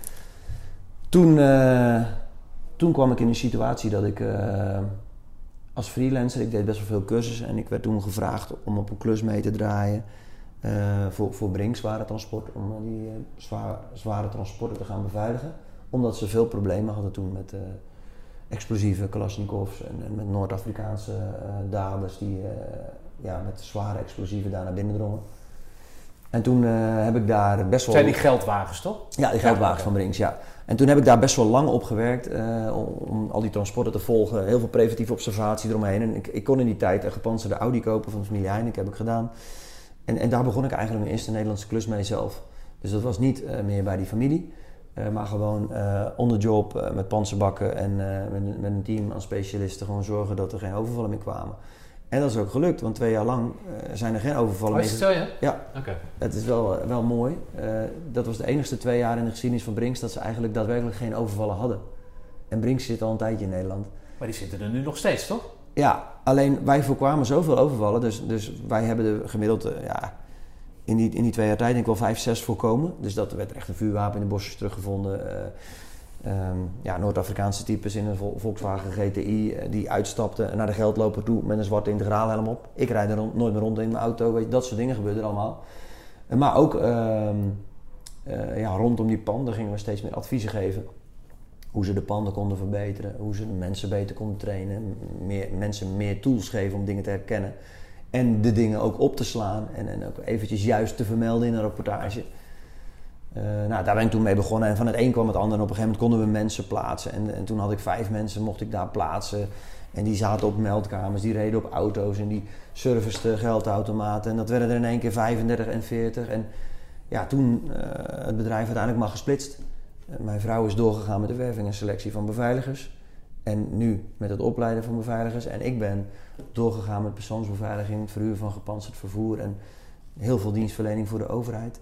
Toen kwam ik in een situatie dat ik als freelancer, ik deed best wel veel cursussen en ik werd toen gevraagd om op een klus mee te draaien voor Brink Zware Transport, om die zware transporten te gaan beveiligen. Omdat ze veel problemen hadden toen met explosieve Kalashnikovs en met Noord-Afrikaanse daders die met zware explosieven daar naar binnen drongen. En toen heb ik daar best wel... Zijn die geldwagens toch? Ja, die geldwagens van Brinks, ja. En toen heb ik daar best wel lang op gewerkt om al die transporten te volgen. Heel veel preventieve observatie eromheen. En ik kon in die tijd een gepantserde Audi kopen van de familie Heineken, heb ik gedaan. En daar begon ik eigenlijk mijn eerste Nederlandse klus mee zelf. Dus dat was niet meer bij die familie. Maar gewoon on the job met pantserbakken en met een team aan specialisten gewoon zorgen dat er geen overvallen meer kwamen. En dat is ook gelukt, want 2 jaar lang zijn er geen overvallen meer. Is het zo, ja? Ja, okay. Het is wel mooi. Dat was de enigste 2 jaar in de geschiedenis van Brinks dat ze eigenlijk daadwerkelijk geen overvallen hadden. En Brinks zit al een tijdje in Nederland. Maar die zitten er nu nog steeds, toch? Ja, alleen wij voorkwamen zoveel overvallen, dus wij hebben er gemiddeld in die 2 jaar tijd denk ik wel 5, 6 voorkomen. Dus dat werd echt een vuurwapen in de bosjes teruggevonden. Noord-Afrikaanse types in een Volkswagen GTI die uitstapten naar de geldloper toe met een zwarte integraalhelm op. Ik rijd er nooit meer rond in mijn auto, weet je, dat soort dingen gebeurden er allemaal. Maar ook rondom die panden gingen we steeds meer adviezen geven. Hoe ze de panden konden verbeteren, hoe ze de mensen beter konden trainen, mensen meer tools geven om dingen te herkennen. En de dingen ook op te slaan en ook eventjes juist te vermelden in een rapportage. Daar ben ik toen mee begonnen en van het een kwam het ander en op een gegeven moment konden we mensen plaatsen. En toen had ik 5 mensen, mocht ik daar plaatsen. En die zaten op meldkamers, die reden op auto's en die serviceden geldautomaten. En dat werden er in één keer 35 en 40. En ja, toen het bedrijf uiteindelijk maar gesplitst. Mijn vrouw is doorgegaan met de werving en selectie van beveiligers. En nu met het opleiden van beveiligers. En ik ben doorgegaan met persoonsbeveiliging, verhuur van gepantserd vervoer en heel veel dienstverlening voor de overheid.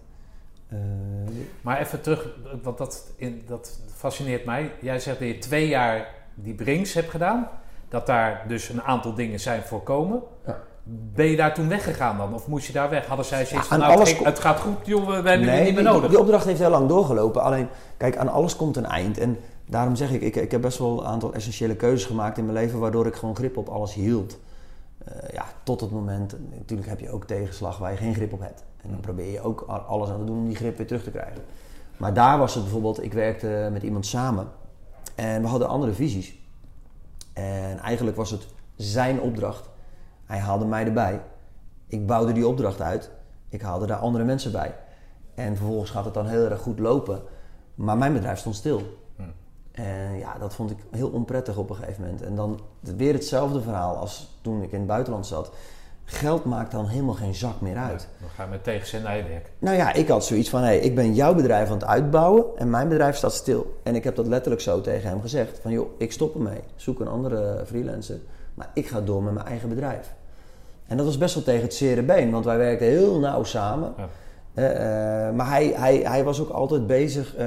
Maar even terug, want dat fascineert mij. Jij zegt dat je 2 jaar die Brinks hebt gedaan. Dat daar dus een aantal dingen zijn voorkomen. Ja. Ben je daar toen weggegaan dan? Of moest je daar weg? Hadden zij zoiets van, het gaat goed, joh, we hebben het niet meer nodig. Die opdracht heeft heel lang doorgelopen. Alleen, kijk, aan alles komt een eind. En daarom zeg ik heb best wel een aantal essentiële keuzes gemaakt in mijn leven, waardoor ik gewoon grip op alles hield. Tot het moment, natuurlijk heb je ook tegenslag waar je geen grip op hebt. En dan probeer je ook alles aan te doen om die grip weer terug te krijgen. Maar daar was het bijvoorbeeld, ik werkte met iemand samen en we hadden andere visies. En eigenlijk was het zijn opdracht. Hij haalde mij erbij. Ik bouwde die opdracht uit. Ik haalde daar andere mensen bij. En vervolgens gaat het dan heel erg goed lopen. Maar mijn bedrijf stond stil. En ja, dat vond ik heel onprettig op een gegeven moment. En dan weer hetzelfde verhaal als toen ik in het buitenland zat. Geld maakt dan helemaal geen zak meer uit. Ja, dan ga je met tegenzin naar je werk. Nou ja, ik had zoiets van, ik ben jouw bedrijf aan het uitbouwen en mijn bedrijf staat stil. En ik heb dat letterlijk zo tegen hem gezegd. Van joh, ik stop ermee. Zoek een andere freelancer. Maar ik ga door met mijn eigen bedrijf. En dat was best wel tegen het zere been, want wij werkten heel nauw samen. Ja. Maar hij was ook altijd bezig.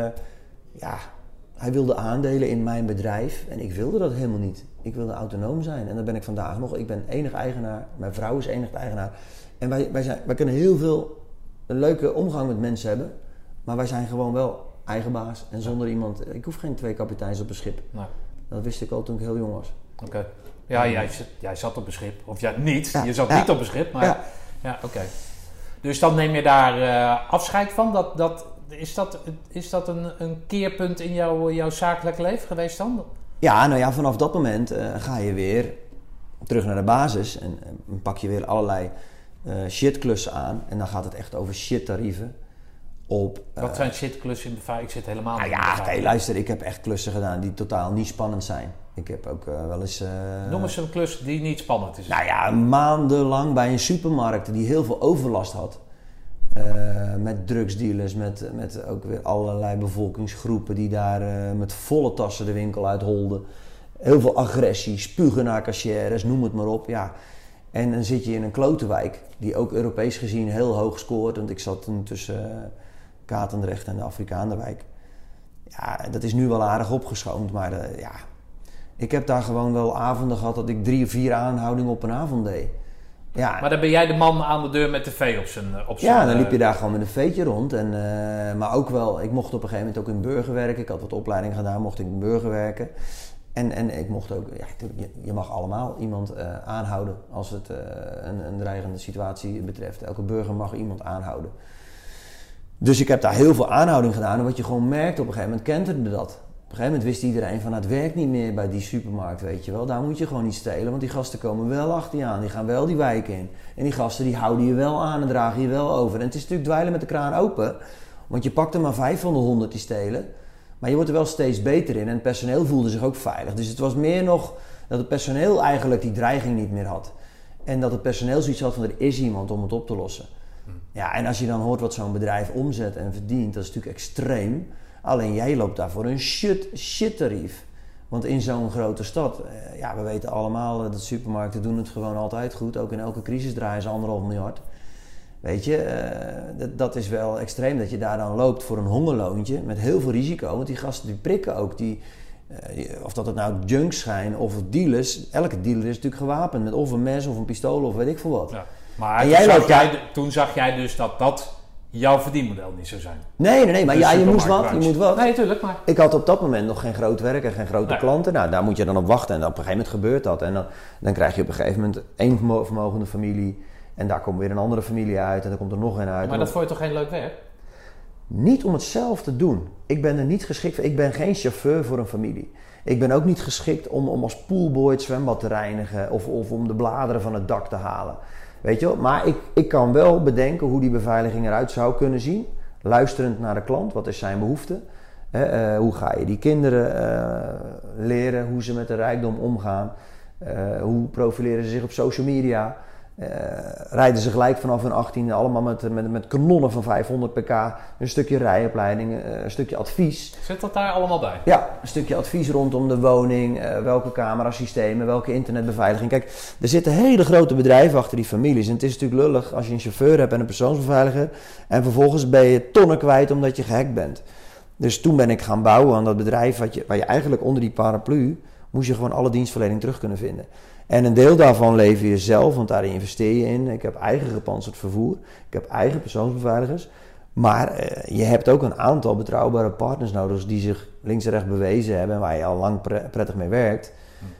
Hij wilde aandelen in mijn bedrijf en ik wilde dat helemaal niet. Ik wilde autonoom zijn en dat ben ik vandaag nog. Ik ben enig eigenaar, mijn vrouw is enig eigenaar. En wij kunnen heel veel een leuke omgang met mensen hebben, maar wij zijn gewoon wel eigen baas. En zonder iemand, ik hoef geen 2 kapiteins op een schip. Nee. Dat wist ik al toen ik heel jong was. Okay. Ja, jij zat op een schip. Of jij niet. Ja, Je zat ja. niet op een schip, maar... Ja. Ja, oké. Dus dan neem je daar afscheid van. Is dat een keerpunt in jouw zakelijk leven geweest dan? Ja, nou ja, vanaf dat moment ga je weer terug naar de basis en pak je weer allerlei shitklussen aan. En dan gaat het echt over shittarieven. Wat zijn shitklussen in beveiliging? Ik zit helemaal Nou niet in ja, beveiliging. kijk, luister, ik heb echt klussen gedaan die totaal niet spannend zijn. Ik heb ook wel eens... Noem eens een klus die niet spannend is. Nou ja, maandenlang bij een supermarkt die heel veel overlast had. Met drugsdealers, met ook weer allerlei bevolkingsgroepen die daar met volle tassen de winkel uitholden. Heel veel agressie, spugen naar cashiers, noem het maar op. Ja. En dan zit je in een klotenwijk die ook Europees gezien heel hoog scoort. Want ik zat toen tussen Katendrecht en de Afrikaanderwijk. Ja, dat is nu wel aardig opgeschoond, maar ja... Ik heb daar gewoon wel avonden gehad dat ik 3 of 4 aanhoudingen op een avond deed. Ja. Maar dan ben jij de man aan de deur met de vee op zijn... Ja, dan liep je daar gewoon met een veetje rond. Maar ook wel, ik mocht op een gegeven moment ook in burger werken. Ik had wat opleiding gedaan, mocht ik in burger werken. En ik mocht ook, ja, je mag allemaal iemand aanhouden als het een dreigende situatie betreft. Elke burger mag iemand aanhouden. Dus ik heb daar heel veel aanhouding gedaan. En wat je gewoon merkt, op een gegeven moment kenterde dat. Op een gegeven moment wist iedereen van, het werkt niet meer bij die supermarkt, weet je wel. Daar moet je gewoon niet stelen, want die gasten komen wel achter je aan. Die gaan wel die wijk in. En die gasten die houden je wel aan en dragen je wel over. En het is natuurlijk dweilen met de kraan open. Want je pakt er maar 5 van de 100 die stelen. Maar je wordt er wel steeds beter in. En het personeel voelde zich ook veilig. Dus het was meer nog dat het personeel eigenlijk die dreiging niet meer had. En dat het personeel zoiets had van, er is iemand om het op te lossen. Ja, en als je dan hoort wat zo'n bedrijf omzet en verdient, dat is natuurlijk extreem. Alleen jij loopt daar voor een shit tarief. Want in zo'n grote stad, ja, we weten allemaal dat supermarkten doen het gewoon altijd goed. Ook in elke crisis draaien ze 1,5 miljard. Weet je, dat is wel extreem dat je daar dan loopt voor een hongerloontje met heel veel risico. Want die gasten die prikken ook, of dat het nou junks zijn of dealers. Elke dealer is natuurlijk gewapend met of een mes of een pistool of weet ik veel wat. Ja. Maar toen zag jij dus dat jouw verdienmodel niet zou zijn. Nee, maar ja, je moet wat. Nee, tuurlijk, maar... Ik had op dat moment nog geen groot werk en geen grote klanten. Nou, daar moet je dan op wachten en op een gegeven moment gebeurt dat. En dan krijg je op een gegeven moment 1 vermogende familie en daar komt weer een andere familie uit en dan komt er nog een uit. Maar dat vond je toch geen leuk werk? Niet om het zelf te doen. Ik ben er niet geschikt voor. Ik ben geen chauffeur voor een familie. Ik ben ook niet geschikt om als poolboy het zwembad te reinigen of om de bladeren van het dak te halen. Weet je wel? Maar ik kan wel bedenken hoe die beveiliging eruit zou kunnen zien. Luisterend naar de klant, wat is zijn behoefte? Hoe ga je die kinderen leren hoe ze met de rijkdom omgaan? Hoe profileren ze zich op social media? Rijden ze gelijk vanaf hun 18e allemaal met kanonnen van 500 pk, een stukje rijopleiding, een stukje advies. Zit dat daar allemaal bij? Ja, een stukje advies rondom de woning, welke camerasystemen, welke internetbeveiliging. Kijk, er zitten hele grote bedrijven achter die families en het is natuurlijk lullig als je een chauffeur hebt en een persoonsbeveiliger en vervolgens ben je tonnen kwijt omdat je gehackt bent. Dus toen ben ik gaan bouwen aan dat bedrijf waar je eigenlijk onder die paraplu moest je gewoon alle dienstverlening terug kunnen vinden. En een deel daarvan lever je zelf, want daar investeer je in. Ik heb eigen gepantserd vervoer. Ik heb eigen persoonsbeveiligers. Maar je hebt ook een aantal betrouwbare partners nodig die zich links en rechts bewezen hebben en waar je al lang prettig mee werkt.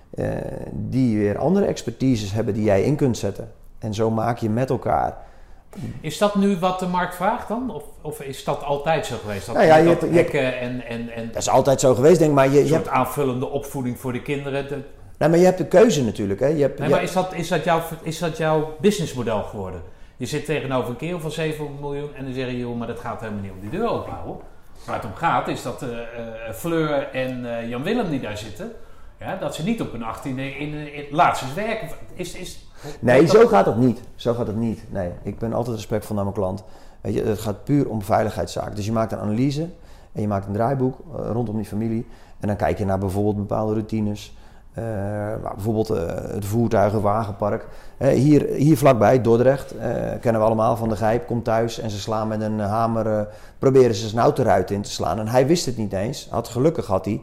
Die weer andere expertises hebben die jij in kunt zetten. En zo maak je met elkaar. Is dat nu wat de markt vraagt dan? Of is dat altijd zo geweest? Dat, nou ja, dat hacken en dat is altijd zo geweest, denk ik. Maar je hebt aanvullende opvoeding voor de kinderen. Nee, maar je hebt de keuze natuurlijk. Hè. Maar is dat jouw businessmodel geworden? Je zit tegenover een kerel van 700 miljoen en dan zeg je, joh, maar dat gaat helemaal niet om die deur openhouden. Waar het om gaat is dat Fleur en Jan Willem die daar zitten, ja, dat ze niet op hun 18e laat ze eens werken. Nee, zo gaat het niet. Zo gaat het niet. Nee, ik ben altijd respectvol naar mijn klant. Weet je, het gaat puur om veiligheidszaken. Dus je maakt een analyse en je maakt een draaiboek rondom die familie. En dan kijk je naar bijvoorbeeld bepaalde routines. Bijvoorbeeld het voertuigenwagenpark. Hier vlakbij, Dordrecht, kennen we allemaal van de Gijp, komt thuis en ze slaan met een hamer, proberen ze zijn autoruiten in te slaan. En hij wist het niet eens. Gelukkig had hij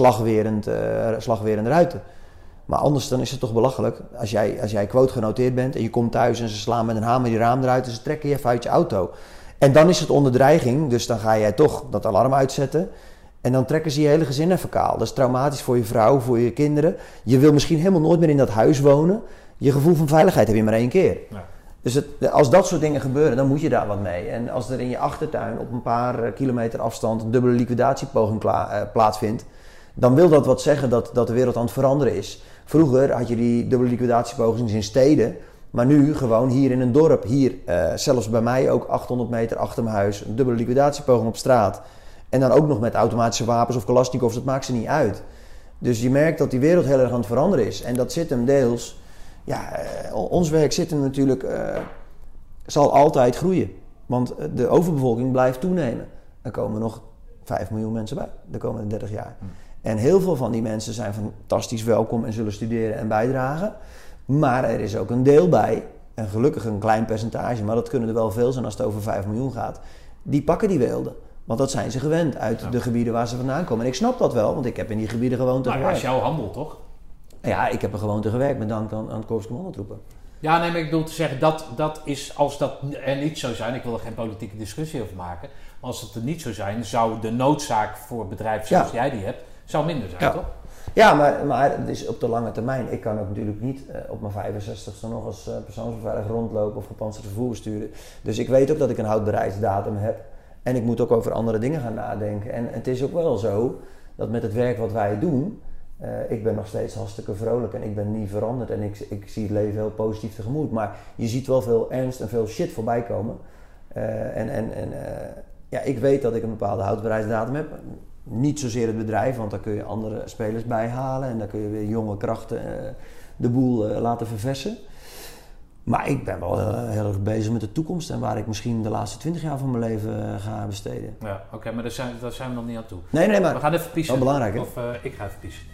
slagwerende ruiten. Maar anders dan is het toch belachelijk als jij quote genoteerd bent en je komt thuis en ze slaan met een hamer die raam eruit en ze trekken je even uit je auto. En dan is het onder dreiging, dus dan ga jij toch dat alarm uitzetten. En dan trekken ze je hele gezin even kaal. Dat is traumatisch voor je vrouw, voor je kinderen. Je wil misschien helemaal nooit meer in dat huis wonen. Je gevoel van veiligheid heb je maar 1 keer. Ja. Dus als dat soort dingen gebeuren, dan moet je daar wat mee. En als er in je achtertuin op een paar kilometer afstand een dubbele liquidatiepoging plaatsvindt, dan wil dat wat zeggen dat de wereld aan het veranderen is. Vroeger had je die dubbele liquidatiepogingen in steden, maar nu gewoon hier in een dorp. Hier, zelfs bij mij ook 800 meter achter mijn huis, een dubbele liquidatiepoging op straat. En dan ook nog met automatische wapens of Kalashnikovs, dat maakt ze niet uit. Dus je merkt dat die wereld heel erg aan het veranderen is. En dat zit hem deels... Ja, ons werk zit hem natuurlijk... zal altijd groeien. Want de overbevolking blijft toenemen. Er komen nog 5 miljoen mensen bij de komende 30 jaar. En heel veel van die mensen zijn fantastisch welkom en zullen studeren en bijdragen. Maar er is ook een deel bij, en gelukkig een klein percentage, maar dat kunnen er wel veel zijn als het over 5 miljoen gaat. Die pakken die weelde. Want dat zijn ze gewend uit de gebieden waar ze vandaan komen. En ik snap dat wel, want ik heb in die gebieden gewoond en gewerkt. Maar dat is jouw handel, toch? Ja, ik heb er gewoond en gewerkt met dank aan het Korps Commandotroepen. Ja, nee, maar ik bedoel te zeggen, dat is, als dat er niet zou zijn, ik wil er geen politieke discussie over maken, maar als het er niet zou zijn, zou de noodzaak voor bedrijven zoals jij die hebt, zou minder zijn, toch? Ja, maar het is op de lange termijn. Ik kan ook natuurlijk niet op mijn 65ste nog als persoonsbeveiliger rondlopen of gepantserd vervoer besturen. Dus ik weet ook dat ik een houdbaarheidsdatum heb. En ik moet ook over andere dingen gaan nadenken. En het is ook wel zo dat met het werk wat wij doen, ik ben nog steeds hartstikke vrolijk en ik ben niet veranderd. En ik zie het leven heel positief tegemoet. Maar je ziet wel veel ernst en veel shit voorbij komen. Ik weet dat ik een bepaalde houdbaarheidsdatum heb. Niet zozeer het bedrijf, want daar kun je andere spelers bij halen. En dan kun je weer jonge krachten de boel laten verversen. Maar ik ben wel heel erg bezig met de toekomst en waar ik misschien de laatste 20 jaar van mijn leven ga besteden. Ja, oké, maar daar zijn we nog niet aan toe. Nee, maar we gaan even piezen. Wel belangrijk, hè? Of ik ga even piezen.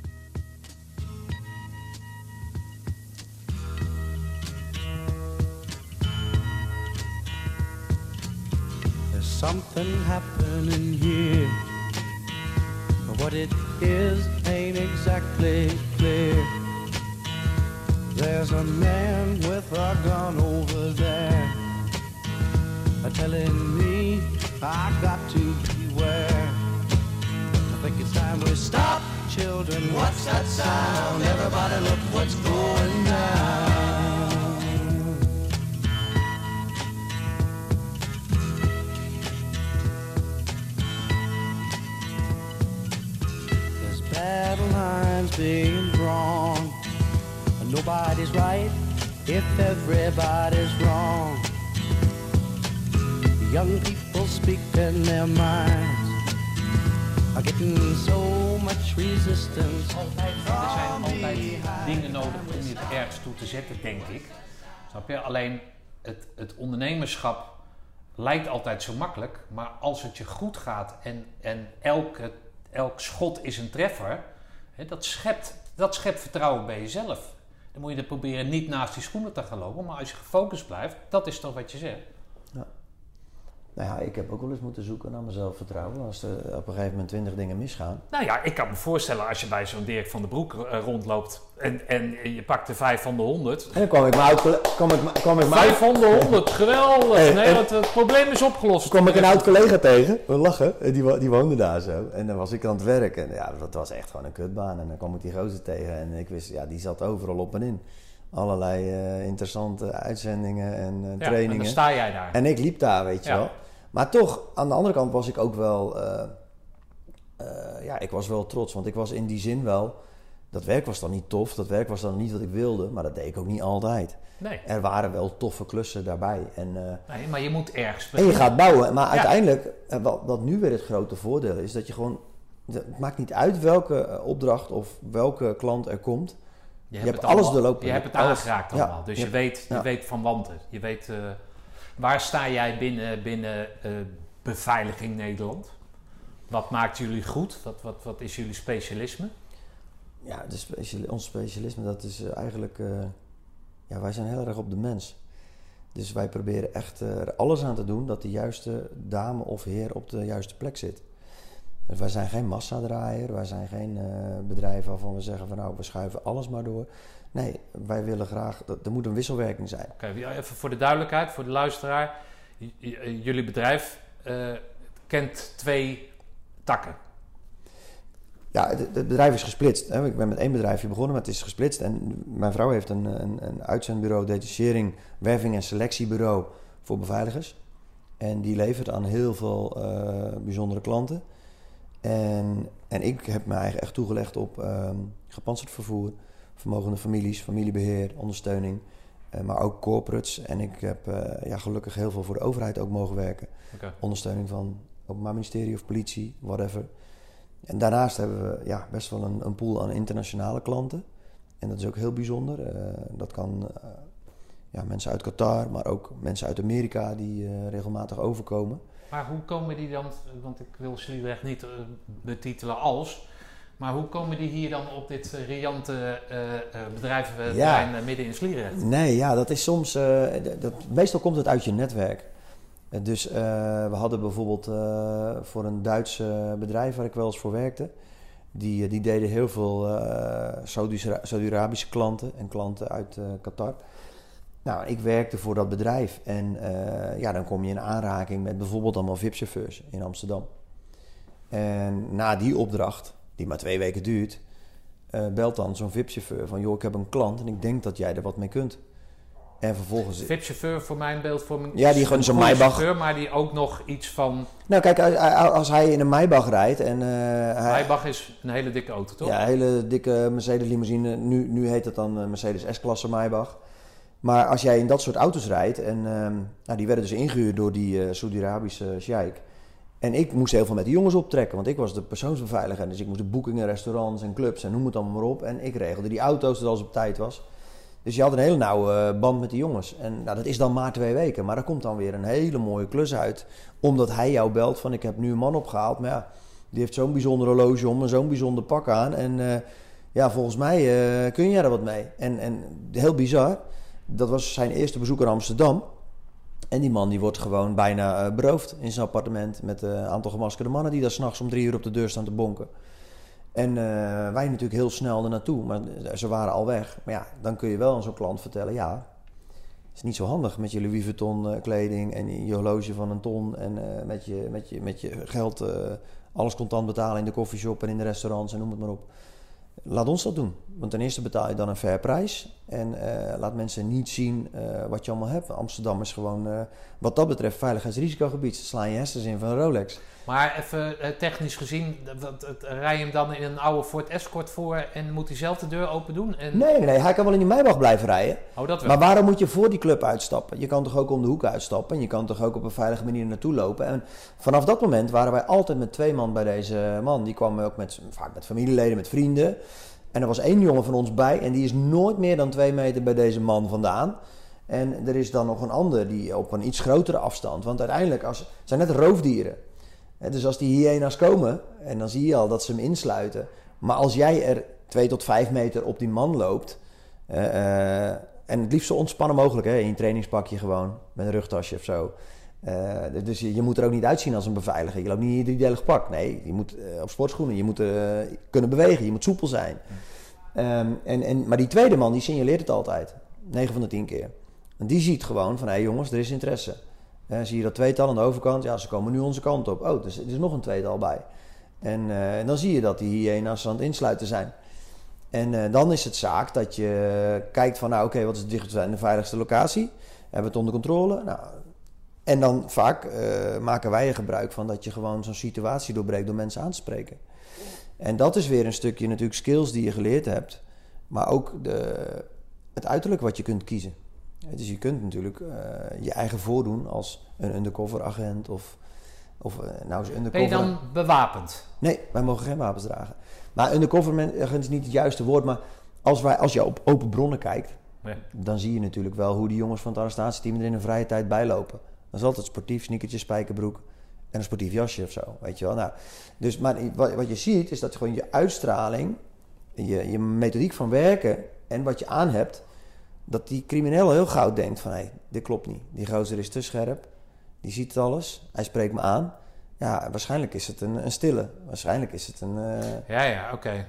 There's something happening here, but what it is ain't exactly clear. There's a man with a gun over there, telling me I got to beware. I think it's time we stop, children. What's that sound? Everybody look what's going down. There's battle lines being drawn. Nobody's right if everybody's wrong. Young people speaking their minds are getting so much resistance. Er zijn altijd dingen nodig om je het ergens toe te zetten, denk ik. Snap je? Alleen het ondernemerschap lijkt altijd zo makkelijk, maar als het je goed gaat en elk schot is een treffer, dat schept vertrouwen bij jezelf. Dan moet je er proberen niet naast die schoenen te gaan lopen. Maar als je gefocust blijft, dat is toch wat je zegt. Ja. Nou ja, ik heb ook wel eens moeten zoeken naar mijn zelfvertrouwen. Als er op een gegeven moment 20 dingen misgaan. Nou ja, ik kan me voorstellen als je bij zo'n Dirk van den Broek rondloopt. En je pakt de 5 van de 100. En dan kwam ik mijn 5 van de 100, geweldig. Nee, het probleem is opgelost. Kwam ik een oud collega tegen, we lachen, die woonde daar zo. En dan was ik aan het werk en ja, dat was echt gewoon een kutbaan. En dan kwam ik die gozer tegen en ik wist, ja, die zat overal op en in. Allerlei interessante uitzendingen en trainingen. En dan sta jij daar. En ik liep daar, weet je wel. Maar toch, aan de andere kant was ik ook wel... ik was wel trots, want ik was in die zin wel... Dat werk was dan niet tof, dat werk was dan niet wat ik wilde, maar dat deed ik ook niet altijd. Nee. Er waren wel toffe klussen daarbij. Nee, maar je moet ergens beginnen. En je gaat bouwen, maar uiteindelijk, wat nu weer het grote voordeel is, dat je gewoon... Het maakt niet uit welke opdracht of welke klant er komt. Je hebt alles doorlopen. Je hebt het aangeraakt allemaal, dus je weet van wanten. Je weet, waar sta jij binnen Beveiliging Nederland? Wat maakt jullie goed? Wat is jullie specialisme? Ja, ons specialisme, dat is eigenlijk... wij zijn heel erg op de mens. Dus wij proberen echt er alles aan te doen dat de juiste dame of heer op de juiste plek zit. Dus wij zijn geen massadraaier, wij zijn geen bedrijf waarvan we zeggen van nou, we schuiven alles maar door. Nee, wij willen graag, er moet een wisselwerking zijn. Oké, even voor de duidelijkheid, voor de luisteraar. Jullie bedrijf kent 2 takken. Ja, het bedrijf is gesplitst. Hè. Ik ben met 1 bedrijfje begonnen, maar het is gesplitst. En mijn vrouw heeft een uitzendbureau, detachering, werving en selectiebureau voor beveiligers. En die levert aan heel veel bijzondere klanten. En ik heb me eigenlijk echt toegelegd op gepantserd vervoer, vermogende families, familiebeheer, ondersteuning. Maar ook corporates. En ik heb gelukkig heel veel voor de overheid ook mogen werken. Okay. Ondersteuning van Openbaar Ministerie of politie, whatever. En daarnaast hebben we best wel een pool aan internationale klanten. En dat is ook heel bijzonder. Dat kan mensen uit Qatar, maar ook mensen uit Amerika die regelmatig overkomen. Maar hoe komen die dan, want ik wil Sliedrecht niet betitelen als... Maar hoe komen die hier dan op dit riante bedrijventerrein midden in Sliedrecht? Nee, ja, dat is soms... meestal komt het uit je netwerk. Dus we hadden bijvoorbeeld voor een Duits bedrijf waar ik wel eens voor werkte... Die deden heel veel Saudi-Arabische klanten en klanten uit Qatar. Nou, ik werkte voor dat bedrijf. En dan kom je in aanraking met bijvoorbeeld allemaal VIP-chauffeurs in Amsterdam. En na die opdracht... die maar 2 weken duurt, belt dan zo'n VIP-chauffeur van... joh, ik heb een klant en ik denk dat jij er wat mee kunt. En vervolgens... VIP-chauffeur voor mijn beeldvorming... Ja, die gewoon zo'n Maybach... chauffeur, maar die ook nog iets van... Nou kijk, als hij in een Maybach rijdt en... Maybach is een hele dikke auto, toch? Ja, een hele dikke Mercedes-limousine. Nu heet het dan Mercedes S-klasse Maybach. Maar als jij in dat soort auto's rijdt... en die werden dus ingehuurd door die Saudi-Arabische sheik... En ik moest heel veel met die jongens optrekken, want ik was de persoonsbeveiliger. Dus ik moest de boekingen, restaurants en clubs en noem het allemaal maar op. En ik regelde die auto's, dat alles op tijd was. Dus je had een hele nauwe band met die jongens. En dat is dan maar 2 weken. Maar er komt dan weer een hele mooie klus uit. Omdat hij jou belt van, ik heb nu een man opgehaald. Maar ja, die heeft zo'n bijzonder horloge om en zo'n bijzonder pak aan. En volgens mij kun jij er wat mee. En heel bizar, dat was zijn eerste bezoek aan Amsterdam. En die man die wordt gewoon bijna beroofd in zijn appartement... met een aantal gemaskerde mannen die daar 's nachts om 3 uur op de deur staan te bonken. En wij natuurlijk heel snel er naartoe, maar ze waren al weg. Maar ja, dan kun je wel aan zo'n klant vertellen... ja, het is niet zo handig met je Louis Vuitton kleding en je horloge van 1 ton... en met je geld alles contant betalen in de coffeeshop en in de restaurants en noem het maar op. Laat ons dat doen. Want ten eerste betaal je dan een fair prijs. En laat mensen niet zien wat je allemaal hebt. Amsterdam is gewoon, wat dat betreft, veiligheidsrisicogebied. Ze slaan je hersens in van een Rolex. Maar even technisch gezien, rij je hem dan in een oude Ford Escort voor... en moet hij zelf de deur open doen? En... Nee, hij kan wel in die Maybach blijven rijden. Oh, dat wel. Maar waarom moet je voor die club uitstappen? Je kan toch ook om de hoek uitstappen? En je kan toch ook op een veilige manier naartoe lopen? En vanaf dat moment waren wij altijd met 2 man bij deze man. Die kwam ook vaak met familieleden, met vrienden... En er was 1 jongen van ons bij en die is nooit meer dan 2 meter bij deze man vandaan. En er is dan nog een ander die op een iets grotere afstand. Want uiteindelijk, het zijn net roofdieren. Dus als die hyena's komen, en dan zie je al dat ze hem insluiten. Maar als jij er 2 tot 5 meter op die man loopt... en het liefst zo ontspannen mogelijk, hè, in je trainingspakje gewoon, met een rugtasje of zo... dus je moet er ook niet uitzien als een beveiliger. Je loopt niet in je driedelig pak. Nee, je moet op sportschoenen. Je moet kunnen bewegen. Je moet soepel zijn. Maar die tweede man, die signaleert het altijd. 9 van de 10 keer. En die ziet gewoon van, hé jongens, er is interesse. Zie je dat 2-tal aan de overkant? Ja, ze komen nu onze kant op. Oh, dus er is nog een 2-tal bij. En dan zie je dat die hyena's aan het insluiten zijn. En dan is het zaak dat je kijkt van, oké, wat is de dichtste en de veiligste locatie? Hebben we het onder controle? Nou... En dan vaak maken wij er gebruik van dat je gewoon zo'n situatie doorbreekt door mensen aan te spreken. En dat is weer een stukje natuurlijk skills die je geleerd hebt. Maar ook het uiterlijk wat je kunt kiezen. Dus je kunt natuurlijk je eigen voordoen als een undercover agent of undercover... Ben je dan bewapend? Nee, wij mogen geen wapens dragen. Maar undercover agent is niet het juiste woord, maar als je op open bronnen kijkt... Ja. Dan zie je natuurlijk wel hoe die jongens van het arrestatieteam er in hun vrije tijd bijlopen. Dat is altijd sportief, sneakertje, spijkerbroek en een sportief jasje of zo, weet je wel. Nou, dus, maar wat je ziet is dat gewoon je uitstraling, je methodiek van werken en wat je aan hebt, dat die crimineel heel gauw denkt van, hé, dit klopt niet. Die gozer is te scherp, die ziet alles, hij spreekt me aan. Ja, waarschijnlijk is het een stille, waarschijnlijk is het een... Ja, oké.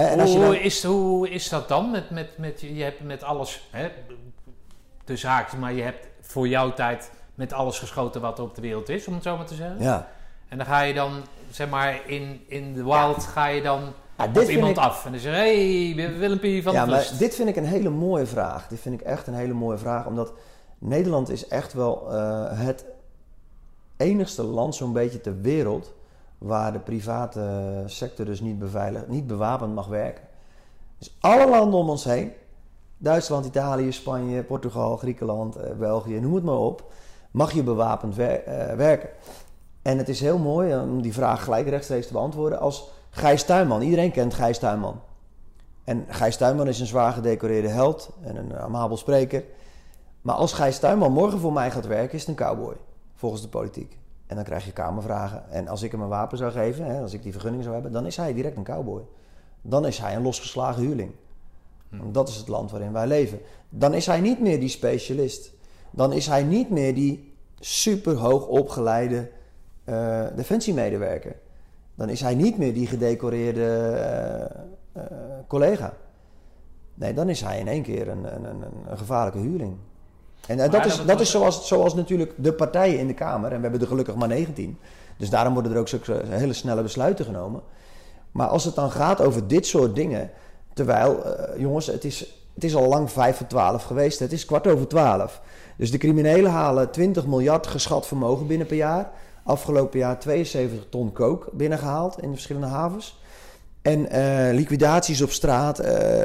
Hoe is dat dan? Je hebt met alles, hè, de zaak, maar je hebt voor jouw tijd met alles geschoten wat er op de wereld is, om het zo maar te zeggen. Ja. En dan ga je dan, zeg maar, in de wild ga je dan Op iemand af. En dan zeg je, hey, Willempie van de Vlust. Maar dit vind ik een hele mooie vraag. Dit vind ik echt een hele mooie vraag. Omdat Nederland is echt wel het enigste land zo'n beetje ter wereld waar de private sector dus niet bewapend mag werken. Dus alle landen om ons heen, Duitsland, Italië, Spanje, Portugal, Griekenland, België, noem het maar op, mag je bewapend werken. En het is heel mooi om die vraag gelijk rechtstreeks te beantwoorden als Gijs Tuinman. Iedereen kent Gijs Tuinman. En Gijs Tuinman is een zwaar gedecoreerde held en een amabel spreker. Maar als Gijs Tuinman morgen voor mij gaat werken, is het een cowboy, volgens de politiek. En dan krijg je kamervragen. En als ik hem een wapen zou geven, als ik die vergunning zou hebben, dan is hij direct een cowboy. Dan is hij een losgeslagen huurling. Want dat is het land waarin wij leven. Dan is hij niet meer die specialist. Dan is hij niet meer die superhoog opgeleide defensiemedewerker. Dan is hij niet meer die gedecoreerde collega. Nee, dan is hij in één keer een gevaarlijke huurling. En dat is zoals natuurlijk de partijen in de Kamer. En we hebben er gelukkig maar 19. Dus daarom worden er ook zulke hele snelle besluiten genomen. Maar als het dan gaat over dit soort dingen. Terwijl, jongens, het is al lang 5:12 geweest. Het is 11:15. Dus de criminelen halen 20 miljard geschat vermogen binnen per jaar. Afgelopen jaar 72 ton coke binnengehaald in de verschillende havens. En liquidaties op straat,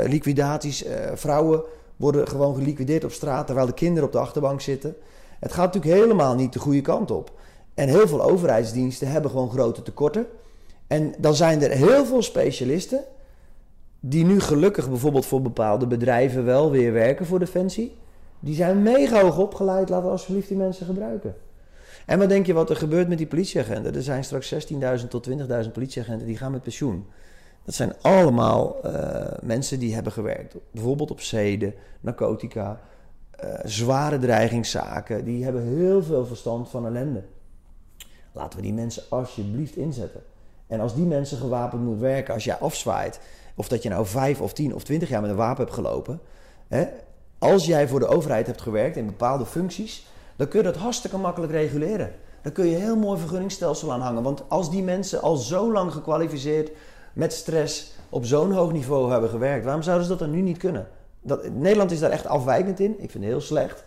vrouwen worden gewoon geliquideerd op straat terwijl de kinderen op de achterbank zitten. Het gaat natuurlijk helemaal niet de goede kant op. En heel veel overheidsdiensten hebben gewoon grote tekorten. En dan zijn er heel veel specialisten die nu gelukkig bijvoorbeeld voor bepaalde bedrijven wel weer werken voor Defensie. Die zijn mega hoog opgeleid, laten we alsjeblieft die mensen gebruiken. En wat denk je wat er gebeurt met die politieagenten? Er zijn straks 16.000 tot 20.000 politieagenten die gaan met pensioen. Dat zijn allemaal mensen die hebben gewerkt. Bijvoorbeeld op zeden, narcotica, zware dreigingszaken. Die hebben heel veel verstand van ellende. Laten we die mensen alsjeblieft inzetten. En als die mensen gewapend moeten werken, als jij afzwaait, of dat je nou 5 of 10 of 20 jaar met een wapen hebt gelopen. Als jij voor de overheid hebt gewerkt in bepaalde functies, dan kun je dat hartstikke makkelijk reguleren. Dan kun je een heel mooi vergunningsstelsel aan hangen. Want als die mensen al zo lang gekwalificeerd met stress op zo'n hoog niveau hebben gewerkt, waarom zouden ze dat dan nu niet kunnen? Nederland is daar echt afwijkend in. Ik vind het heel slecht.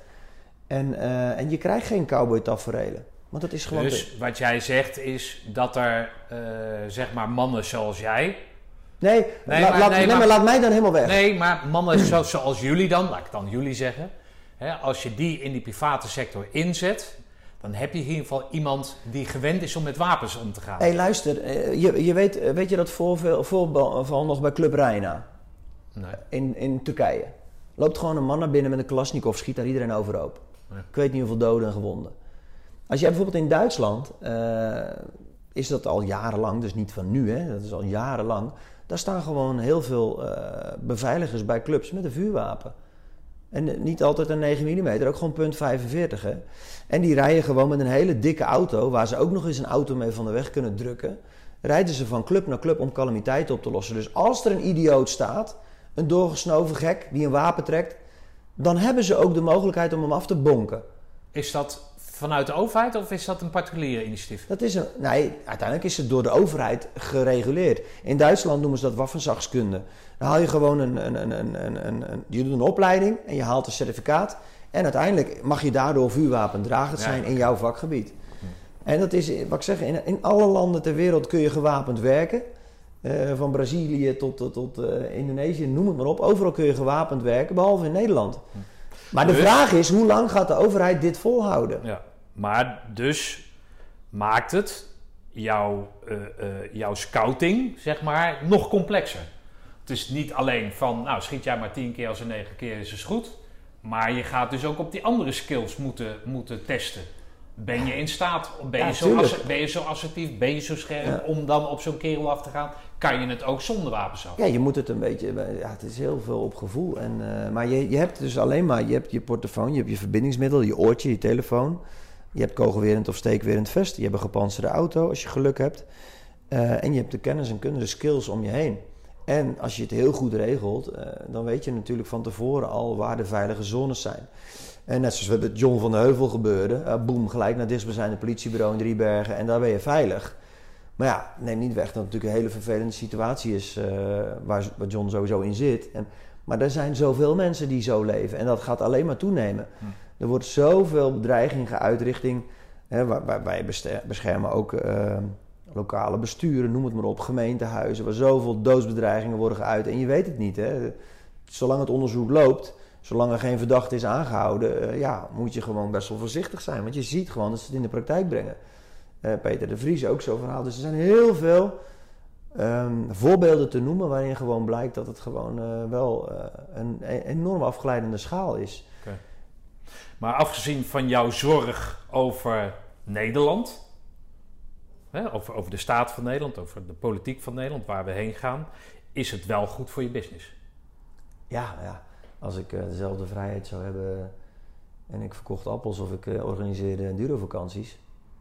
En je krijgt geen cowboy-taferelen. Want dat is gewoon... Dus wat jij zegt is dat er, zeg maar, mannen zoals jij... maar laat mij dan helemaal weg. Nee, maar mannen zoals jullie dan, laat ik dan jullie zeggen. Als je die in die private sector inzet, dan heb je in ieder geval iemand die gewend is om met wapens om te gaan. Hé, luister, je weet je dat voorval nog bij Club Reina? Nee. In Turkije. Loopt gewoon een man naar binnen met een Kalashnikov, schiet daar iedereen overhoop. Ja. Ik weet niet hoeveel doden en gewonden. Als jij bijvoorbeeld in Duitsland, is dat al jarenlang, dus niet van nu, dat is al jarenlang. Daar staan gewoon heel veel beveiligers bij clubs met een vuurwapen. En niet altijd een 9 mm, ook gewoon .45. Hè. En die rijden gewoon met een hele dikke auto, waar ze ook nog eens een auto mee van de weg kunnen drukken. Rijden ze van club naar club om calamiteiten op te lossen. Dus als er een idioot staat, een doorgesnoven gek die een wapen trekt, dan hebben ze ook de mogelijkheid om hem af te bonken. Is dat vanuit de overheid of is dat een particulier initiatief? Uiteindelijk is het door de overheid gereguleerd. In Duitsland noemen ze dat waffenzachtkunde. Dan haal je gewoon je doet een opleiding en je haalt een certificaat. En uiteindelijk mag je daardoor vuurwapendrager zijn in jouw vakgebied. En dat is, wat ik zeg, in alle landen ter wereld kun je gewapend werken. Van Brazilië tot Indonesië, noem het maar op. Overal kun je gewapend werken, behalve in Nederland. Maar de vraag is, hoe lang gaat de overheid dit volhouden? Ja, maar dus maakt het jouw scouting, zeg maar, nog complexer. Het is niet alleen van, nou schiet jij maar 10 keer als er 9 keer is goed. Maar je gaat dus ook op die andere skills moeten testen. Ben je in staat? Ben je zo assertief? Ben je zo scherp om dan op zo'n kerel af te gaan? Kan je het ook zonder wapens af? Ja, je moet het een beetje... Ja, het is heel veel op gevoel. Maar je hebt dus alleen maar... Je hebt je portofoon, je hebt je verbindingsmiddel, je oortje, je telefoon. Je hebt kogelwerend of steekwerend vest. Je hebt een gepantserde auto, als je geluk hebt. En je hebt de kennis en kunde, de skills om je heen. En als je het heel goed regelt, dan weet je natuurlijk van tevoren al waar de veilige zones zijn. En net zoals met John van de Heuvel gebeurde, boem, gelijk naar het dichtstbijzijnde politiebureau in Driebergen en daar ben je veilig. Maar ja, neem niet weg dat het natuurlijk een hele vervelende situatie is waar John sowieso in zit. Maar er zijn zoveel mensen die zo leven en dat gaat alleen maar toenemen. Er wordt zoveel bedreiging geuit richting... wij beschermen ook lokale besturen, noem het maar op, gemeentehuizen... waar zoveel doodsbedreigingen worden geuit en je weet het niet. Hè. Zolang het onderzoek loopt, zolang er geen verdachte is aangehouden... moet je gewoon best wel voorzichtig zijn. Want je ziet gewoon dat ze het in de praktijk brengen. Peter de Vries ook zo'n verhaal. Dus er zijn heel veel voorbeelden te noemen... waarin gewoon blijkt dat het gewoon wel een enorm afglijdende schaal is. Okay. Maar afgezien van jouw zorg over Nederland... over de staat van Nederland, over de politiek van Nederland... waar we heen gaan, is het wel goed voor je business? Ja. Als ik dezelfde vrijheid zou hebben... en ik verkocht appels of ik organiseerde endurovakanties...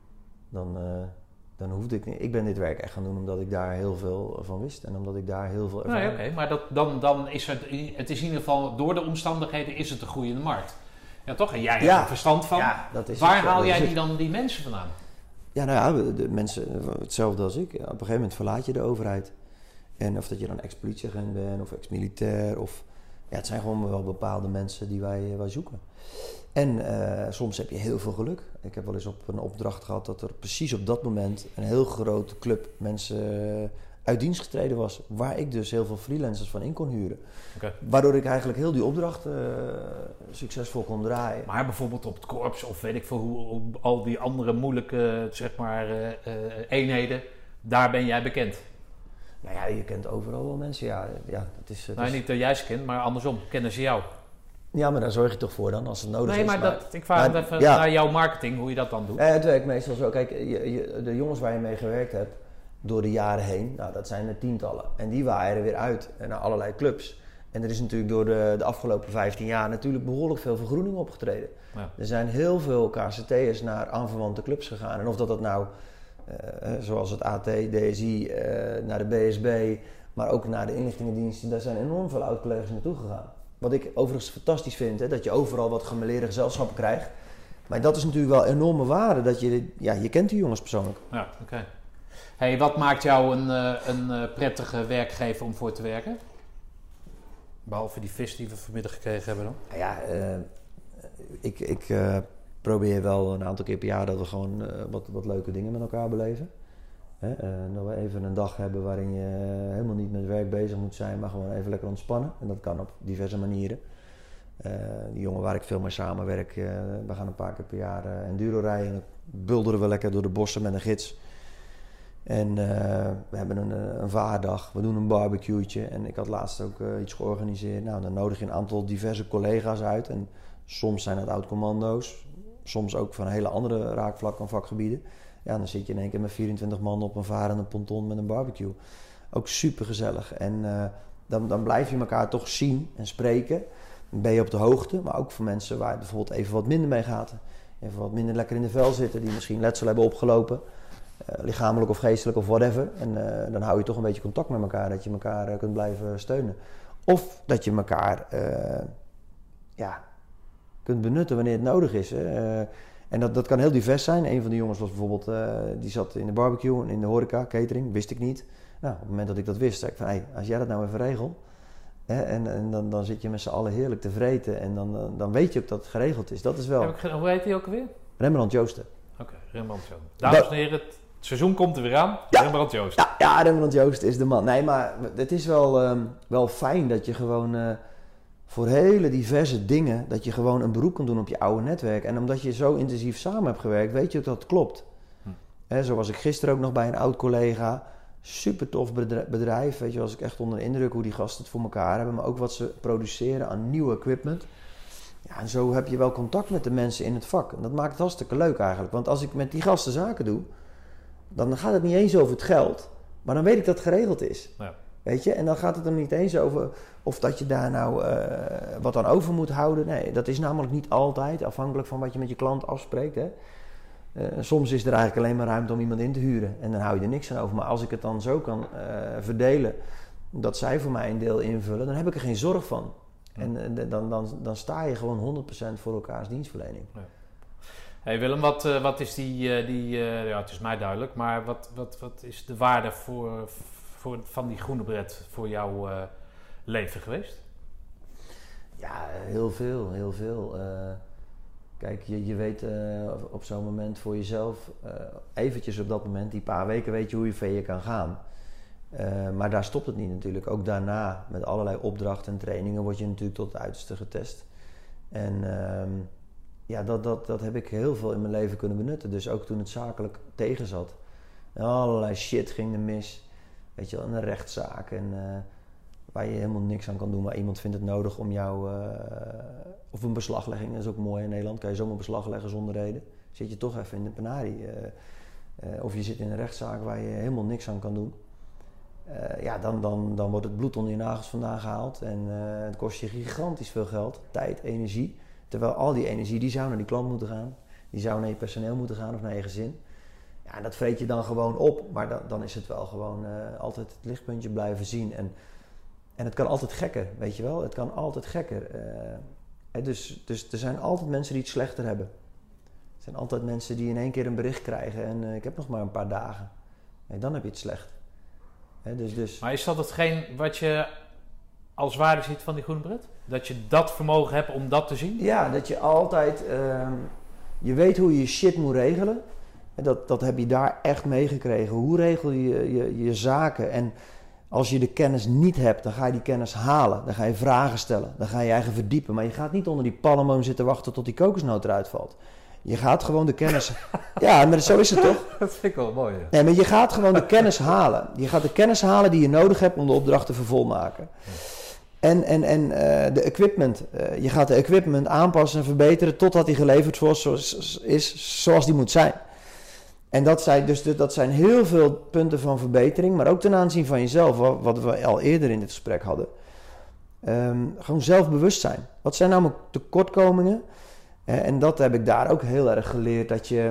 dan hoefde ik niet. Ik ben dit werk echt gaan doen omdat ik daar heel veel van wist en omdat ik daar heel veel ervaring... Nee, maar dan is het is in ieder geval door de omstandigheden is het een groeiende markt. Ja, toch? En jij hebt er verstand van. Ja, dat is waar haal jij die mensen vandaan? Ja, de mensen, hetzelfde als ik. Op een gegeven moment verlaat je de overheid. En of dat je dan ex-politieagent bent of ex-militair of... Ja, het zijn gewoon wel bepaalde mensen die wij zoeken. En soms heb je heel veel geluk. Ik heb wel eens op een opdracht gehad dat er precies op dat moment een heel grote club mensen uit dienst getreden was. Waar ik dus heel veel freelancers van in kon huren. Okay. Waardoor ik eigenlijk heel die opdracht succesvol kon draaien. Maar bijvoorbeeld op het korps of weet ik veel hoe al die andere moeilijke eenheden, daar ben jij bekend. Nou ja, je kent overal wel mensen. Ja, het is, niet dat jij ze kent, maar andersom. Kennen ze jou? Ja, maar daar zorg je toch voor dan, als het nodig is. Ik vraag even naar jouw marketing, hoe je dat dan doet. Het werkt meestal zo. Kijk, de jongens waar je mee gewerkt hebt, door de jaren heen, nou, dat zijn er tientallen. En die waaien er weer uit naar allerlei clubs. En er is natuurlijk door de afgelopen 15 jaar natuurlijk behoorlijk veel vergroening opgetreden. Ja. Er zijn heel veel KCT'ers naar aanverwante clubs gegaan. En of dat nou, zoals het AT, DSI, naar de BSB, maar ook naar de inlichtingendiensten, daar zijn enorm veel oud-collega's naartoe gegaan. Wat ik overigens fantastisch vind, dat je overal wat gemêleerde gezelschappen krijgt. Maar dat is natuurlijk wel enorme waarde, dat je kent die jongens persoonlijk. Ja, oké. Hey, wat maakt jou een prettige werkgever om voor te werken? Behalve die vis die we vanmiddag gekregen hebben dan? Ik probeer wel een aantal keer per jaar dat we gewoon wat leuke dingen met elkaar beleven. Dat we even een dag hebben waarin je helemaal niet met werk bezig moet zijn, maar gewoon even lekker ontspannen. En dat kan op diverse manieren. Die jongen waar ik veel mee samenwerk, we gaan een paar keer per jaar enduro rijden. Dan bulderen we lekker door de bossen met een gids. En we hebben een vaardag, we doen een barbecue'tje. En ik had laatst ook iets georganiseerd. Nou, dan nodig je een aantal diverse collega's uit. En soms zijn het oud-commando's, soms ook van hele andere raakvlakken en vakgebieden. Ja, dan zit je in één keer met 24 man op een varende ponton met een barbecue. Ook super gezellig. En dan blijf je elkaar toch zien en spreken. Dan ben je op de hoogte, maar ook voor mensen waar het bijvoorbeeld even wat minder mee gaat. Even wat minder lekker in de vel zitten, die misschien letsel hebben opgelopen. Lichamelijk of geestelijk of whatever. En dan hou je toch een beetje contact met elkaar, dat je elkaar kunt blijven steunen. Of dat je elkaar kunt benutten wanneer het nodig is. En dat kan heel divers zijn. Een van de jongens was bijvoorbeeld, die zat in de barbecue en in de horeca, catering, wist ik niet. Nou, op het moment dat ik dat wist, zei ik van, als jij dat nou even regelt, en dan zit je met z'n allen heerlijk te vreten en dan weet je ook dat het geregeld is. Dat is wel... Hoe heet die ook alweer? Rembrandt Joosten. Oké, Rembrandt Joosten. Dames en heren, het seizoen komt er weer aan. Ja. Rembrandt Joosten. Ja, Rembrandt Joosten is de man. Nee, maar het is wel fijn dat je gewoon... voor hele diverse dingen, dat je gewoon een beroep kan doen op je oude netwerk. En omdat je zo intensief samen hebt gewerkt, weet je ook dat het klopt. Zo was ik gisteren ook nog bij een oud collega. Super tof bedrijf. Weet je, was ik echt onder de indruk hoe die gasten het voor elkaar hebben. Maar ook wat ze produceren aan nieuw equipment. Ja, en zo heb je wel contact met de mensen in het vak. En dat maakt het hartstikke leuk eigenlijk. Want als ik met die gasten zaken doe, dan gaat het niet eens over het geld. Maar dan weet ik dat het geregeld is. Ja. Weet je, en dan gaat het er niet eens over of dat je daar nou wat aan over moet houden. Nee, dat is namelijk niet altijd afhankelijk van wat je met je klant afspreekt. Hè. Soms is er eigenlijk alleen maar ruimte om iemand in te huren en dan hou je er niks aan over. Maar als ik het dan zo kan verdelen dat zij voor mij een deel invullen, dan heb ik er geen zorg van. Ja. En dan sta je gewoon 100% voor elkaars dienstverlening. Ja. Hey Willem, wat is ja, het is mij duidelijk, maar wat is de waarde van die groene bret voor jouw leven geweest? Ja, heel veel. Kijk, je weet op zo'n moment voor jezelf, eventjes op dat moment, die paar weken weet je hoe je ver je kan gaan. Maar daar stopt het niet natuurlijk. Ook daarna, met allerlei opdrachten en trainingen, word je natuurlijk tot het uiterste getest. En ja, dat heb ik heel veel in mijn leven kunnen benutten. Dus ook toen het zakelijk tegen zat. En allerlei shit ging er mis. Weet je wel, een rechtszaak. En waar je helemaal niks aan kan doen. Maar iemand vindt het nodig om jou... of een beslaglegging, dat is ook mooi in Nederland. Kan je zomaar beslag leggen zonder reden. Zit je toch even in de penarie. Of je zit in een rechtszaak waar je helemaal niks aan kan doen. Ja, dan wordt het bloed onder je nagels vandaan gehaald. En het kost je gigantisch veel geld. Tijd, energie. Terwijl al die energie, die zou naar die klant moeten gaan. Die zou naar je personeel moeten gaan of naar je gezin. Ja, en dat vreet je dan gewoon op. Maar dan is het wel gewoon altijd het lichtpuntje blijven zien. En het kan altijd gekker, weet je wel. Het kan altijd gekker. Dus er zijn altijd mensen die het slechter hebben. Er zijn altijd mensen die in één keer een bericht krijgen. En ik heb nog maar een paar dagen. Nee, dan heb je het slecht. Dus. Maar is dat hetgeen wat je als waarde ziet van die groene bret? Dat je dat vermogen hebt om dat te zien? Ja, dat je altijd... je weet hoe je shit moet regelen. Dat heb je daar echt meegekregen. Hoe regel je zaken? En als je de kennis niet hebt, dan ga je die kennis halen. Dan ga je vragen stellen. Dan ga je eigen verdiepen. Maar je gaat niet onder die palmboom zitten wachten tot die kokosnoot eruit valt. Je gaat gewoon de kennis... Ja, maar zo is het toch? Dat vind ik wel mooi. Ja. Nee, maar je gaat gewoon de kennis halen. Je gaat de kennis halen die je nodig hebt om de opdracht te vervolmaken. En de equipment. Je gaat de equipment aanpassen en verbeteren totdat die geleverd is zoals die moet zijn. En dat zijn heel veel punten van verbetering, maar ook ten aanzien van jezelf, wat we al eerder in dit gesprek hadden. Gewoon zelfbewustzijn. Wat zijn nou mijn tekortkomingen? En dat heb ik daar ook heel erg geleerd, dat je...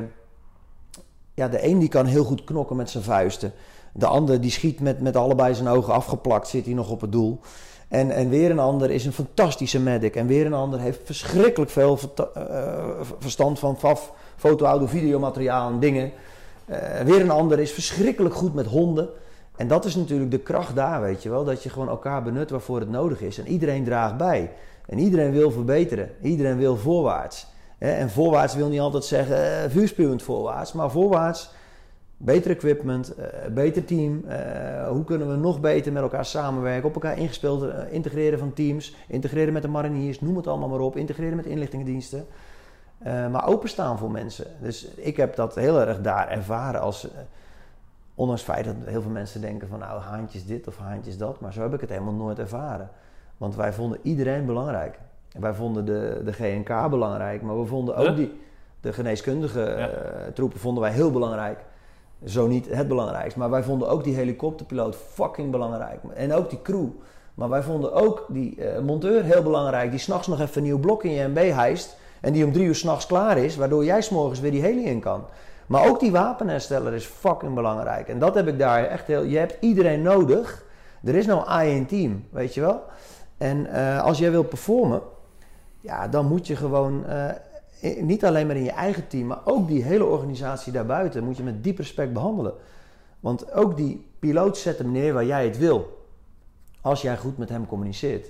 Ja, de een die kan heel goed knokken met zijn vuisten. De ander die schiet met allebei zijn ogen afgeplakt, zit hij nog op het doel. En weer een ander is een fantastische medic. En weer een ander heeft verschrikkelijk veel verstand van foto, audio, videomateriaal en dingen. Weer een ander is verschrikkelijk goed met honden. En dat is natuurlijk de kracht daar, weet je wel. Dat je gewoon elkaar benut waarvoor het nodig is. En iedereen draagt bij. En iedereen wil verbeteren. Iedereen wil voorwaarts. En voorwaarts wil niet altijd zeggen vuurspuwend voorwaarts. Maar voorwaarts, beter equipment, beter team. Hoe kunnen we nog beter met elkaar samenwerken? Op elkaar ingespeeld, integreren van teams. Integreren met de mariniers, noem het allemaal maar op. Integreren met inlichtingendiensten. Maar openstaan voor mensen. Dus ik heb dat heel erg daar ervaren als... ondanks het feit dat heel veel mensen denken van... nou, haantjes dit of haantjes dat. Maar zo heb ik het helemaal nooit ervaren. Want wij vonden iedereen belangrijk. En wij vonden de GNK belangrijk. Maar we vonden ook de geneeskundige troepen vonden wij heel belangrijk. Zo niet het belangrijkste. Maar wij vonden ook die helikopterpiloot fucking belangrijk. En ook die crew. Maar wij vonden ook die monteur heel belangrijk. Die 's nachts nog even een nieuw blok in je MB hijst. En die om 3 uur 's nachts klaar is. Waardoor jij 's morgens weer die heli in kan. Maar ook die wapenhersteller is fucking belangrijk. En dat heb ik daar echt heel... Je hebt iedereen nodig. Er is nou één team, weet je wel. En als jij wil performen... Ja, dan moet je gewoon... niet alleen maar in je eigen team... maar ook die hele organisatie daarbuiten... moet je met diep respect behandelen. Want ook die piloot zet hem neer waar jij het wil. Als jij goed met hem communiceert.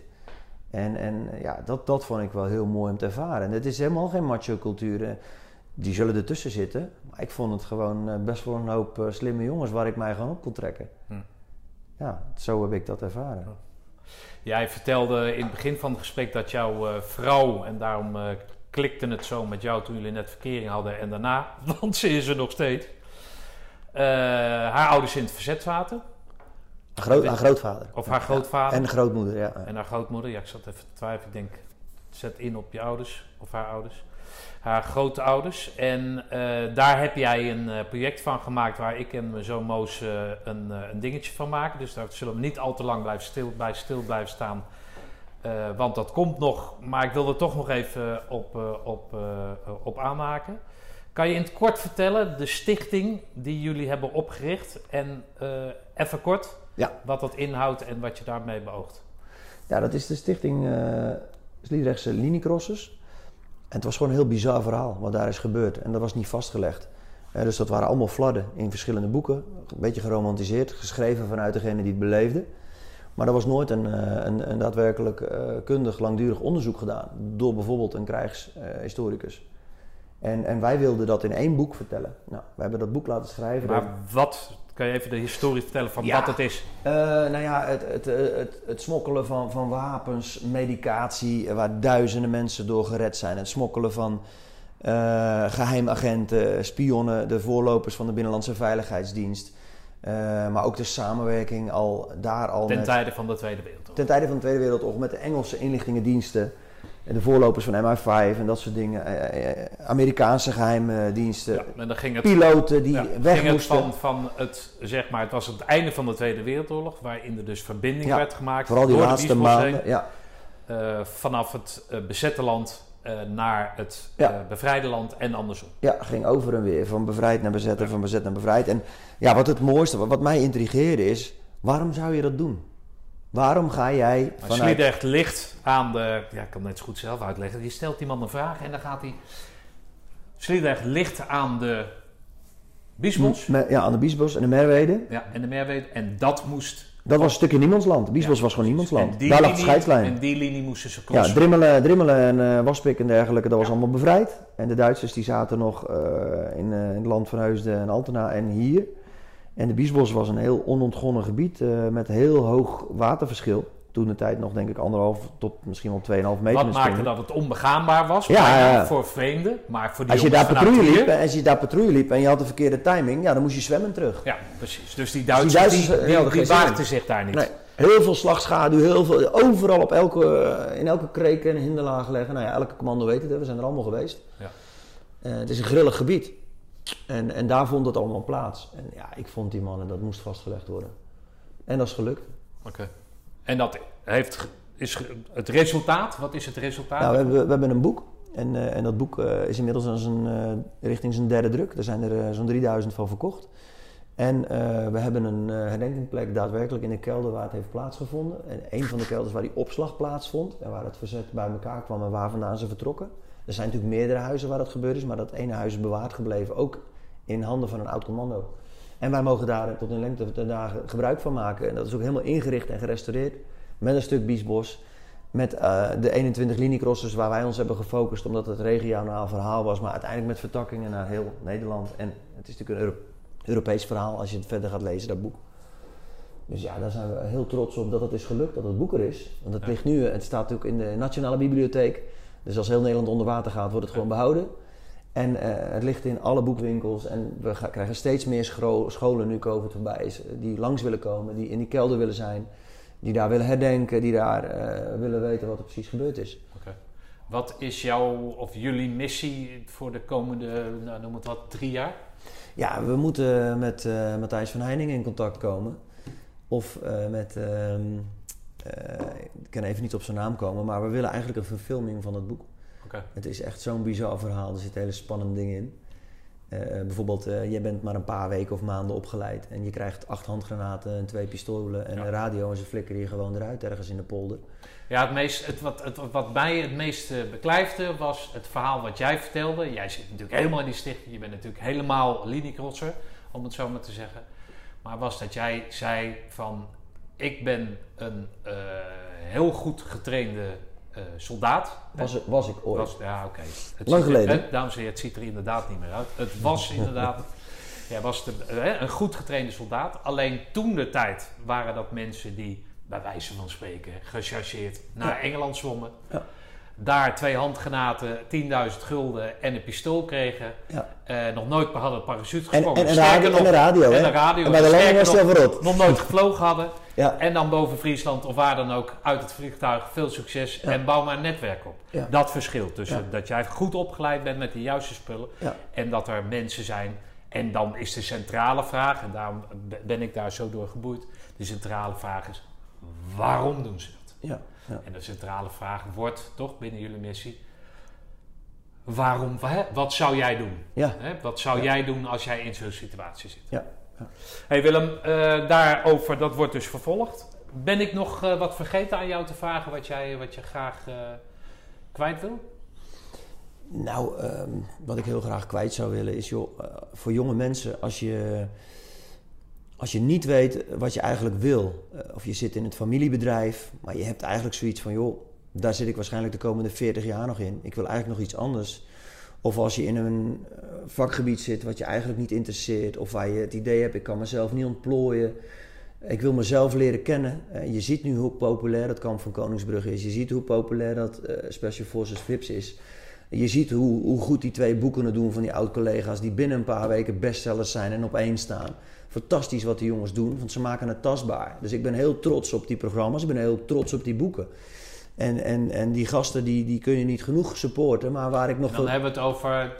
En ja, dat vond ik wel heel mooi om te ervaren. En het is helemaal geen macho cultuur. Die zullen ertussen zitten. Maar ik vond het gewoon best wel een hoop slimme jongens... waar ik mij gewoon op kon trekken. Ja, zo heb ik dat ervaren. Jij vertelde in het begin van het gesprek dat jouw vrouw... en daarom klikte het zo met jou toen jullie net verkering hadden... en daarna, want ze is er nog steeds... haar ouders in het verzet zaten. Haar grootvader. Of haar grootvader. En de grootmoeder, ja. En haar grootmoeder. Ja, ik zat even te twijfelen. Ik denk, zet in op je ouders of haar ouders. Haar grootouders. En daar heb jij een project van gemaakt waar ik en mijn zoon Moos een dingetje van maken. Dus daar zullen we niet al te lang stil blijven staan. Want dat komt nog. Maar ik wil er toch nog even op aanhaken. Kan je in het kort vertellen, de stichting die jullie hebben opgericht. En even kort, wat dat inhoudt en wat je daarmee beoogt. Ja, dat is de stichting Sliedrechtse Liniecrossers. En het was gewoon een heel bizar verhaal wat daar is gebeurd. En dat was niet vastgelegd. Dus dat waren allemaal flarden in verschillende boeken. Een beetje geromantiseerd, geschreven vanuit degene die het beleefde. Maar er was nooit een daadwerkelijk kundig, langdurig onderzoek gedaan. Door bijvoorbeeld een krijgshistoricus. En wij wilden dat in 1 boek vertellen. Nou, we hebben dat boek laten schrijven. Maar wat, kan je even de historie vertellen van wat het is? Het smokkelen van wapens, medicatie, waar duizenden mensen door gered zijn. Het smokkelen van geheimagenten, spionnen, de voorlopers van de Binnenlandse Veiligheidsdienst. Maar ook de samenwerking ten tijde van de Tweede Wereldoorlog. Ten tijde van de Tweede Wereldoorlog met de Engelse inlichtingendiensten. De voorlopers van MI5 en dat soort dingen. Amerikaanse geheime diensten. Ja, en dan ging het, piloten die weg ging moesten. Het was het einde van de Tweede Wereldoorlog, waarin er dus verbinding werd gemaakt. Vooral die door laatste maanden. Ja. Vanaf het bezette land naar het bevrijde land en andersom. Ja, ging over en weer. Van bevrijd naar bezet en van bezet naar bevrijd. En ja, wat het mooiste, wat mij intrigeerde is, waarom zou je dat doen? Waarom ga jij vanuit... Sliedrecht ligt aan de... Ja, ik kan het net zo goed zelf uitleggen. Je stelt iemand een vraag en dan gaat hij... Sliedrecht ligt aan de Biesbos. Ja, aan de Biesbos en de Merwede. Ja, en de Merwede. En dat moest... Dat was een stukje niemandsland. Biesbos was gewoon niemandsland. Daar lag de scheidslijn. En die linie moesten ze crossen. Ja, Drimmelen en Waspik en dergelijke, dat was allemaal bevrijd. En de Duitsers die zaten nog in het land van Heusden en Altena en hier. En de Biesbos was een heel onontgonnen gebied met heel hoog waterverschil. Toen de tijd nog denk ik 1,5 tot misschien wel 2,5 meter. Wat maakte dat het onbegaanbaar was voor vreemden, maar voor die als je daar patrouille liep en je had de verkeerde timing, ja, dan moest je zwemmen terug. Ja, precies. Dus die Duitsers die waagden zich daar niet. Nee. Heel veel slagschaduw, overal in elke kreek en hinderlaag leggen. Nou ja, elke commando weet het, hè, we zijn er allemaal geweest. Ja. Het is een grillig gebied. En daar vond het allemaal plaats. En ja, ik vond die mannen, dat moest vastgelegd worden. En dat is gelukt. Oké. En dat is het resultaat? Wat is het resultaat? Nou, we hebben een boek. En dat boek is inmiddels richting zijn 3e druk. Er zijn er zo'n 3000 van verkocht. En we hebben een herdenkingsplek daadwerkelijk in de kelder waar het heeft plaatsgevonden. En een van de kelders waar die opslag plaatsvond. En waar het verzet bij elkaar kwam en waar vandaan ze vertrokken. Er zijn natuurlijk meerdere huizen waar dat gebeurd is. Maar dat ene huis is bewaard gebleven. Ook in handen van een oud commando. En wij mogen daar tot in lengte der dagen gebruik van maken. En dat is ook helemaal ingericht en gerestaureerd. Met een stuk Biesbos. Met de 21 liniecrossers waar wij ons hebben gefocust. Omdat het regionaal verhaal was. Maar uiteindelijk met vertakkingen naar heel Nederland. En het is natuurlijk een Europees verhaal als je het verder gaat lezen, dat boek. Dus ja, daar zijn we heel trots op dat het is gelukt, dat het boek er is. Want het ligt nu, het staat natuurlijk in de Nationale Bibliotheek. Dus als heel Nederland onder water gaat, wordt het gewoon behouden. En het ligt in alle boekwinkels en we krijgen steeds meer scholen nu COVID voorbij is, die langs willen komen, die in die kelder willen zijn, die daar willen herdenken, die daar willen weten wat er precies gebeurd is. Okay. Wat is jouw of jullie missie voor de komende, noem het wat, 3 jaar? Ja, we moeten met Matthijs van Heiningen in contact komen. Of met, ik kan even niet op zijn naam komen, maar we willen eigenlijk een verfilming van het boek. Okay. Het is echt zo'n bizar verhaal, er zitten hele spannende dingen in. Bijvoorbeeld, jij bent maar een paar weken of maanden opgeleid en je krijgt 8 handgranaten en 2 pistolen en een radio en ze flikkeren je gewoon eruit ergens in de polder. Ja, wat mij het meest beklijfde was het verhaal wat jij vertelde. Jij zit natuurlijk helemaal in die stichting, je bent natuurlijk helemaal liniecrosser, om het zo maar te zeggen. Maar was dat jij zei van, ik ben een heel goed getrainde soldaat. Was ik ooit. Ja, oké. Lang geleden. Dames en heren, het ziet er inderdaad niet meer uit. Het was inderdaad... Jij was een goed getrainde soldaat. Alleen toen de tijd waren dat mensen die, bij wijze van spreken, gechargeerd naar Engeland zwommen. Ja. Daar 2 handgranaten, 10.000 gulden en een pistool kregen. Ja. Nog nooit hadden parachute gesprongen. En een radio. En bij de landing was het verrot. Nog nooit gevlogen hadden. Ja. En dan boven Friesland of waar dan ook uit het vliegtuig veel succes en bouw maar een netwerk op. Ja. Dat verschilt tussen dat jij goed opgeleid bent met de juiste spullen en dat er mensen zijn. En dan is de centrale vraag, en daarom ben ik daar zo door geboeid. De centrale vraag is, waarom doen ze dat? Ja. Ja. En de centrale vraag wordt toch binnen jullie missie, waarom, wat zou jij doen? Ja. Wat zou jij doen als jij in zo'n situatie zit? Ja. Ja. Hey Willem, daarover, dat wordt dus vervolgd. Ben ik nog wat vergeten aan jou te vragen wat je graag kwijt wil? Nou, wat ik heel graag kwijt zou willen is, joh, voor jonge mensen, als je niet weet wat je eigenlijk wil, of je zit in het familiebedrijf, maar je hebt eigenlijk zoiets van, joh, daar zit ik waarschijnlijk de komende 40 jaar nog in. Ik wil eigenlijk nog iets anders. Of als je in een vakgebied zit wat je eigenlijk niet interesseert, of waar je het idee hebt, ik kan mezelf niet ontplooien. Ik wil mezelf leren kennen. Je ziet nu hoe populair dat Kamp van Koningsbrugge is. Je ziet hoe populair dat Special Forces VIPS is. Je ziet hoe goed die 2 boeken het doen van die oud-collega's die binnen een paar weken bestsellers zijn en op 1 staan. Fantastisch wat die jongens doen, want ze maken het tastbaar. Dus ik ben heel trots op die programma's, ik ben heel trots op die boeken. En die gasten die kun je niet genoeg supporten, maar waar ik nog... Dan hebben we het over...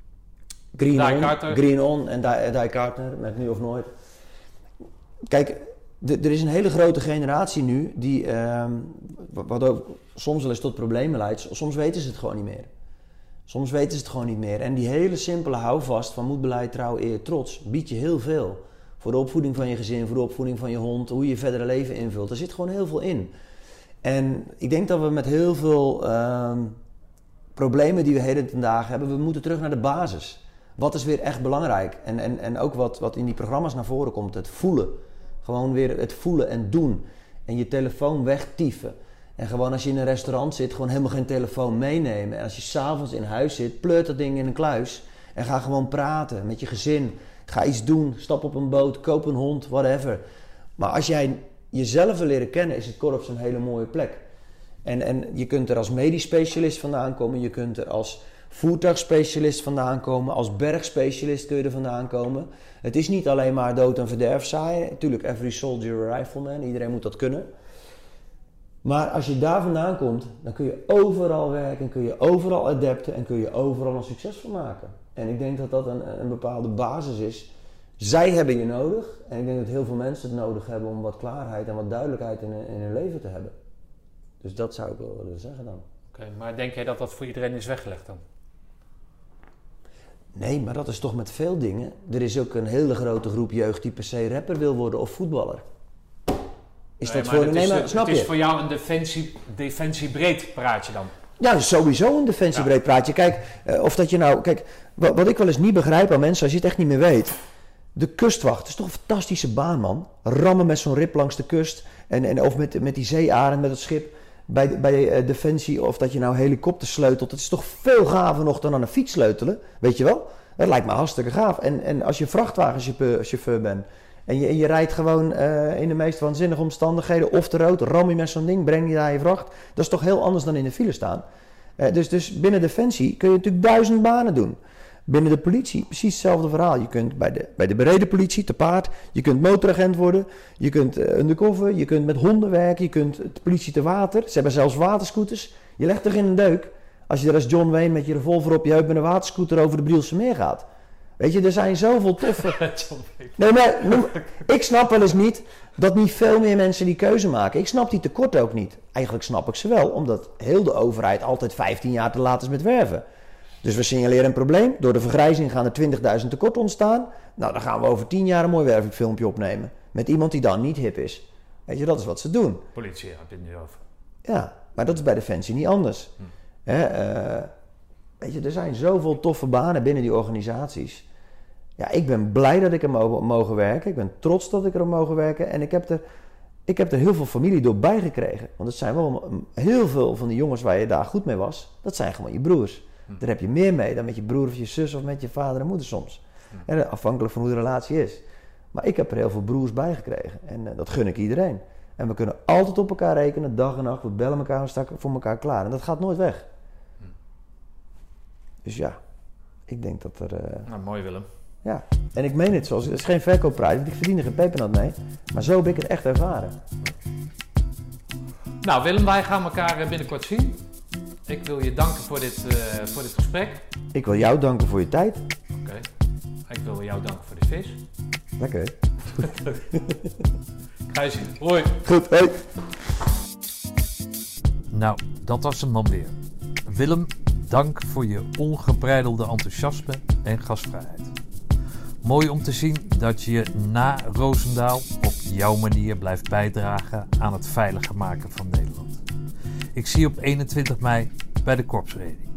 Green On en Die Carter, met Nu of Nooit. Kijk, er is een hele grote generatie nu die, wat ook soms wel eens tot problemen leidt. Soms weten ze het gewoon niet meer. En die hele simpele houvast van moed, beleid, trouw, eer, trots biedt je heel veel. Voor de opvoeding van je gezin, voor de opvoeding van je hond, hoe je je verdere leven invult. Er zit gewoon heel veel in. En ik denk dat we met heel veel problemen die we heden ten dagen hebben, we moeten terug naar de basis. Wat is weer echt belangrijk? En ook wat in die programma's naar voren komt, het voelen. Gewoon weer het voelen en doen. En je telefoon wegtieven. En gewoon als je in een restaurant zit, gewoon helemaal geen telefoon meenemen. En als je 's avonds in huis zit, pleurt dat ding in een kluis. En ga gewoon praten met je gezin. Ga iets doen, stap op een boot, koop een hond, whatever. Maar als jij jezelf wil leren kennen, is het korps een hele mooie plek. En je kunt er als medisch specialist vandaan komen. Je kunt er als voertuigspecialist vandaan komen. Als bergspecialist kun je er vandaan komen. Het is niet alleen maar dood en verderf zaaien. Natuurlijk, every soldier a rifleman. Iedereen moet dat kunnen. Maar als je daar vandaan komt, dan kun je overal werken. Kun je overal adapten. En kun je overal een succes van maken. En ik denk dat dat een bepaalde basis is. Zij hebben je nodig. En ik denk dat heel veel mensen het nodig hebben om wat klaarheid en wat duidelijkheid in hun leven te hebben. Dus dat zou ik wel willen zeggen dan. Oké, maar denk jij dat dat voor iedereen is weggelegd dan? Nee, maar dat is toch met veel dingen. Er is ook een hele grote groep jeugd die per se rapper wil worden of voetballer. Het is voor jou een defensiebreed praatje dan? Ja, sowieso een defensiebreed praatje. Kijk, of dat je nou... Kijk, wat ik wel eens niet begrijp aan mensen, als je het echt niet meer weet. De kustwacht, is toch een fantastische baan, man. Rammen met zo'n rib langs de kust. Of met die zeearend, met het schip. Bij Defensie, of dat je nou helikopters sleutelt. Dat is toch veel gaver nog dan aan een fiets sleutelen. Weet je wel? Dat lijkt me hartstikke gaaf. En als je vrachtwagenchauffeur bent. En je rijdt gewoon in de meest waanzinnige omstandigheden. Of te rood, ram je met zo'n ding, breng je daar je vracht. Dat is toch heel anders dan in de file staan. Dus binnen Defensie kun je natuurlijk 1000 banen doen. Binnen de politie precies hetzelfde verhaal. Je kunt bij de bereden politie, te paard. Je kunt motoragent worden. Je kunt undercover. Je kunt met honden werken. Je kunt de politie te water. Ze hebben zelfs waterscooters. Je legt er in een deuk. Als je er als John Wayne met je revolver op je heup met een waterscooter over de Brielse Meer gaat. Weet je, er zijn zoveel toffe... Nee, maar ik snap wel eens niet dat niet veel meer mensen die keuze maken. Ik snap die tekort ook niet. Eigenlijk snap ik ze wel, omdat heel de overheid altijd 15 jaar te laat is met werven. Dus we signaleren een probleem. Door de vergrijzing gaan er 20.000 tekort ontstaan. Nou, dan gaan we over 10 jaar een mooi wervingfilmpje opnemen. Met iemand die dan niet hip is. Weet je, dat is wat ze doen. Politie heb je het nu over. Ja, maar dat is bij Defensie niet anders. Weet je, er zijn zoveel toffe banen binnen die organisaties. Ja, ik ben blij dat ik er mogen werken. Ik ben trots dat ik er mogen werken. En ik heb er heel veel familie door bijgekregen. Want het zijn wel heel veel van die jongens waar je daar goed mee was. Dat zijn gewoon je broers. Daar heb je meer mee dan met je broer of je zus of met je vader en moeder soms. Afhankelijk van hoe de relatie is. Maar ik heb er heel veel broers bij gekregen. En dat gun ik iedereen. En we kunnen altijd op elkaar rekenen, dag en nacht. We bellen elkaar, we staan voor elkaar klaar. En dat gaat nooit weg. Dus ja, ik denk dat er... Nou, mooi Willem. Ja, en ik meen het zoals... Het is geen verkoopprijs, want ik verdien er geen pepernoot mee. Maar zo heb ik het echt ervaren. Nou Willem, wij gaan elkaar binnenkort zien. Ik wil je danken voor dit gesprek. Ik wil jou danken voor je tijd. Oké. Ik wil jou danken voor de vis. Lekker. Ga je zien. Hoi. Goed, hoi. Nou, dat was hem dan weer. Willem, dank voor je ongebreidelde enthousiasme en gastvrijheid. Mooi om te zien dat je na Roosendaal op jouw manier blijft bijdragen aan het veiliger maken van Nederland. Ik zie je op 21 mei bij de korpsreding.